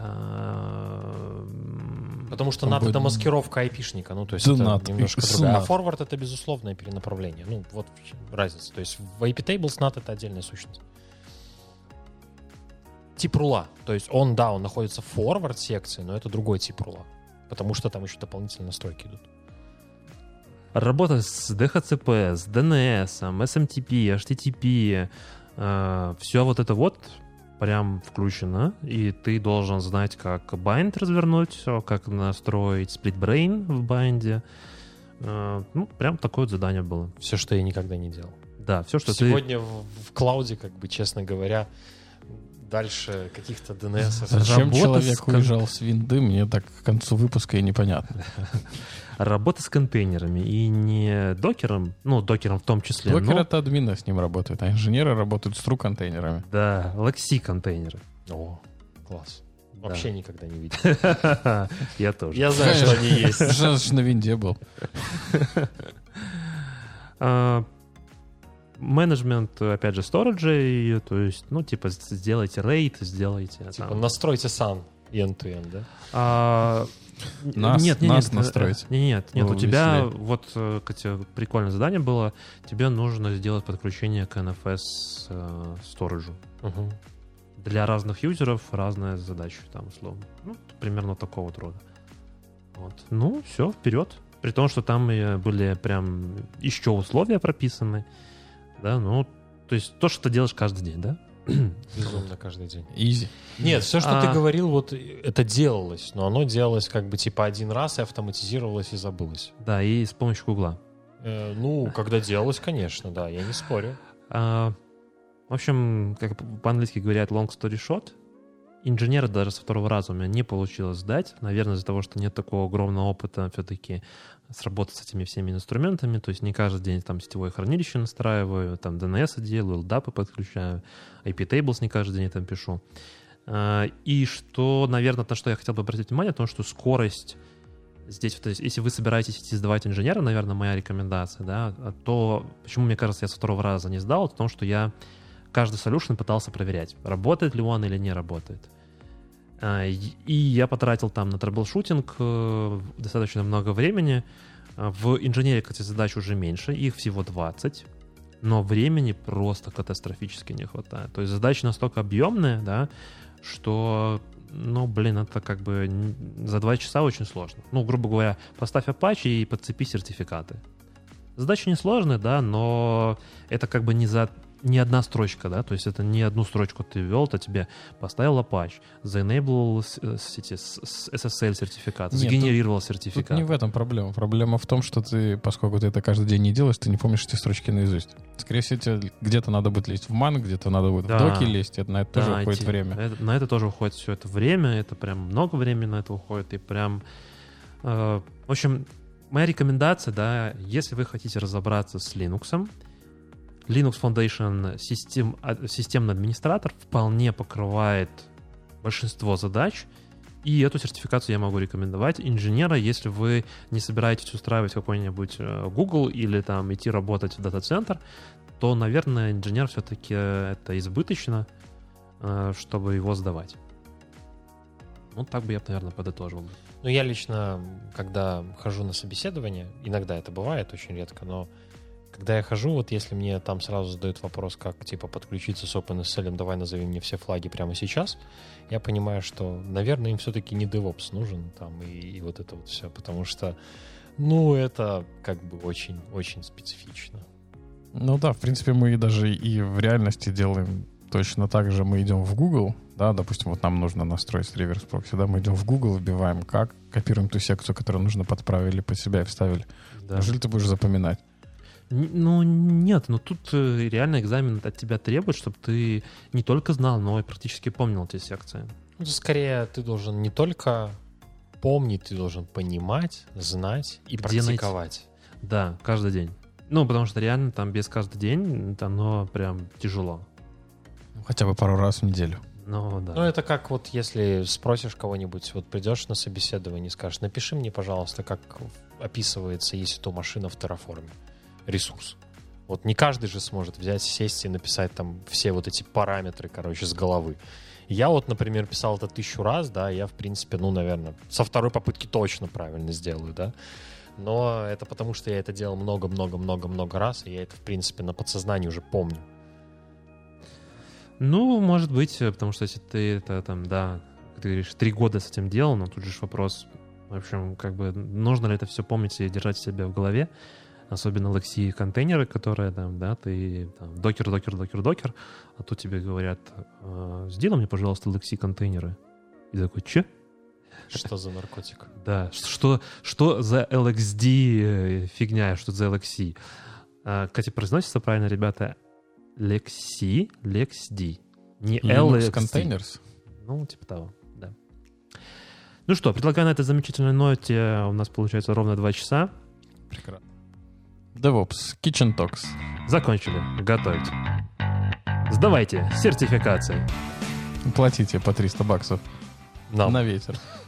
Потому что Там NAT — это будет маскировка IP-шника, ну, то есть да, это NAT немножко и другое. А SNAT. forward — это безусловное перенаправление. Ну, вот в чем разница. То есть в IP-tables NAT — это отдельная сущность. Тип рула. То есть он находится в forward секции, но это другой тип рула. Потому что там еще дополнительные настройки идут. Работа с DHCP, с DNS, SMTP, HTTP, все вот это вот прям включено, и ты должен знать, как bind развернуть, как настроить split-brain в байнде. Ну, прям такое вот задание было. Все, что я никогда не делал. Да, все, что Сегодня в клауде, как бы, честно говоря, дальше каких-то DNS. Зачем Работа человек с уезжал с винды, мне так к концу выпуска и непонятно. Работа с контейнерами и не докером, ну, докером в том числе. Докер — но, это админы с ним работают, а инженеры работают с true-контейнерами. да, Lexi контейнеры. О, класс. Вообще никогда не видел. Я тоже. Я знаю, что они есть. Же на винде был. Менеджмент, опять же, сториджей, то есть, ну, типа, сделайте рейд, сделайте... Типа там. настройте SAN end-to-end, да? Нас настроить. Нет, Было у тебя веселее. вот, кстати, прикольное задание было. Тебе нужно сделать подключение к NFS сториджу. Угу. Для разных юзеров разная задача, там, условно. Ну, примерно такого вот рода. Вот. Ну, все, вперед. При том, что там были прям еще условия прописаны. Да, ну, то есть то, что ты делаешь каждый день, да? Безумно каждый день. Easy. Нет, все, что ты говорил, вот это делалось, но оно делалось как бы типа один раз и автоматизировалось и забылось. Да, и с помощью Гугла. Когда делалось, конечно, да, я не спорю. В общем, как по-английски говорят, long story short, инженера даже со второго раза у меня не получилось сдать. Наверное, из-за того, что нет такого огромного опыта все-таки сработать с этими всеми инструментами. То есть не каждый день там сетевое хранилище настраиваю, там DNS делаю, LDAP подключаю, IP-tables не каждый день там пишу. И что, наверное, на что я хотел бы обратить внимание, то, что скорость здесь, то есть, если вы собираетесь идти сдавать инженера, наверное, моя рекомендация, да, то почему, мне кажется, я со второго раза не сдал, потому что я каждый solution пытался проверять, работает ли он или не работает. И я потратил там на трэблшутинг достаточно много времени. В инженерии, кстати, задач уже меньше, их всего 20, но времени просто катастрофически не хватает. То есть задачи настолько объемные, да, что, это как бы за 2 часа очень сложно. Грубо говоря, поставь Apache и подцепи сертификаты. Задачи несложные, да, но это как бы не одна строчка, да, то есть это не одну строчку ты ввел, это тебе поставил Apache, заэнейблил SSL сертификат, сгенерировал сертификат. Тут не в этом проблема. Проблема в том, что ты, поскольку ты это каждый день не делаешь, ты не помнишь эти строчки наизусть. Скорее всего, тебе где-то надо будет лезть в ман, где-то надо будет в доки лезть, на это тоже уходит время. На это тоже уходит все это время, это прям много времени на это уходит, и прям... В общем, моя рекомендация, да, если вы хотите разобраться с Linux, Linux Foundation системный администратор вполне покрывает большинство задач, и эту сертификацию я могу рекомендовать. Инженера, если вы не собираетесь устраивать какой-нибудь Google или там идти работать в дата-центр, то, наверное, инженер все-таки это избыточно, чтобы его сдавать. Так бы я, наверное, подытожил. Я лично, когда хожу на собеседование, иногда это бывает, очень редко, но когда я хожу, если мне там сразу задают вопрос, как подключиться с OpenSSL, давай назови мне все флаги прямо сейчас, я понимаю, что, наверное, им все-таки не DevOps нужен там и вот это вот все, потому что, это как бы очень-очень специфично. В принципе, мы даже и в реальности делаем точно так же. Мы идем в Google, да, допустим, нам нужно настроить реверс прокси, да, мы идем в Google, вбиваем как, копируем ту секцию, которую нужно подправили под себя и вставили. Да. Неужели ты будешь запоминать? Нет, тут реально экзамен от тебя требует, чтобы ты не только знал, но и практически помнил эти секции. Скорее, ты должен не только помнить, ты должен понимать, знать и практиковать. Да, каждый день. Потому что реально там без каждый день оно прям тяжело. Хотя бы пару раз в неделю. Да. Это как если спросишь кого-нибудь, придешь на собеседование и скажешь, напиши мне, пожалуйста, как описывается EC2 машина в Terraform. Ресурс. Не каждый же сможет взять, сесть и написать там все эти параметры, с головы. Я например, писал это 1000 раз, да, я, в принципе, наверное, со второй попытки точно правильно сделаю, да. Но это потому, что я это делал много-много-много-много раз, и я это, в принципе, на подсознании уже помню. Может быть, потому что если ты это там, да, ты говоришь, 3 года с этим делал, но тут же вопрос, в общем, нужно ли это все помнить и держать себя в голове. Особенно LXC контейнеры, которые там, да, ты там, докер, а тут тебе говорят, сделай мне, пожалуйста, LXC контейнеры. И такой, че? Что за наркотик? Да, что за LXD фигня, что за LXC? Кстати, произносится правильно, ребята, LXD, не LXD. Linux Containers? Типа того, да. Что, предлагаю на этой замечательной ноте, у нас получается ровно 2 часа. Прекрасно. DevOps, Kitchen Talks. Закончили. Готовить. Сдавайте сертификации. Платите по $300 на ветер.